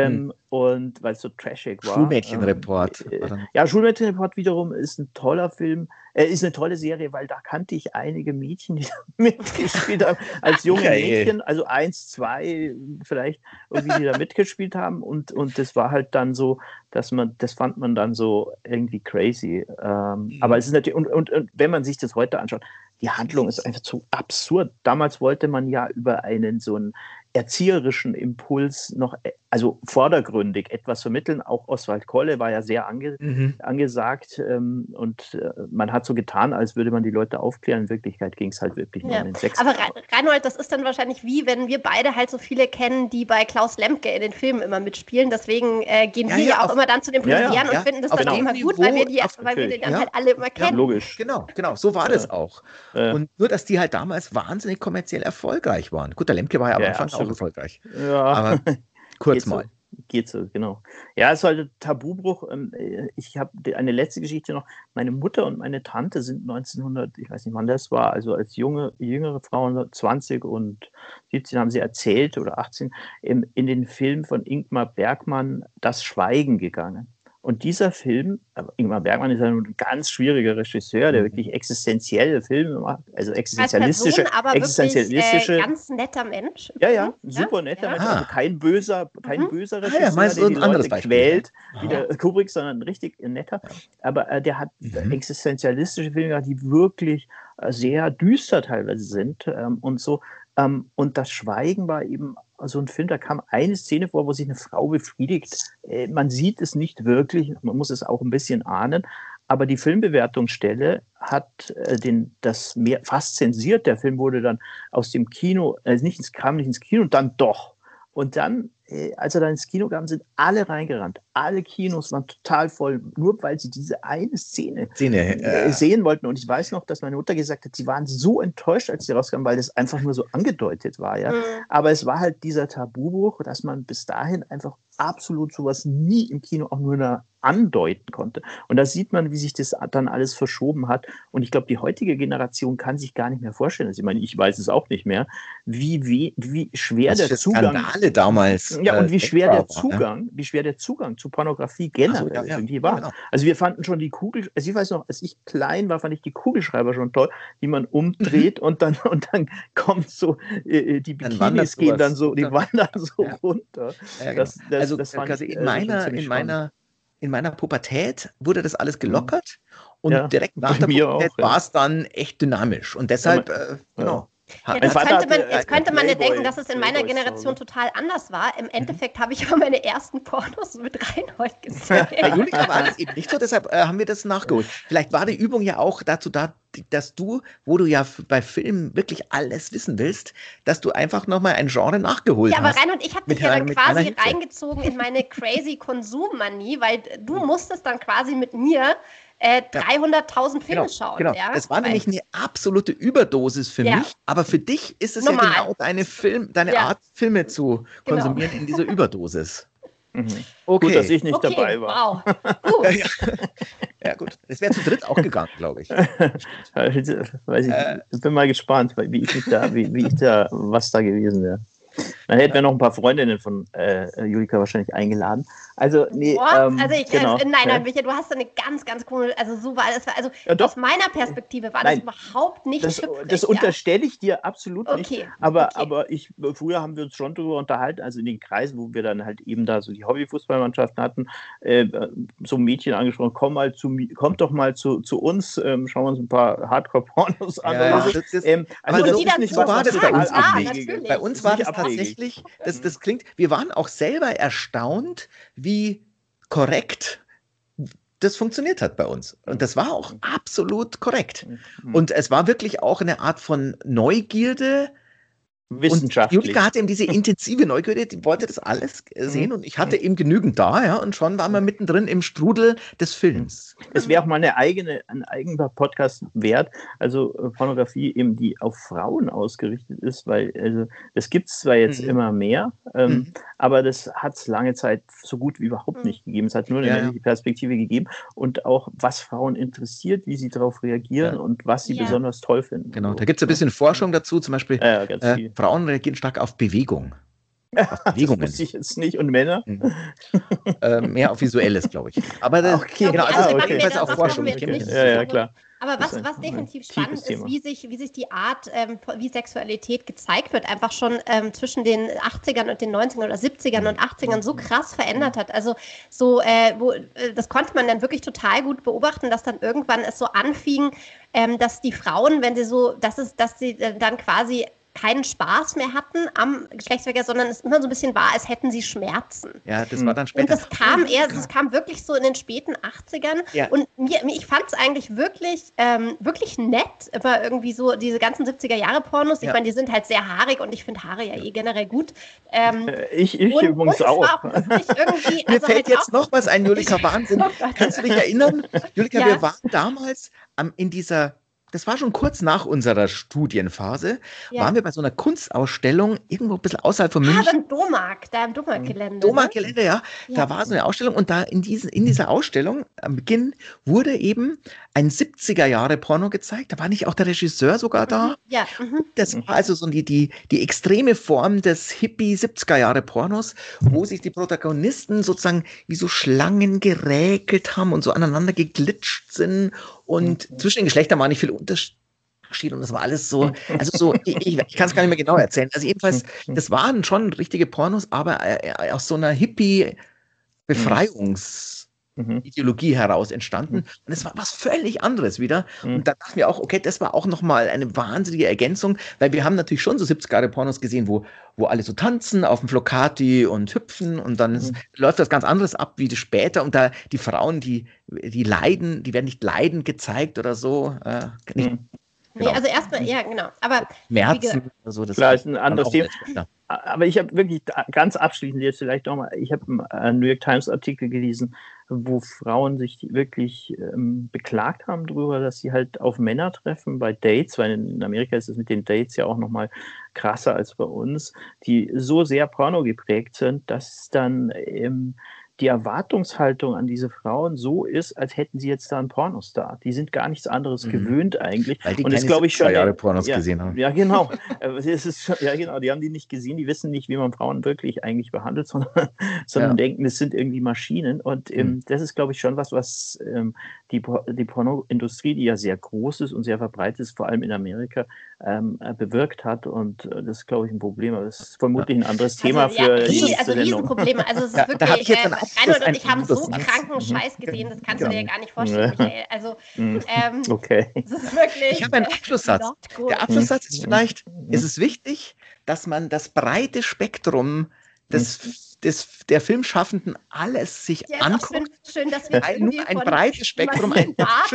Speaker 2: Und weil es so trashig war.
Speaker 3: Schulmädchenreport.
Speaker 2: Schulmädchenreport wiederum ist ein toller Film, ist eine tolle Serie, weil da kannte ich einige Mädchen, die da mitgespielt haben, als junge Mädchen, also 1, 2 vielleicht, irgendwie, die da mitgespielt haben und das war halt dann so, das fand man dann so irgendwie crazy. Aber es ist natürlich, und wenn man sich das heute anschaut, die Handlung ist einfach zu absurd. Damals wollte man ja über so einen erzieherischen Impuls noch, also vordergründig etwas vermitteln. Auch Oswald Kolle war ja sehr angesagt und man hat so getan, als würde man die Leute aufklären. In Wirklichkeit ging es halt wirklich nur um den Sex.
Speaker 1: Aber Reinhold, das ist dann wahrscheinlich wie, wenn wir beide halt so viele kennen, die bei Klaus Lemke in den Filmen immer mitspielen. Deswegen gehen wir ja auch immer dann zu den Premieren und finden das dann immer gut, weil wir die dann halt alle immer kennen.
Speaker 2: Ja, logisch.
Speaker 3: Genau, so war das auch. Und nur, dass die halt damals wahnsinnig kommerziell erfolgreich waren. Gut, der Lemke war ja am Anfang auch erfolgreich.
Speaker 2: Ja.
Speaker 3: Aber kurz mal.
Speaker 2: Geht so, genau. Ja, es war ein Tabubruch. Ich habe eine letzte Geschichte noch. Meine Mutter und meine Tante sind 1900, ich weiß nicht wann das war, also als jüngere Frauen, 20 und 17 haben sie erzählt oder 18, in den Film von Ingmar Bergmann Das Schweigen gegangen. Und dieser Film, Ingmar Bergmann ist ein ganz schwieriger Regisseur, der wirklich existenzielle Filme macht, also existenzialistische.
Speaker 1: Als Person, aber wirklich ganz netter Mensch.
Speaker 2: Ja, super netter Mensch, also kein böser Regisseur,
Speaker 3: der die Leute
Speaker 2: quält, wie der Kubrick, sondern richtig netter. Aber der hat existenzialistische Filme gemacht, die wirklich sehr düster teilweise sind und so. Und Das Schweigen war eben so ein Film, da kam eine Szene vor, wo sich eine Frau befriedigt. Man sieht es nicht wirklich, man muss es auch ein bisschen ahnen, aber die Filmbewertungsstelle hat das fast zensiert. Der Film wurde dann aus dem Kino, kam nicht ins Kino und dann doch. Und dann als er dann ins Kino kam, sind alle reingerannt. Alle Kinos waren total voll, nur weil sie diese eine Szene sehen wollten. Und ich weiß noch, dass meine Mutter gesagt hat, sie waren so enttäuscht, als sie rauskamen, weil das einfach nur so angedeutet war. Ja? Aber es war halt dieser Tabubruch, dass man bis dahin einfach absolut sowas nie im Kino auch nur andeuten konnte. Und da sieht man, wie sich das dann alles verschoben hat. Und ich glaube, die heutige Generation kann sich gar nicht mehr vorstellen. Also ich meine, ich weiß es auch nicht mehr, wie schwer der Zugang...
Speaker 3: Skandale damals.
Speaker 2: Ja, und wie schwer der Zugang zu Pornografie generell irgendwie war. Genau. Also wir fanden schon die also ich weiß noch, als ich klein war, fand ich die Kugelschreiber schon toll, die man umdreht und dann kommt so, die Bikinis gehen dann so, die wandern so runter.
Speaker 3: Ja, genau. Das fand ich in meiner Pubertät wurde das alles gelockert und direkt nach der Pubertät war es dann echt dynamisch. Und deshalb, genau.
Speaker 1: Ja, jetzt könnte man ja denken, dass es in meiner Generation total anders war. Im Endeffekt habe ich aber meine ersten Pornos mit Reinhold gesehen.
Speaker 3: Bei Julika war das eben nicht so, deshalb haben wir das nachgeholt. Vielleicht war die Übung ja auch dazu da, dass du, wo du ja bei Filmen wirklich alles wissen willst, dass du einfach nochmal ein Genre nachgeholt hast.
Speaker 1: Ja, aber Reinhold, ich habe dich ja dann quasi reingezogen in meine crazy Konsummanie, weil du musstest dann quasi mit mir 300.000 Filme schauen.
Speaker 3: Genau.
Speaker 1: Ja?
Speaker 3: Das war nämlich eine absolute Überdosis für mich, aber für dich ist es normal. Ja genau deine Art, Filme zu konsumieren in dieser Überdosis.
Speaker 2: Okay. Gut, dass ich nicht dabei war.
Speaker 1: Wow. Gut.
Speaker 3: Ja, gut. Das wäre zu dritt auch gegangen, glaube ich.
Speaker 2: Ich bin mal gespannt, was da gewesen wäre. Dann hätten wir noch ein paar Freundinnen von Julika wahrscheinlich eingeladen. Also, nee.
Speaker 1: Nein, Michael, du hast eine ganz, ganz coole, also so war das. Also aus meiner Perspektive war das überhaupt nicht
Speaker 2: das unterstelle ich dir absolut nicht. Aber früher haben wir uns schon darüber unterhalten, also in den Kreisen, wo wir dann halt eben da so die Hobbyfußballmannschaften hatten, so ein Mädchen angesprochen, kommt doch mal zu uns, schauen wir uns ein paar Hardcore-Pornos an.
Speaker 3: Ja,
Speaker 2: also
Speaker 3: das ist nicht, so war das bei uns
Speaker 1: abwegig.
Speaker 3: Bei uns war das tatsächlich, das klingt, wir waren auch selber erstaunt, wie korrekt das funktioniert hat bei uns. Und das war auch absolut korrekt. Und es war wirklich auch eine Art von Neugierde.
Speaker 2: Wissenschaftlich.
Speaker 3: Und Julika hatte eben diese intensive Neugierde, die wollte das alles sehen und ich hatte eben genügend da, und schon waren wir mittendrin im Strudel des Films.
Speaker 2: Es wäre auch mal ein eigener Podcast wert, also Pornografie eben, die auf Frauen ausgerichtet ist, weil also das gibt es zwar jetzt immer mehr, aber das hat es lange Zeit so gut wie überhaupt nicht gegeben. Es hat nur eine männliche Perspektive gegeben und auch, was Frauen interessiert, wie sie darauf reagieren und was sie besonders toll finden.
Speaker 3: Genau, da gibt es ein bisschen Forschung dazu, zum Beispiel ganz viel. Frauen reagieren stark auf Bewegung. Auf Bewegungen.
Speaker 2: Das wusste ich jetzt nicht. Und Männer?
Speaker 3: Mehr auf Visuelles, glaube ich. Aber das, genau, also jedenfalls auch Forschung.
Speaker 2: Ja, klar.
Speaker 1: Aber was definitiv spannend ist, wie sich die Art, wie Sexualität gezeigt wird, einfach schon zwischen den 80ern und den 90ern oder 70ern und 80ern so krass verändert hat. Also so, das konnte man dann wirklich total gut beobachten, dass dann irgendwann es so anfing, dass die Frauen, wenn sie so, dass sie dann quasi keinen Spaß mehr hatten am Geschlechtsverkehr, sondern es immer so ein bisschen war, als hätten sie Schmerzen.
Speaker 3: Ja, das war dann später.
Speaker 1: Und das kam wirklich so in den späten 80ern. Ja. Und ich fand es eigentlich wirklich nett, immer irgendwie so diese ganzen 70er-Jahre-Pornos. Ich meine, die sind halt sehr haarig und ich finde Haare ja generell gut.
Speaker 2: Ich übrigens auch.
Speaker 3: Mir fällt jetzt noch was ein, Julika, Wahnsinn. Kannst du dich erinnern? Julika, wir waren damals in dieser... Das war schon kurz nach unserer Studienphase, waren wir bei so einer Kunstausstellung irgendwo ein bisschen außerhalb von München.
Speaker 1: Im Domark-Gelände.
Speaker 3: Domark-Gelände, ja. Da war so eine Ausstellung und da in dieser Ausstellung am Beginn wurde eben ein 70er-Jahre-Porno gezeigt. Da war nicht auch der Regisseur sogar da?
Speaker 1: Ja.
Speaker 3: Das war also so die extreme Form des Hippie-70er-Jahre-Pornos, wo sich die Protagonisten sozusagen wie so Schlangen geräkelt haben und so aneinander geglitscht sind. Und zwischen den Geschlechtern war nicht viel Unterschied und das war alles so, also so, ich kann es gar nicht mehr genau erzählen. Also jedenfalls, das waren schon richtige Pornos, aber aus so einer Hippie-Befreiungsideologie heraus entstanden. Und es war was völlig anderes wieder. Und da dachten wir auch, okay, das war auch nochmal eine wahnsinnige Ergänzung, weil wir haben natürlich schon so 70er-Pornos gesehen, wo alle so tanzen auf dem Flocati und hüpfen und dann läuft das ganz anderes ab wie später und da die Frauen, die leiden, die werden nicht leidend gezeigt oder so.
Speaker 1: Nee, also erstmal, ja, genau. Aber
Speaker 3: Merzen oder so, das
Speaker 2: klar, ist ein anderes Thema.
Speaker 3: Ja.
Speaker 2: Aber ich habe wirklich ganz abschließend jetzt vielleicht nochmal, ich habe einen New York Times Artikel gelesen, wo Frauen sich wirklich beklagt haben darüber, dass sie halt auf Männer treffen bei Dates, weil in Amerika ist es mit den Dates ja auch nochmal krasser als bei uns, die so sehr porno geprägt sind, dass dann die Erwartungshaltung an diese Frauen so ist, als hätten sie jetzt da einen Pornostar. Die sind gar nichts anderes gewöhnt eigentlich.
Speaker 3: Weil die
Speaker 2: und
Speaker 3: keine
Speaker 2: das glaube ich schon.
Speaker 3: Jahre Pornos gesehen haben.
Speaker 2: Ja, genau. Ja, genau. Die haben die nicht gesehen. Die wissen nicht, wie man Frauen wirklich eigentlich behandelt, sondern denken, das sind irgendwie Maschinen. Und das ist, glaube ich, schon was die Pornoindustrie, die ja sehr groß ist und sehr verbreitet ist, vor allem in Amerika, bewirkt hat. Und das ist, glaube ich, ein Problem. Aber das ist vermutlich ein anderes Thema für die nächste Sendung.
Speaker 1: Riesenprobleme. Also es ist wirklich, Reinhold und ich haben so kranken Scheiß gesehen, das kannst du dir gar nicht vorstellen, Michael. Also
Speaker 2: okay.
Speaker 1: Das ist wirklich,
Speaker 3: ich habe einen Abschlusssatz. Der Abschlusssatz ist vielleicht, ist es wichtig, dass man das breite Spektrum der Filmschaffenden alles sich anguckt.
Speaker 1: Schön, dass wir
Speaker 3: weil nur ein breites Spektrum einem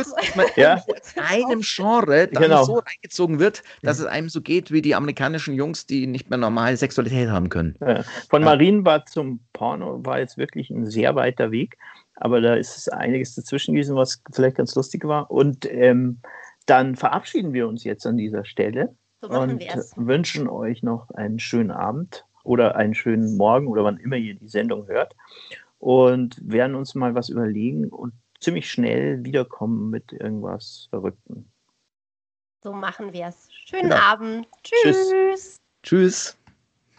Speaker 3: Genre dann so reingezogen wird, dass es einem so geht wie die amerikanischen Jungs, die nicht mehr normale Sexualität haben können.
Speaker 2: Von Marienbad zum Porno war jetzt wirklich ein sehr weiter Weg, aber da ist einiges dazwischen gewesen, was vielleicht ganz lustig war. Und dann verabschieden wir uns jetzt an dieser Stelle und wünschen euch noch einen schönen Abend oder einen schönen Morgen oder wann immer ihr die Sendung hört und werden uns mal was überlegen und ziemlich schnell wiederkommen mit irgendwas Verrücktem.
Speaker 1: So machen wir es. Schönen Abend. Tschüss.
Speaker 3: Tschüss.